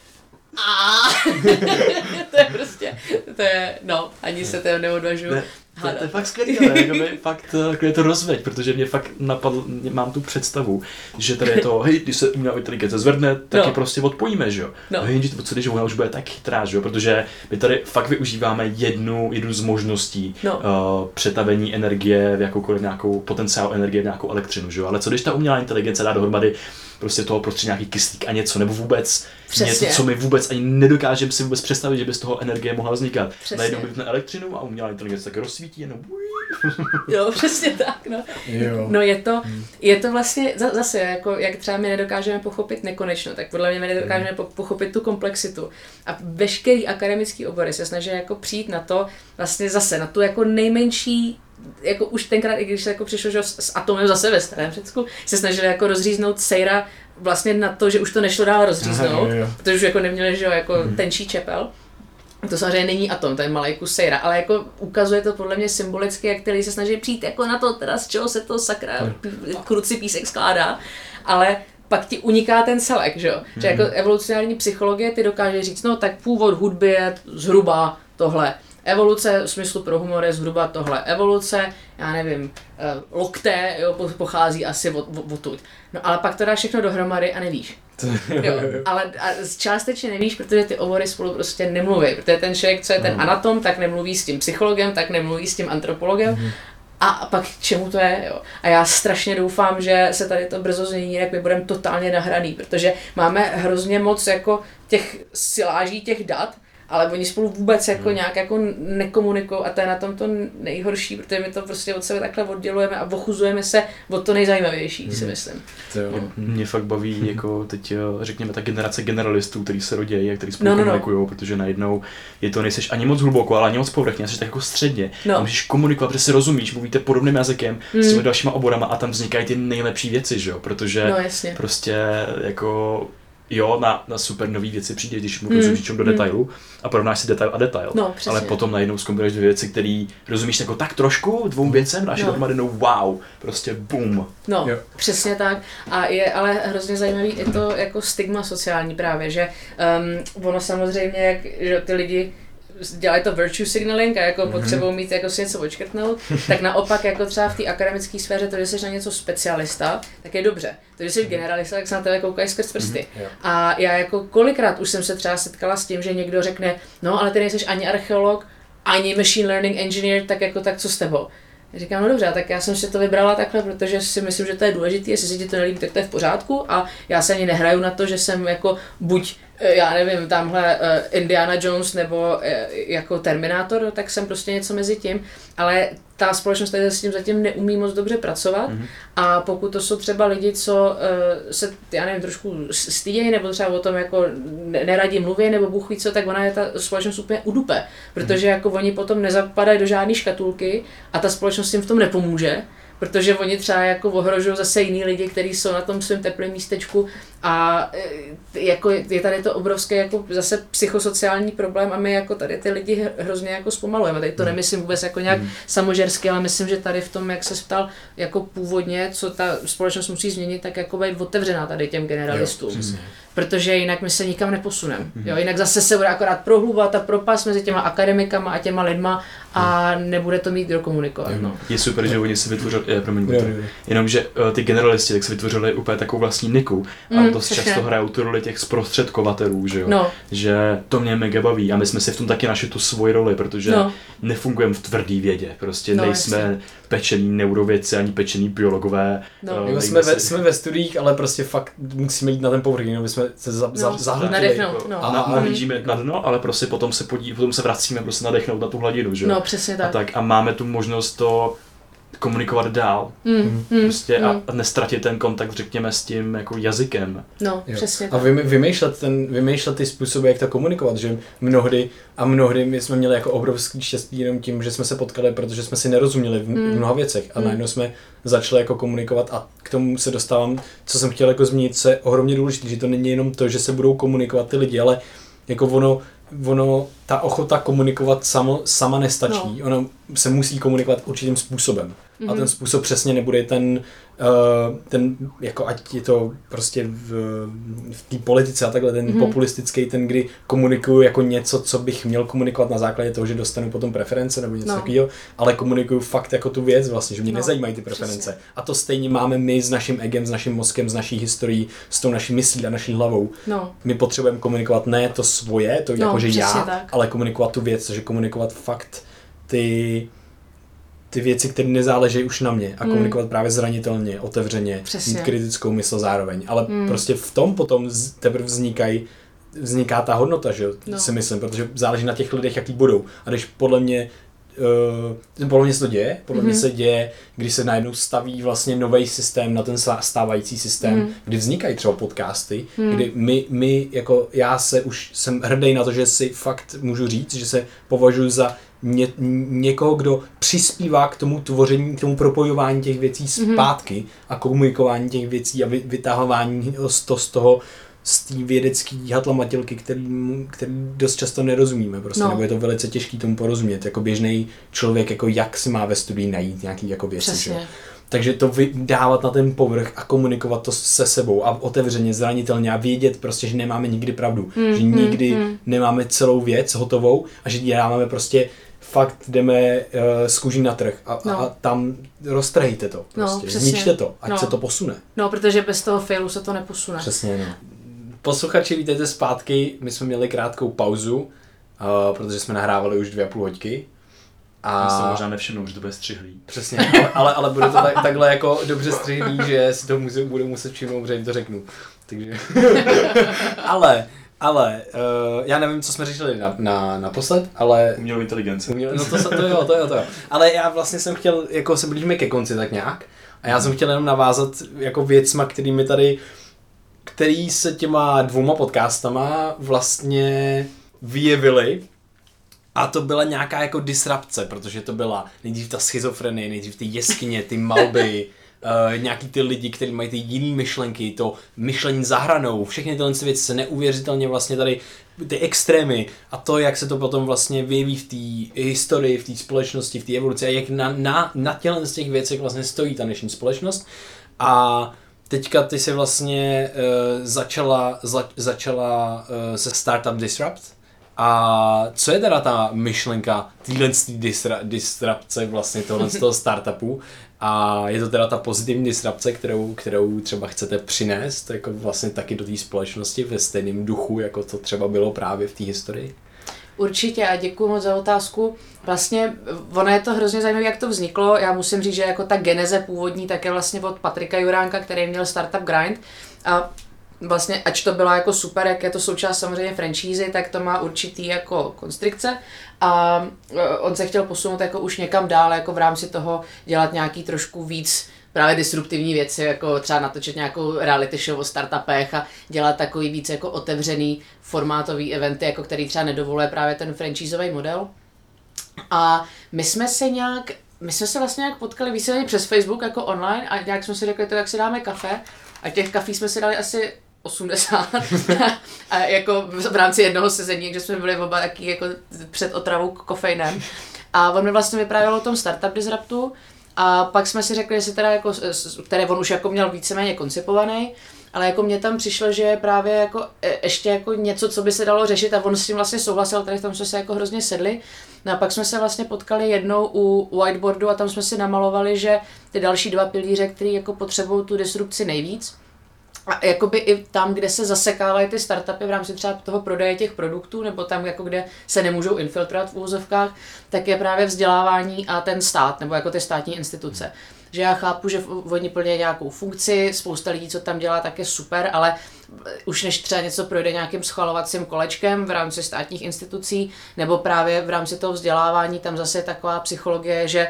Ani se to neodvažuju. To je fakt skvělé, fakt je to rozveď, protože mě fakt napadlo, mám tu představu, že tady je to, hej, když se umělá inteligence zvedne, tak je prostě odpojíme, že jo. No. Jenže co když ona už bude tak chytrá, že jo, protože my tady fakt využíváme jednu z možností přetavení energie v jakoukoliv nějakou potenciál energie v nějakou elektřinu, že jo, ale co když ta umělá inteligence dá dohromady prostě toho prostředí nějaký kyslík a něco, nebo vůbec něco, co my vůbec ani nedokážeme si vůbec představit, že by z toho energie mohla vznikat. Najednou vypne elektřinu a umělá inteligence tak rozsvítí jenom. Jo, přesně tak, no. Jo. No je to vlastně zase, jako jak třeba my nedokážeme pochopit nekonečno, tak podle mě my nedokážeme pochopit tu komplexitu. A veškerý akademický obory se snaží jako přijít na to, vlastně zase na tu jako nejmenší, jako už tenkrát, i když se jako přišlo, že s atomem zase ve starém Řecku, se snažili jako rozříznout sejra vlastně na to, že už to nešlo dál rozříznout, protože už jako neměli, že jo, jako tenčí čepel. To samozřejmě není atom, to je malý kus sejra, ale jako ukazuje to podle mě symbolicky, jak ty lidi se snaží přijít jako na to, teda z čeho se to sakra kruci písek skládá, ale pak ti uniká ten celek, že jo? Že jako evolucionární psychologie ty dokáže říct, no tak původ hudby je zhruba tohle. Evoluce v smyslu pro humor je zhruba tohle. Evoluce, já nevím, lokté, jo, pochází asi odtud. No ale pak to dáš všechno dohromady a nevíš. Jo, ale částečně nevíš, protože ty obory spolu prostě nemluví. Protože ten člověk, co je ten anatom, tak nemluví s tím psychologem, tak nemluví s tím antropologem. A pak k čemu to je, jo. A já strašně doufám, že se tady to brzo změní, jak my budeme totálně nahraný, protože máme hrozně moc jako těch siláží, těch dat, ale oni spolu vůbec jako nějak jako nekomunikují a to je na tom to nejhorší, protože my to prostě od sebe takhle oddělujeme a ochuzujeme se od to nejzajímavější, si myslím. Mě fakt baví jako teď, řekněme, ta generace generalistů, kteří se rodějí a kteří spolu komunikujou, protože najednou je to nejseš ani moc hluboko, ale ani moc povrchně, jsi tak jako středně. A můžeš komunikovat, protože si rozumíš, mluvíte podobným jazykem s těmi dalšíma oborama a tam vznikají ty nejlepší věci, že jo, protože prostě jako jo, na super nový věci přijde, když mu rozumíš do detailu a porovnáš si detail a detail. No, ale potom najednou zkombinuješ dvě věci, které rozumíš jako tak trošku dvou věcem, dáš dohromady, no wow, prostě boom. No, přesně tak. A je ale hrozně zajímavý i to jako stigma sociální právě, že ono samozřejmě, že ty lidi dělají to virtue signaling a jako potřebují mít jako si něco odškrtnout, tak naopak jako třeba v té akademické sféře to, že jsi na něco specialista, tak je dobře. To, že jsi generalista, tak se na tebe koukají skrz prsty. A já jako kolikrát už jsem se třeba setkala s tím, že někdo řekne, no ale ty nejseš ani archeolog, ani machine learning engineer, tak jako tak co s tebou? Říkám, no dobře, tak já jsem si to vybrala takhle, protože si myslím, že to je důležité, jestli si ti to nelíbí, tak to je v pořádku a já se ani nehraju na to, že jsem jako buď, já nevím, tamhle Indiana Jones nebo jako Terminátor, tak jsem prostě něco mezi tím, ale ta společnost tady s tím zatím neumí moc dobře pracovat a pokud to jsou třeba lidi, co se, já nevím, trošku stydějí nebo třeba o tom jako neradí mluví nebo Bůh ví co, tak ona je ta společnost úplně udupe, protože jako oni potom nezapadají do žádné škatulky a ta společnost jim v tom nepomůže, protože oni třeba jako ohrožují zase jiný lidi, kteří jsou na tom svém teplém místečku a jako je tady to obrovský jako zase psychosociální problém a my jako tady ty lidi hrozně jako zpomalujeme. Tady to nemyslím vůbec jako nějak samožersky, ale myslím, že tady v tom, jak se ptal, jako původně, co ta společnost musí změnit, tak jako být otevřená tady těm generalistům. Jo, protože jinak my se nikam neposuneme. Jo, jinak zase se bude akorát prohlubovat ta propast mezi těma akademikama a těma lidma a nebude to mít kdo komunikovat. No. Je super, že oni si vytvořili, jenomže ty generalisti tak si vytvořili úplně takovou vlastní niku a to často hrajou tu roli těch zprostředkovatelů, že jo? No. Že to mě mega baví a my jsme si v tom taky našli tu svoji roli, protože nefungujeme v tvrdý vědě, prostě nejsme pečený neurovědci ani pečený biologové. No. Jsme ve studiích, ale prostě fakt musíme jít na ten povrch, aby jsme se zahltili. A nahlížíme na dno, ale prostě potom se vracíme prostě nadechnout na tu hladinu, že jo? No, přesně tak. A máme tu možnost to komunikovat dál. Prostě a nestratit ten kontakt, řekněme, s tím jako jazykem. No, přesně. A vymýšlet ty způsoby, jak to komunikovat, že mnohdy my jsme měli jako obrovský štěstí jenom tím, že jsme se potkali, protože jsme si nerozuměli v mnoha věcech a najednou jsme začali jako komunikovat a k tomu se dostávám, co jsem chtěl jako zmínit, co je ohromně důležité, že to není jenom to, že se budou komunikovat ty lidi, ale jako ono ta ochota komunikovat sama nestačí, ono se musí komunikovat určitým způsobem. A ten způsob přesně nebude ten jako ať je to prostě v té politice a takhle, ten populistický, ten, kdy komunikuju jako něco, co bych měl komunikovat na základě toho, že dostanu potom preference nebo něco takového, ale komunikuju fakt jako tu věc vlastně, že mě nezajímají ty preference. Přesně. A to stejně máme my s naším egem, s naším mozkem, s naší historií, s tou naší myslí a naší hlavou. No. My potřebujeme komunikovat ne to svoje, to jakože já, tak. Ale komunikovat tu věc, že komunikovat fakt ty věci, které nezáleží už na mě a komunikovat právě zranitelně, otevřeně, mít kritickou mysl zároveň. Ale prostě v tom potom teprve vzniká ta hodnota, že si myslím, protože záleží na těch lidech, jaký budou. A když podle mě se to děje, mě se děje, když se najednou staví vlastně nový systém na ten stávající systém, kdy vznikají třeba podcasty, kdy my jako už jsem hrdý na to, že si fakt můžu říct, že se považuji za někoho, kdo přispívá k tomu tvoření, k tomu propojování těch věcí zpátky a komunikování těch věcí a vytahování z té vědecké hatlomatilky, který dost často nerozumíme, prostě, nebo je to velice těžký tomu porozumět, jako běžný člověk, jako jak si má ve studii najít nějaký jako věci, že? Takže to dávat na ten povrch a komunikovat to se sebou a otevřeně, zranitelně a vědět prostě, že nemáme nikdy pravdu, že nikdy nemáme celou věc hotovou a že děláme prostě fakt jdeme z kůží na trh a tam roztrhejte to, prostě, zničte to, ať se to posune. No, protože bez toho failu se to neposune. Přesně, no. Posluchači, vítejte zpátky, my jsme měli krátkou pauzu, protože jsme nahrávali už 2,5 hodiny. A se možná nevšimnou, že to bude střihlý. Přesně, ale bude to takhle jako dobře střihlý, že si to budu muset všimnout, že jim to řeknu. Takže... ale já nevím, co jsme řešili naposled, ale... Umělou inteligenci. No to jo. Ale já vlastně jsem chtěl, jako se blížíme ke konci tak nějak, a já jsem chtěl jenom navázat jako věcma, který se těma 2 podcastama vlastně vyjevily. A to byla nějaká jako disrupce, protože to byla nejdřív ta schizofrenie, nejdřív ty jeskyně, ty malby, nějaký ty lidi, kteří mají ty jiný myšlenky, to myšlení za hranou, všechny tyhle věci se neuvěřitelně vlastně tady, ty extrémy a to, jak se to potom vlastně vyjeví v té historii, v té společnosti, v té evoluci a jak na těchto z těch věcech vlastně stojí ta dnešní společnost. A teďka ty si vlastně začala se Startup Disrupt. A co je teda ta myšlenka téhle disrupce vlastně tohle z toho startupu? A je to teda ta pozitivní disrupce, kterou třeba chcete přinést jako vlastně taky do té společnosti ve stejném duchu, jako to třeba bylo právě v té historii? Určitě a děkuji moc za otázku. Vlastně ono je to hrozně zajímavé, jak to vzniklo. Já musím říct, že jako ta geneze původní tak je vlastně od Patrika Juránka, který měl Startup Grind. A vlastně, ač to byla jako super, jak je to součást samozřejmě franšízy, tak to má určitý jako konstrikce a on se chtěl posunout jako už někam dál, jako v rámci toho dělat nějaký trošku víc právě disruptivní věci, jako třeba natočit nějakou reality show o startupech a dělat takový víc jako otevřený formátový eventy, jako který třeba nedovoluje právě ten franšízový model. A my jsme se nějak my jsme se vlastně jak potkali víceméně přes Facebook jako online a nějak jsme si řekli, tak si dáme kafe a těch kafí jsme si dali asi 80 a jako v rámci jednoho sezení, že jsme byli oba taky jako před otravou kofeinem. A on mi vlastně vyprávěl o tom Startup Disruptu a pak jsme si řekli, že teda jako, který on už jako měl víceméně koncipovaný, ale jako mně tam přišlo, že je právě jako ještě jako něco, co by se dalo řešit a on s tím vlastně souhlasil, tady v tom jsme se jako hrozně sedli. No a pak jsme se vlastně potkali jednou u whiteboardu a tam jsme si namalovali, že ty další 2 pilíře, které jako potřebují tu disrupci nejvíc, a jakoby i tam, kde se zasekávají ty startupy v rámci třeba toho prodeje těch produktů, nebo tam, jako kde se nemůžou infiltrovat v úvozovkách, tak je právě vzdělávání a ten stát, nebo jako ty státní instituce. Že já chápu, že oni plní nějakou funkci, spousta lidí, co tam dělá, tak je super, ale už než třeba něco projde nějakým schvalovacím kolečkem v rámci státních institucí, nebo právě v rámci toho vzdělávání, tam zase je taková psychologie, že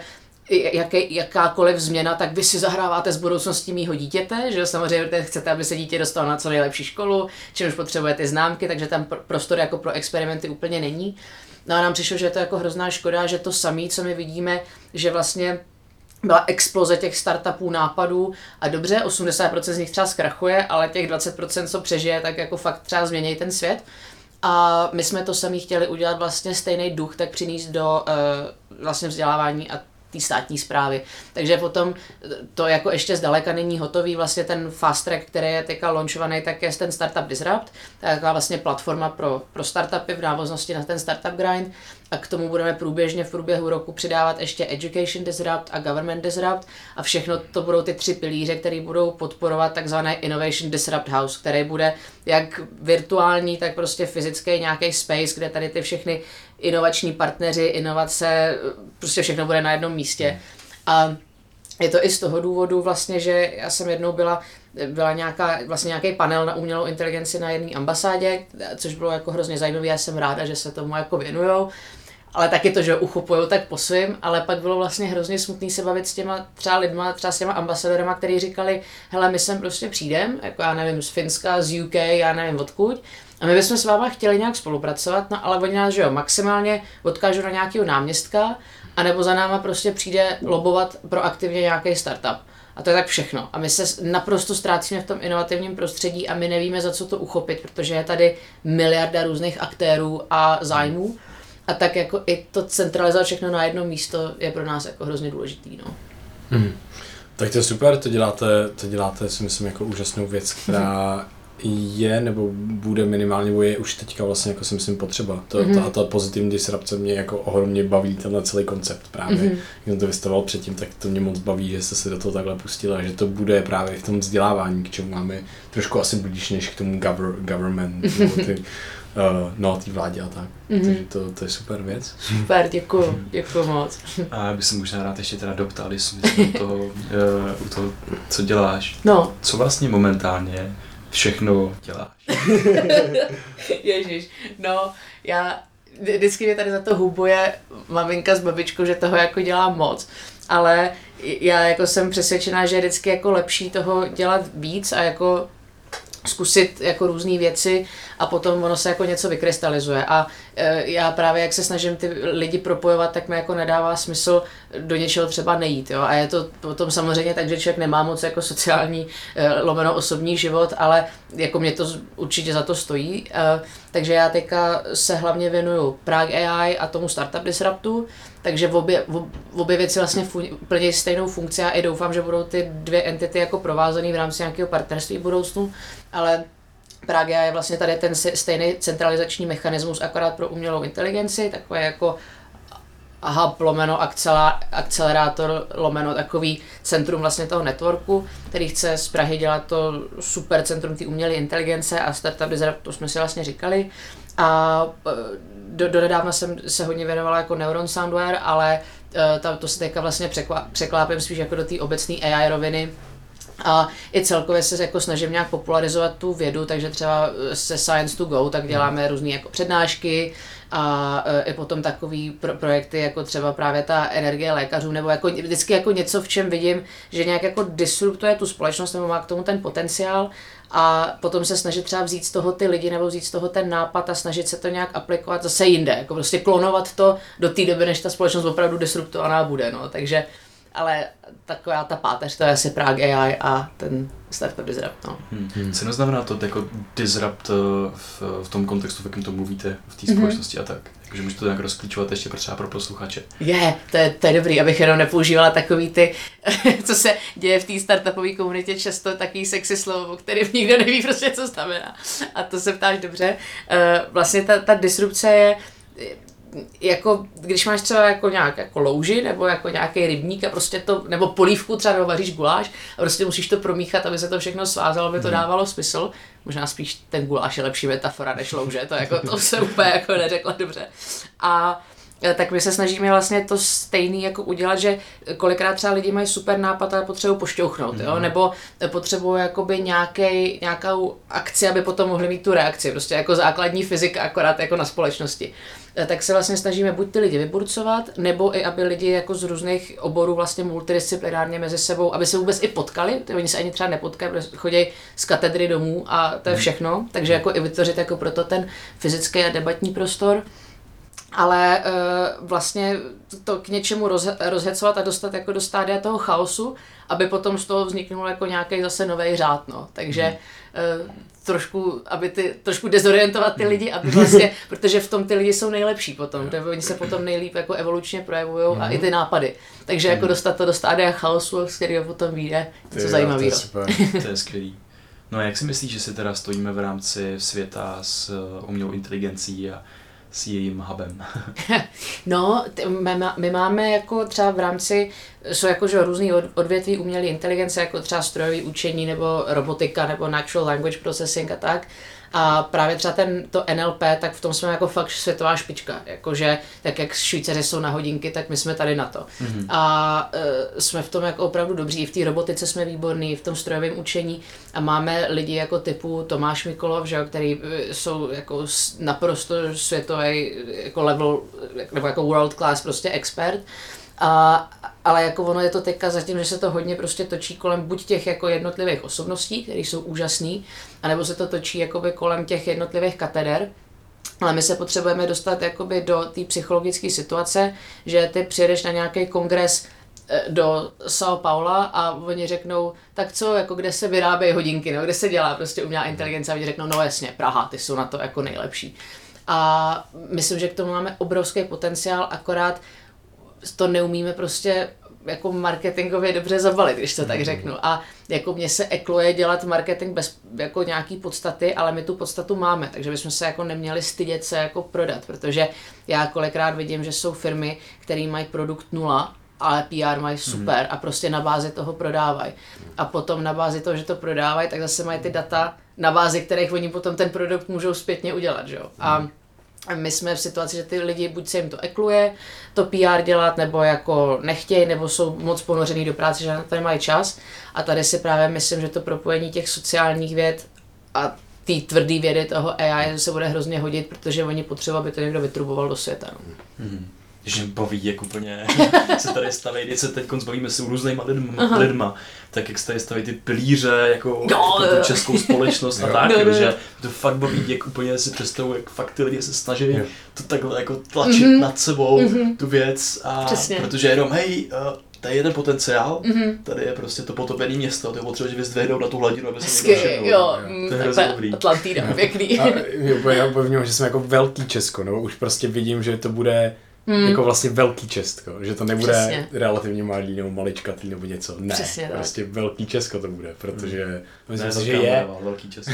jakákoliv změna, tak vy si zahráváte s budoucností mýho dítěte, že samozřejmě chcete, aby se dítě dostalo na co nejlepší školu, čímž potřebujete známky, takže tam prostor jako pro experimenty úplně není. No a nám přišlo, že je to jako hrozná škoda, že to samé, co my vidíme, že vlastně byla exploze těch startupů, nápadů a dobře, 80% z nich třeba zkrachuje, ale těch 20%, co přežije, tak jako fakt třeba změní ten svět. A my jsme to sami chtěli udělat vlastně stejný duch, tak přinést do vlastně vzdělávání a té státní správy. Takže potom to jako ještě zdaleka není hotový, vlastně ten fast track, který je teďka launchovaný, tak je ten Startup Disrupt, to je taková vlastně platforma pro startupy v návaznosti na ten Startup Grind a k tomu budeme průběžně v průběhu roku přidávat ještě Education Disrupt a Government Disrupt a všechno to budou ty 3 pilíře, které budou podporovat takzvané Innovation Disrupt House, který bude jak virtuální, tak prostě fyzický nějaký space, kde tady ty všechny inovační partneři, inovace, prostě všechno bude na jednom místě. A je to i z toho důvodu vlastně, že já jsem jednou byla nějaký panel na umělou inteligenci na jedné ambasádě, což bylo jako hrozně zajímavé, já jsem ráda, že se tomu jako věnujou, ale taky to, že uchopujou tak po svým, ale pak bylo vlastně hrozně smutný se bavit s těma třeba lidma, třeba s těma ambasadorama, kteří říkali, hele, my sem prostě přijdem, jako já nevím, z Finska, z UK, já nevím odkud, a my bychom s váma chtěli nějak spolupracovat, no ale oni nás, že jo, maximálně odkážou na nějakého náměstka, anebo za náma prostě přijde lobovat proaktivně nějaký startup. A to je tak všechno. A my se naprosto ztrácíme v tom inovativním prostředí a my nevíme, za co to uchopit, protože je tady miliarda různých aktérů a zájmů. A tak jako i to centralizovat všechno na jedno místo je pro nás jako hrozně důležitý. No. Tak to je super, to děláte si myslím jako úžasnou věc, která je nebo bude minimálně, nebo je už teďka vlastně jako si myslím potřeba. Ta pozitivní disrupce mě jako ohromně baví, tenhle celý koncept právě. Když jsem to vystavoval předtím, tak to mě moc baví, že jste se do toho takhle pustila, že to bude právě v tom vzdělávání, k čemu máme trošku asi blíž než k tomu government, nebo té vládě a tak. Takže to je super věc. Super, děkuju moc. A já bych se možná rád ještě teda doptal, jestli jsme u toho, co děláš. No. Co vlastně momentálně všechno děláš? Ježiš, no, já vždycky mě tady za to hubuje maminka s babičkou, že toho jako dělám moc, ale já jako jsem přesvědčená, že je vždycky jako lepší toho dělat víc a jako zkusit jako různé věci a potom ono se jako něco vykrystalizuje a já právě jak se snažím ty lidi propojovat, tak mi jako nedává smysl do něčeho třeba nejít, jo, a je to potom samozřejmě tak, že člověk nemá moc jako sociální osobní život, ale jako mě to určitě za to stojí, takže já teďka se hlavně věnuju Prague AI a tomu Startup Disruptu, takže obě věci vlastně plní stejnou funkci a i doufám, že budou ty 2 entity jako provázaný v rámci nějakého partnerství v budoucnu, ale Prague je vlastně tady ten stejný centralizační mechanismus akorát pro umělou inteligenci, takové jako hub lomeno akcelerátor lomeno takový centrum vlastně toho networku, který chce z Prahy dělat to super centrum té umělé inteligence a Startup Disrupt, to jsme si vlastně říkali. A donedávna jsem se hodně věnovala jako Neuron Soundware, ale to se teďka vlastně překlápím spíš jako do té obecné AI roviny, A i celkově se jako snažím nějak popularizovat tu vědu, takže třeba se Science to Go, tak děláme různé jako přednášky a i potom takový projekty, jako třeba právě ta energie lékařů, nebo jako vždycky jako něco, v čem vidím, že nějak jako disruptuje tu společnost, nebo má k tomu ten potenciál a potom se snažit třeba vzít z toho ty lidi, nebo vzít z toho ten nápad a snažit se to nějak aplikovat zase jinde, jako prostě klonovat to do té doby, než ta společnost opravdu disruptovaná bude, no, takže ale taková ta páteř, to je asi Prague AI a ten Startup Disrupt. No. Co neznamená to jako disrupt v tom kontextu, v jakém to mluvíte v té společnosti a tak? Takže můžete to nějak rozklíčovat ještě třeba pro posluchače. To je dobrý, abych jenom nepoužívala takový ty, co se děje v té startupové komunitě, často takový sexy slovo, o kterým nikdo neví prostě, co znamená. A to se ptáš dobře. Vlastně ta disrupce je jako, když máš třeba jako nějak jako louži nebo jako nějaký rybník a prostě to, nebo polívku třeba, nebo vaříš guláš a prostě musíš to promíchat, aby se to všechno svázalo, aby to dávalo smysl. Možná spíš ten guláš je lepší metafora než louže, to se úplně jako neřekla dobře. A tak my se snažíme vlastně to stejný jako udělat, že kolikrát třeba lidi mají super nápad, ale potřebují pošťouchnout, jo? Nebo potřebují jakoby nějakou akci, aby potom mohli mít tu reakci, prostě jako základní fyzika, akorát jako na společnosti. Tak se vlastně snažíme buď ty lidi vyburcovat, nebo i aby lidi jako z různých oborů vlastně multidisciplinárně mezi sebou, aby se vůbec i potkali, oni se ani třeba nepotkají, protože chodí z katedry domů a to je všechno, takže jako i vytvořit jako proto ten fyzický a debatní prostor. Ale vlastně to k něčemu rozhecovat a dostat jako do stádia toho chaosu, aby potom z toho vzniknul jako nějaký zase nový řád, no. Takže trošku dezorientovat ty lidi, aby vlastně, protože v tom ty lidi jsou nejlepší potom, oni se potom nejlíp jako evolučně projevujou a i ty nápady. Takže jako dostat to do stádia chaosu, z kterého potom vyjde něco zajímavého. To je skvělý. No a jak si myslíš, že si teda stojíme v rámci světa s umělou inteligencí a s jejím hubem? No, my máme jako třeba v rámci, jsou jakože různý odvětví umělé inteligence, jako třeba strojové učení nebo robotika nebo natural language processing a tak. A právě třeba to NLP, tak v tom jsme jako fakt světová špička, jakože tak jak Švýcaři jsou na hodinky, tak my jsme tady na to. A jsme v tom jako opravdu dobří, v té robotice jsme výborní, v tom strojovém učení a máme lidi jako typu Tomáš Mikolov, že jo, který jsou jako naprosto světový jako level, nebo jako world class prostě expert. Ale jako ono je to teďka zatím, že se to hodně prostě točí kolem buď těch jako jednotlivých osobností, které jsou úžasný, anebo se to točí jakoby kolem těch jednotlivých kateder. Ale my se potřebujeme dostat jakoby do té psychologické situace, že ty přijedeš na nějaký kongres do São Paula a oni řeknou, tak co, jako kde se vyrábějí hodinky, no, kde se dělá prostě umělá inteligence a oni řeknou, no jasně, Praha, ty jsou na to jako nejlepší. A myslím, že k tomu máme obrovský potenciál, akorát to neumíme prostě jako marketingově dobře zabalit, když to tak řeknu. A jako mně se ekluje dělat marketing bez jako nějaký podstaty, ale my tu podstatu máme, takže bychom se jako neměli stydět se jako prodat, protože já kolikrát vidím, že jsou firmy, které mají produkt 0, ale PR mají super a prostě na bázi toho prodávají. A potom na bázi toho, že to prodávají, tak zase mají ty data, na bázi kterých oni potom ten produkt můžou zpětně udělat, že jo. A my jsme v situaci, že ty lidi buď se jim to ekluje, to PR dělat, nebo jako nechtějí, nebo jsou moc ponořený do práce, že na to nemají čas. A tady si právě myslím, že to propojení těch sociálních věd a té tvrdé vědy toho AI se bude hrozně hodit, protože oni potřebují, aby to někdo vytruboval do světa. No. Když mě baví, jak úplně se tady staví, když se teď zbavíme s různýma lidma, tak jak se tady staví ty pilíře, jako tu českou společnost a tak, že to fakt baví, jak úplně si představuji, jak fakt ty lidi se snaží to takhle jako tlačit nad sebou, tu věc, a protože jenom hej, tady je ten potenciál, tady je prostě to potopené město, to je potřeba, že vyzdvihnout na tu hladinu, aby se někdo všimnul. To je hrozně dobrý. Atlantida, pěkný. A já vnímám, že jsme jako velký Česko, no už prostě vidím, že to bude jako vlastně velký Česko, že to nebude relativně malý nebo maličkatý nebo něco. Ne, přesně prostě tak. Velký Česko to bude, protože myslím si, že je. Velký Česko.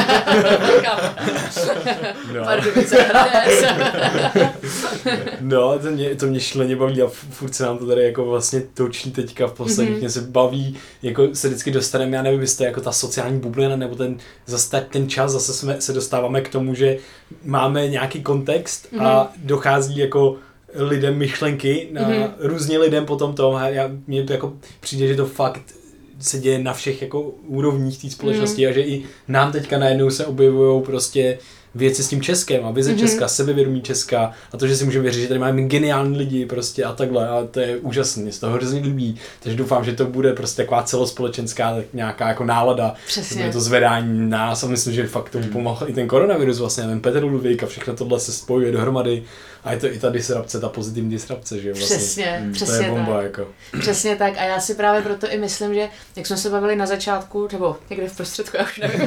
No, to mě šíleně baví a furt se nám to tady jako vlastně točí teďka v posledních mě se baví, jako se vždycky dostaneme, já nevím, jestli jako ta sociální bublina nebo ten čas, zase se dostáváme k tomu, že máme nějaký kontext a dochází jako lidem myšlenky na různě lidem potom mně to jako přijde, že to fakt se děje na všech jako úrovních té společnosti a že i nám teďka najednou se objevují prostě věci s tím Českem a vize Česka, sebevědomí Česka a to, že si můžeme věřit, že tady máme geniální lidi prostě a takhle a to je úžasné, z toho hrozně líbí, takže doufám, že to bude prostě taková celospolečenská nějaká jako nálada, Přesně. to zvedání nás a myslím, že fakt tomu pomohl i ten koronavirus vlastně, ten Petr Ludvík a všechno tohle se spojuje dohromady a je to i ta disrupce, ta pozitivní disrupce, že vlastně. Přesně to je bomba tak. jako. Přesně tak a já si právě proto i myslím, že jak jsme se bavili na začátku, nebo někde v prostředku, já už nevím,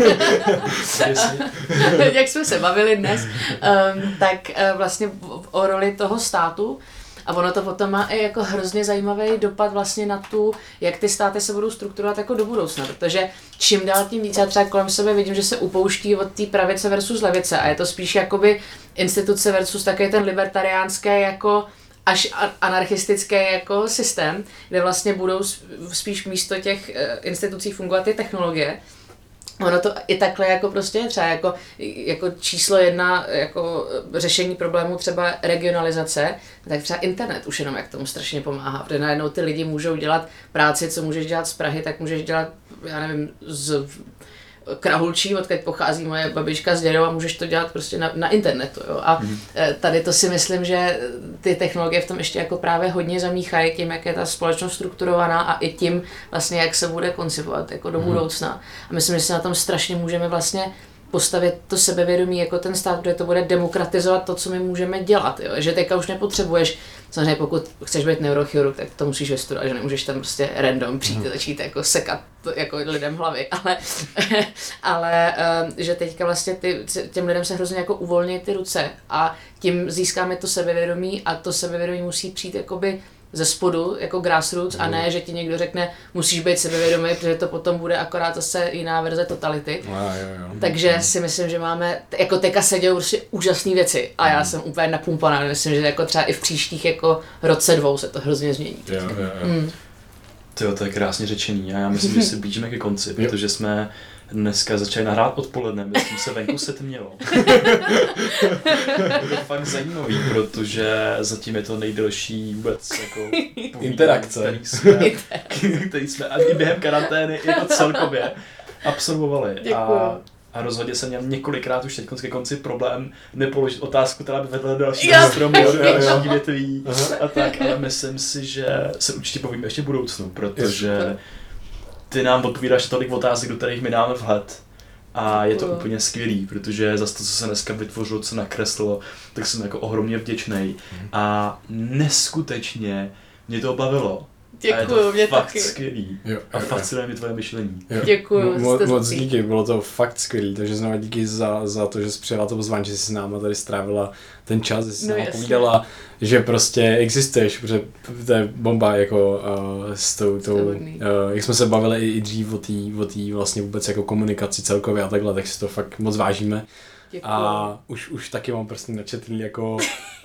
jak jsme se bavili dnes, tak vlastně o roli toho státu a ono to potom má i jako hrozně zajímavý dopad vlastně na tu, jak ty státy se budou strukturovat jako do budoucna, protože čím dál tím víc, já třeba kolem sebe vidím, že se upouští od té pravice versus levice a je to spíš jakoby instituce versus taky ten libertariánský jako až anarchistický jako systém, kde vlastně budou spíš místo těch institucí fungovat ty technologie. Ono to i takhle jako prostě je třeba jako číslo 1 jako řešení problému třeba regionalizace, tak třeba internet už jenom jak tomu strašně pomáhá, protože najednou ty lidi můžou dělat práci, co můžeš dělat z Prahy, tak můžeš dělat, já nevím, z Krahulčí, odkud pochází moje babička s dědou a můžeš to dělat prostě na internetu. Jo? A tady to si myslím, že ty technologie v tom ještě jako právě hodně zamíchají tím, jak je ta společnost strukturovaná a i tím vlastně, jak se bude koncipovat jako do budoucna. A myslím, že si na tom strašně můžeme vlastně postavit to sebevědomí jako ten stát, kde to bude demokratizovat to, co my můžeme dělat. Jo? Že teďka už nepotřebuješ, samozřejmě pokud chceš být neurochirurg, tak to musíš vystudovat, že nemůžeš tam prostě random přijít a začít jako sekat jako lidem hlavy, ale že teďka vlastně těm lidem se hrozně jako uvolní ty ruce a tím získáme to sebevědomí a to sebevědomí musí přijít jakoby ze spodu, jako grassroots, a ne, že ti někdo řekne, musíš být sebevědomý, protože to potom bude akorát zase jiná verze totality. Takže si myslím, že máme, jako teďka se dějou prostě úžasné věci a já jsem úplně napumpaná, myslím, že jako třeba i v příštích jako roce 2 se to hrozně změní. Tyjo, to je krásně řečený a já myslím, že se blížíme ke konci, protože jsme dneska začali nahrát odpoledne, myslím se venku setmělo. Je to fakt zajímavý, protože zatím je to nejdelší vůbec jako interakce, který jsme ani během karantény jako celkově absolvovali. A rozhodně jsem měl několikrát už teď ke konci problém nepoložit otázku, která by vedla do dalšího stromu, do dalších větví a tak, ale myslím si, že se určitě povíme ještě v budoucnu, protože ty nám odpovídáš tolik otázek, do kterých my dáme vhled. A je to úplně skvělý, protože za to, co se dneska vytvořilo, co nakreslilo, tak jsem jako ohromně vděčnej. A neskutečně mě to bavilo. Děkuju, mě fakt taky. Skvělý. A fascinuje mě tvoje myšlení. Děkuju. Moc díky, bylo to fakt skvělý, takže znovu díky za to, že jsi přijala to pozvání, že jsi s náma tady strávila ten čas, že jsi s náma povídala, že prostě existuješ, protože to je bomba jako s tou jak jsme se bavili i dřív o té vlastně vůbec jako komunikaci celkově a takhle, tak si to fakt moc vážíme. Děkuju. A už taky mám prostě načetlý jako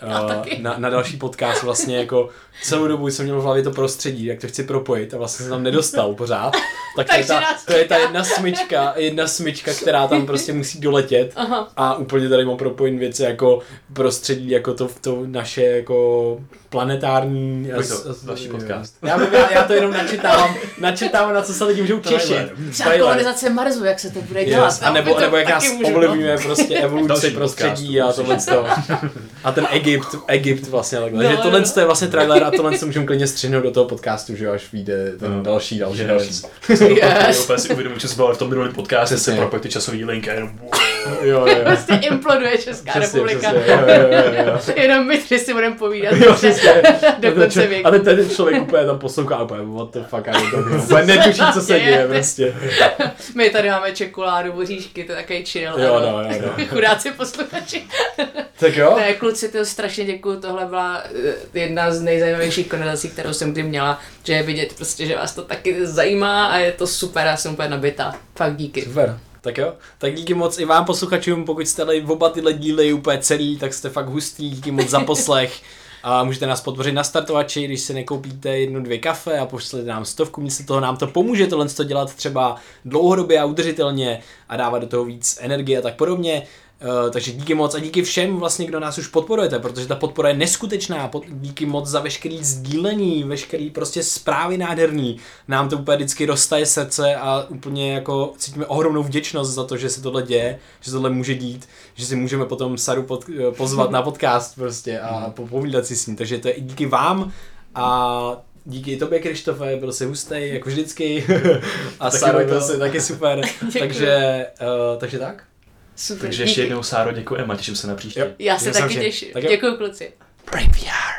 na další podcast vlastně jako celou dobu jsem měl v hlavě to prostředí, jak to chci propojit a vlastně jsem tam nedostal pořád. Tak to je ta jedna smyčka, která tam prostě musí doletět. A úplně tady mám propojit věci jako prostředí, jako to naše jako planetární další podcast. Já to jenom načetávám, na co se lidi můžou těšit. Třeba kolonizace Marsu, jak se to bude dělat. A nebo jak nás ovlivňuje prostě evoluci prostředí a tohle to. A ten Egypt vlastně takhle. Takže tohle je vlastně trailer a tohle se můžeme klidně střihnout do toho podcastu, že až vyjde ten další. Úplně si uvědomím, že jsi byl v tom minulém podcastu, se propojit ty časový linky a jenom Vlastně imploduje Česká republika. Jenom my tři si budeme povídat. Do konce věku. Ale ten člověk úplně tam poslouchá úplně what the fuck, úplně netuší, co se děje prostě. My tady máme čokoládu, voříšky, to je takový chill. Jo. Chudáci posluchači. Tak jo. Ne, kluci, to strašně děkuju, tohle byla jedna z nejzajímavějších konverzací, kterou jsem kdy měla, že je vidět prostě, že vás to taky zajímá a je to super, já jsem úplně nabitá. Fakt díky. Super. Tak jo, tak díky moc i vám posluchačům, pokud jste tady oba tyhle díly úplně celý, tak jste fakt hustý, díky moc za poslech. A můžete nás podpořit na startovači, když si nekoupíte 1-2 kafe a pošlete nám 100, místo toho nám to pomůže tohle dělat třeba dlouhodobě a udržitelně a dávat do toho víc energie a tak podobně. Takže díky moc a díky všem vlastně, kdo nás už podporujete, protože ta podpora je neskutečná. Díky moc za veškerý sdílení, veškerý prostě zprávy nádherný. Nám to úplně vždycky roztaje srdce a úplně jako cítíme ohromnou vděčnost za to, že se tohle děje, že tohle může dít, že si můžeme potom Saru pozvat na podcast prostě a povídat si s ní. Takže to je i díky vám a díky tobě, Krištofe, byl jsi hustej, jako vždycky. A Saro byl jsi taky super. takže tak. Super, takže ještě jednou, Sáro, děkujeme a těším se na příště. Já se taky těším. Děkuju, kluci. Break VR.